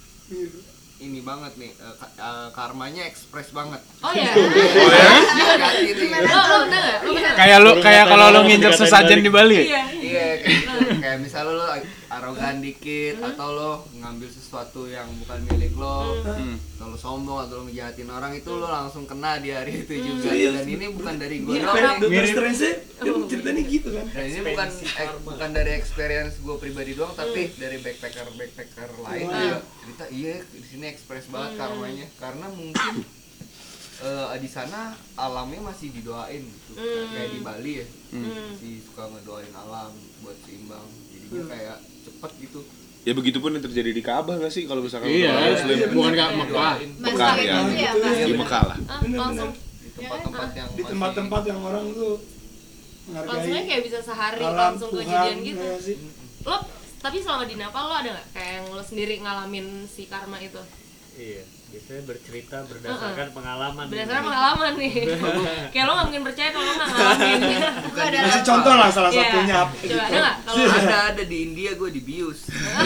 Speaker 5: ini banget nih, uh, uh, karmanya ekspres banget.
Speaker 3: Oh ya?
Speaker 2: Oh ya?
Speaker 3: Lo lo bener gak? Lo bener?
Speaker 2: Kayak lu kayak kalau lu nginjek sesajen di Bali.
Speaker 3: Iya.
Speaker 5: Iya kayak gitu. Kayak misalnya lo arogan dikit atau lo ngambil sesuatu yang bukan milik lo,
Speaker 2: Hmm.
Speaker 5: atau lo sombong atau lo ngejahatin orang itu lo langsung kena di hari itu juga.
Speaker 9: Iya.
Speaker 5: Dan ini bukan dari gue
Speaker 9: Iya,
Speaker 5: doang.
Speaker 9: kayak
Speaker 5: nih.
Speaker 9: Dokter Strange dia ceritanya gitu kan.
Speaker 5: Dan ini bukan eh, bukan dari experience gue pribadi doang, tapi dari backpacker backpacker lain
Speaker 3: Wow.
Speaker 5: juga cerita iya di sini ekspres banget karmanya karena mungkin uh, di sana alamnya masih didoain gitu.
Speaker 3: Hmm.
Speaker 5: Kayak di Bali ya
Speaker 3: Hmm.
Speaker 5: si suka ngedoain alam buat seimbang, jadinya kayak cepet gitu.
Speaker 4: Ya begitupun yang terjadi di Ka'bah nggak sih kalau misalkan
Speaker 2: Iya,
Speaker 4: orang Muslim
Speaker 2: bukan Kak Mekah.
Speaker 4: Mekah ya,
Speaker 6: Iya,
Speaker 4: di Mekah lah.
Speaker 3: Ah,
Speaker 9: Bener-bener.
Speaker 3: langsung
Speaker 5: Di tempat-tempat yang
Speaker 9: Di tempat-tempat yang orang tuh
Speaker 3: langsungnya
Speaker 9: menghargai
Speaker 3: kayak bisa sehari
Speaker 9: alam,
Speaker 3: langsung
Speaker 9: Tuhan,
Speaker 3: kejadian gitu.
Speaker 9: kayak sih.
Speaker 3: Lo tapi selama di Nepal lo ada nggak kayak yang lo sendiri ngalamin si karma itu?
Speaker 10: Iya, biasanya bercerita berdasarkan pengalaman.
Speaker 3: Berdasarkan pengalaman nih. Kayak lo nggak mungkin percaya kalau lo nggak ngalamin.
Speaker 5: bukan di
Speaker 9: Kasih
Speaker 5: Nepal.
Speaker 9: contoh lah salah
Speaker 3: Iya.
Speaker 9: satunya apa
Speaker 3: Coba
Speaker 9: gitu.
Speaker 3: ada nggak? Kalau
Speaker 5: ada ada di India gue dibius.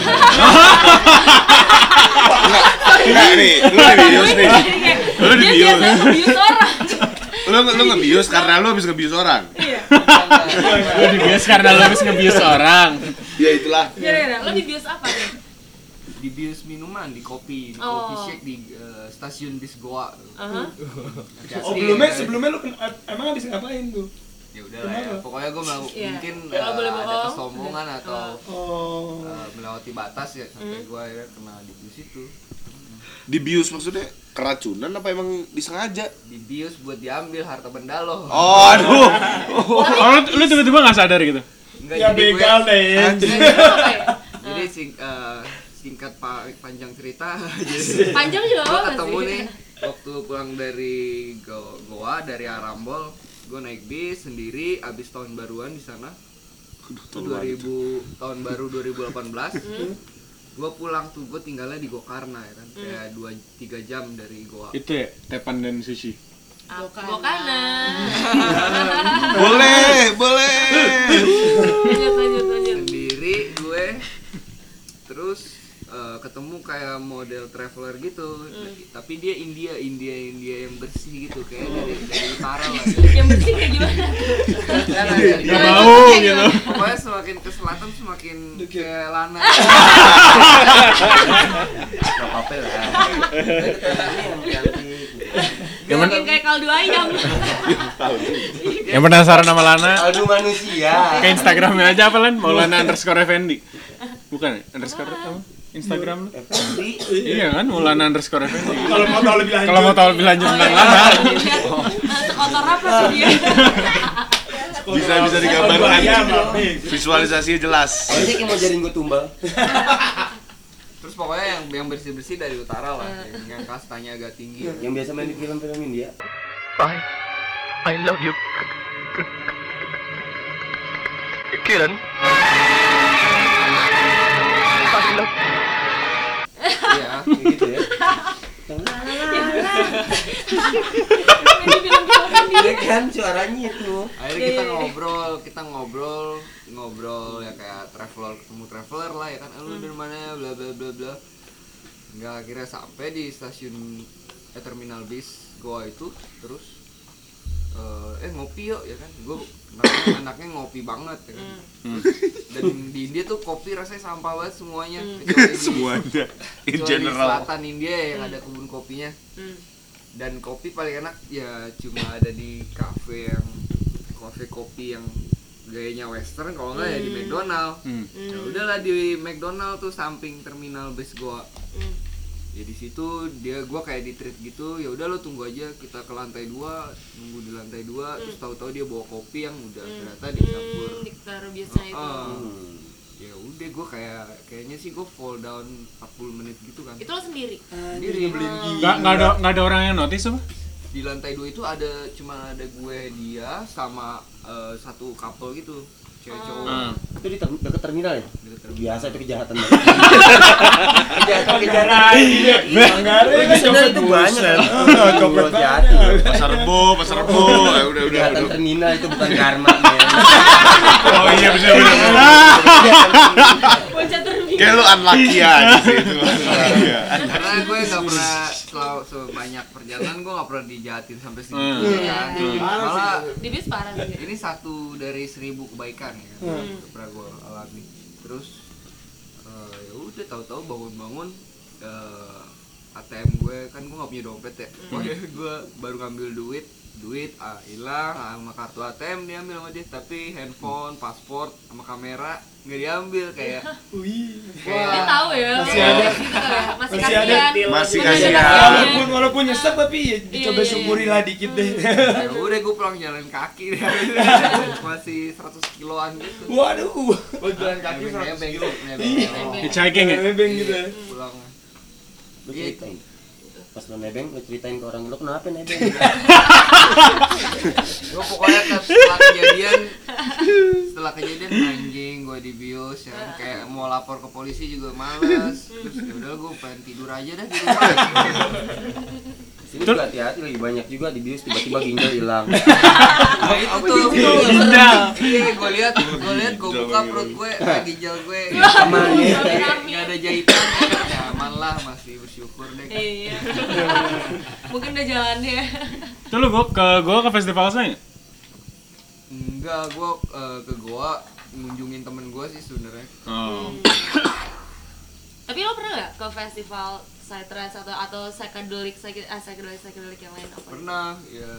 Speaker 4: Enggak nih, lu dibius nih. Lu
Speaker 3: dia
Speaker 4: dibius.
Speaker 3: biasanya ngebius orang.
Speaker 4: Lu lu ngebius karena lu habis ngebius orang.
Speaker 3: Iya.
Speaker 2: Lu dibius karena lu habis ngebius orang.
Speaker 4: Ya itulah.
Speaker 3: Kira-kira lo dibius apa nih?
Speaker 5: Dibius minuman di kopi, di
Speaker 3: Oh.
Speaker 5: coffee shake di uh, stasiun bis Goa.
Speaker 3: Aha.
Speaker 9: Oh, belumnya sebelumnya lu ken- emang habis ngapain tuh?
Speaker 5: Ya udahlah ya. Pokoknya gue mau
Speaker 3: Iya.
Speaker 5: mungkin
Speaker 3: Kalau
Speaker 5: uh,
Speaker 3: boleh
Speaker 5: ada
Speaker 3: bohong.
Speaker 5: kesombongan atau
Speaker 9: Oh.
Speaker 5: uh, melewati batas ya sampai
Speaker 3: Hmm.
Speaker 5: gue akhirnya kena dibius itu.
Speaker 4: Dibius maksudnya keracunan apa emang disengaja?
Speaker 5: Dibius buat diambil harta benda lo.
Speaker 4: Oh, aduh.
Speaker 2: Oh, lu, lu tiba-tiba nggak sadar gitu?
Speaker 5: Enggak,
Speaker 9: Ya
Speaker 5: jadi gue-
Speaker 9: begal deh.
Speaker 5: Anjing.
Speaker 3: Apa ya?
Speaker 5: Jadi sing, uh, singkat pa- panjang cerita jadi
Speaker 3: Panjang juga
Speaker 5: gue
Speaker 3: apa
Speaker 5: ketemu
Speaker 3: sih?
Speaker 5: nih waktu pulang dari Go- Goa dari Arambol, gue naik bis sendiri abis tahun baruan di sana. Itu dua ribu tahun baru dua ribu delapan belas. Gue pulang tuh gue tinggalnya di Gokarna ya kan, kayak dua tiga jam dari Goa.
Speaker 2: Itu ya, tepan dan sushi.
Speaker 3: Bokana.
Speaker 4: Boleh, boleh.
Speaker 3: Lanjut lanjut lanjut.
Speaker 5: Sendiri gue terus uh, ketemu kayak model traveler gitu, tapi dia India India India yang bersih gitu kayak dari dari utara lah.
Speaker 3: Yang bersih kayak gimana?
Speaker 2: Gak bau gitu.
Speaker 5: Pokoknya semakin ke selatan semakin kayak lana.
Speaker 11: Gak apa-apa lah.
Speaker 2: Yang men-
Speaker 3: Makin kayak kaldu ayam.
Speaker 2: Yang penasaran sama Lana,
Speaker 11: Aldu manusia.
Speaker 2: ke Instagramnya aja apa Lan? Maulana underscore Effendi. Bukan ya? Underscore apa? Instagram lu?
Speaker 11: Effendi.
Speaker 2: Iya kan, Maulana underscore Effendi.
Speaker 9: Kalau mau tahu lebih lanjut.
Speaker 2: Kalau mau tahu lebih lanjut tentang Lana,
Speaker 3: Sekotor apa sih dia?
Speaker 4: Bisa bisa digambarkan. Visualisasinya jelas.
Speaker 11: Banyak yang mau jadiin gue tumbal.
Speaker 5: Terus pokoknya yang yang bersih bersih dari utara lah, yang, yang kastanya agak tinggi.
Speaker 11: Yang biasa main di film-film India.
Speaker 12: I I love you. Kiran. I love
Speaker 5: Iya,
Speaker 11: Kayak gitu ya. Iya kan suaranya itu.
Speaker 5: Akhirnya kita ngobrol, kita ngobrol, ngobrol ya kayak traveler ketemu traveler lah ya kan. Eh, lu dari mana bla bla bla bla. Enggak, akhirnya sampai di stasiun eh, terminal bis gua itu terus uh, eh ngopi yuk ya kan. Gua anaknya, anaknya ngopi banget ya kan. Terus, dan di India tuh kopi rasanya sampah banget semuanya. Kecuali di-
Speaker 4: Semuanya in
Speaker 5: kecuali di
Speaker 4: general.
Speaker 5: selatan India yang ada kebun kopinya. Dan kopi paling enak ya cuma ada di kafe yang kafe kopi yang gayanya western, kalau enggak ya di McDonald.
Speaker 2: Hmm.
Speaker 5: Ya udahlah di McDonald tuh samping terminal bus gua. Ya di situ dia gua kayak di treat gitu, ya udah lo tunggu aja kita ke lantai dua, nunggu di lantai dua, terus tahu-tahu dia bawa kopi yang udah ternyata dicampur.
Speaker 3: ditaruh biasanya itu.
Speaker 5: Ah, ya udah gua kayak kayaknya sih gua fall down empat puluh menit gitu kan.
Speaker 3: Itu lo sendiri.
Speaker 5: Sendiri.
Speaker 2: Nggak nggak ada nggak ada orang yang notice apa?
Speaker 5: Di lantai dua itu ada cuma ada gue, dia sama eh, satu couple gitu, cewek cowok.
Speaker 2: Ah.
Speaker 11: Itu di ter- dekat terminal ya?
Speaker 5: Dekat terminal.
Speaker 11: Biasa itu kejahatan banget. Kejahatan kejahatan.
Speaker 8: Manggarai
Speaker 11: Itu sebenarnya itu banyak.
Speaker 8: Copet
Speaker 11: Hati.
Speaker 4: Pasar Rebo, Pasar Rebo. Ya udah udah.
Speaker 11: Kejahatan
Speaker 4: udah.
Speaker 11: terminal itu bukan karma, men.
Speaker 2: Oh iya benar benar.
Speaker 3: Bocah terminal.
Speaker 4: Kayak lu unlucky aja sih itu. Iya.
Speaker 5: Karena gue nggak pernah selalu sebanyak perjalanan gue nggak pernah dijahatin sampai segitu
Speaker 2: Hmm.
Speaker 5: kan. Malah
Speaker 3: Di bis parah sih.
Speaker 5: ini satu dari seribu kebaikan ya kan yang pernah gue alami. Terus eh, ya udah tahu-tahu bangun-bangun eh, A T M gue kan gue nggak punya dompet ya. Pokoknya gue baru ngambil duit duit ah hilang ah, sama kartu A T M diambil sama dia, tapi handphone, paspor sama kamera nggak diambil. Kayak
Speaker 3: Dia tahu ya.
Speaker 8: Masih
Speaker 3: kayak
Speaker 8: ada.
Speaker 3: gitu kan ya. Masih
Speaker 8: Masih ada.
Speaker 3: kasihan.
Speaker 4: Masih
Speaker 3: ada
Speaker 4: kasihan.
Speaker 3: kasihannya.
Speaker 8: Walaupun walaupun nyesek tapi ya dicoba
Speaker 3: iya, iya.
Speaker 8: syukuri lah dikit deh.
Speaker 5: ya udah gue pulang jalan kaki deh. Masih seratus kiloan gitu.
Speaker 8: Waduh. Oh jalan kaki
Speaker 5: Nebeng,
Speaker 8: seratus
Speaker 5: nebeng,
Speaker 8: kilo.
Speaker 5: nebeng, nebeng.
Speaker 2: Hitchhiking ya?
Speaker 8: Nebeng gitu ya.
Speaker 5: Pulang.
Speaker 11: Lu ceritain. Pas lo nebeng, lu ceritain ke orang lu kenapa nebeng?
Speaker 5: Gue pokoknya ke- setelah kejadian setelah kejadian anjing gue dibius ya kan. Kayak mau lapor ke polisi juga males. Terus ya udah gue pengen tidur aja dah di rumah.
Speaker 11: Sini juga hati-hati lagi banyak juga di bius tiba-tiba ginjal hilang.
Speaker 5: Nah, itu tuh
Speaker 2: Ginjal.
Speaker 5: iya gue lihat gue lihat gue buka perut gue eh, ginjal gue
Speaker 11: Aman ya.
Speaker 5: nggak ada jahitan ya aman lah, masih bersyukur deh kan.
Speaker 3: Iya. Mungkin udah jalannya.
Speaker 2: Tuh lu gua ke gua ke festival saya.
Speaker 5: Enggak, gue eh, ke Goa ngunjungin temen gue sih sebenarnya.
Speaker 2: Oh.
Speaker 3: Tapi lo pernah nggak ke festival psytrance atau atau psychedelic psyche- ah, psychedelic psychedelic yang lain apa?
Speaker 5: Pernah ya,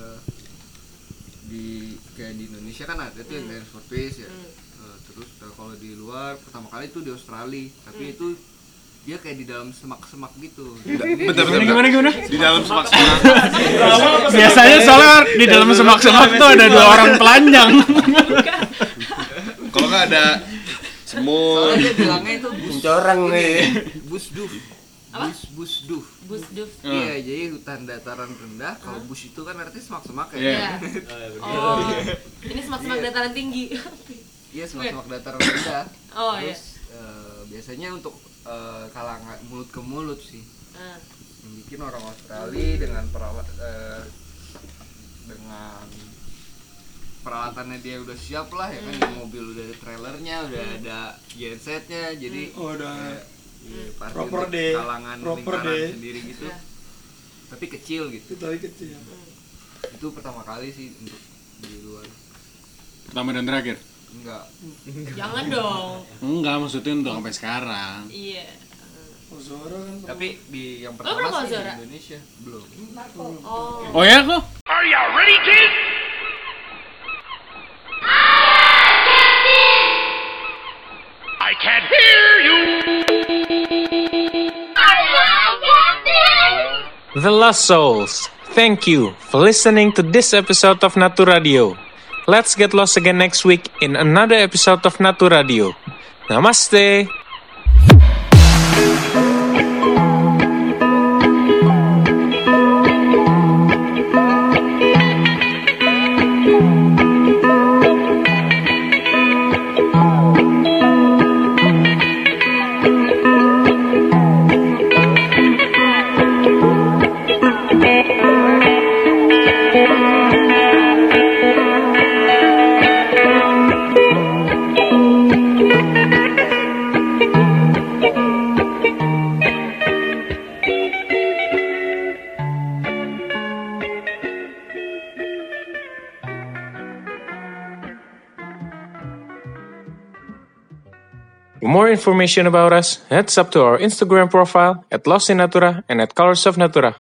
Speaker 5: di kayak di Indonesia kan ada tuh yang dance for peace ya. Eh, terus eh, kalau di luar pertama kali itu di Australia, tapi itu dia kayak di dalam semak-semak gitu.
Speaker 4: Bentar, bentar,
Speaker 2: Gimana gimana?
Speaker 4: Di dalam semak-semak.
Speaker 2: Biasanya soalnya di dalam semak-semak tuh ada dua orang telanjang.
Speaker 4: Kalau nggak ada semut.
Speaker 5: Soalnya dia bilangnya itu bus
Speaker 11: Corang nih.
Speaker 5: bus duf.
Speaker 3: Apa?
Speaker 5: Bus bus duf.
Speaker 3: Bus duf.
Speaker 5: Iya, jadi hutan dataran rendah. Kalau bus itu kan artinya semak-semak ya.
Speaker 2: Iya.
Speaker 3: Oh, ini semak-semak dataran tinggi.
Speaker 5: Iya, semak-semak dataran rendah.
Speaker 3: Oh iya.
Speaker 5: Terus eh, biasanya untuk eh, kalangan mulut ke mulut sih.
Speaker 3: Ah.
Speaker 5: Yang bikin orang Australia dengan perawat eh, dengan peralatannya dia udah siap lah ya kan, di mobil udah ada trailernya, udah ada gensetnya, jadi
Speaker 8: Oh, udah.
Speaker 5: kayak, iya, party
Speaker 8: Proper
Speaker 5: untuk
Speaker 8: deh.
Speaker 5: kalangan
Speaker 8: Proper
Speaker 5: lingkaran
Speaker 8: deh.
Speaker 5: sendiri gitu,
Speaker 3: Iya.
Speaker 5: tapi kecil gitu.
Speaker 8: Itu lagi kecil.
Speaker 5: Itu pertama kali sih untuk di luar.
Speaker 2: Pertama dan terakhir.
Speaker 5: Enggak.
Speaker 3: Jangan dong.
Speaker 2: Enggak, maksudnya untuk sampai sekarang.
Speaker 3: Iya.
Speaker 8: Oh, Zora kan.
Speaker 5: Tapi di yang
Speaker 3: Lo
Speaker 5: pertama
Speaker 3: pernah
Speaker 5: sih di
Speaker 3: Zora?
Speaker 5: Indonesia belum.
Speaker 3: Oh.
Speaker 2: Oh ya kok?
Speaker 12: Are you ready, kid? I can't hear you.
Speaker 13: The Lost Souls, thank you for listening to this episode of Natu Radio. Let's get lost again next week in another episode of Natu Radio. Namaste.
Speaker 12: Thank you.
Speaker 13: For more information about us, heads up to our Instagram profile at Lost in Natura and at Colors of Natura.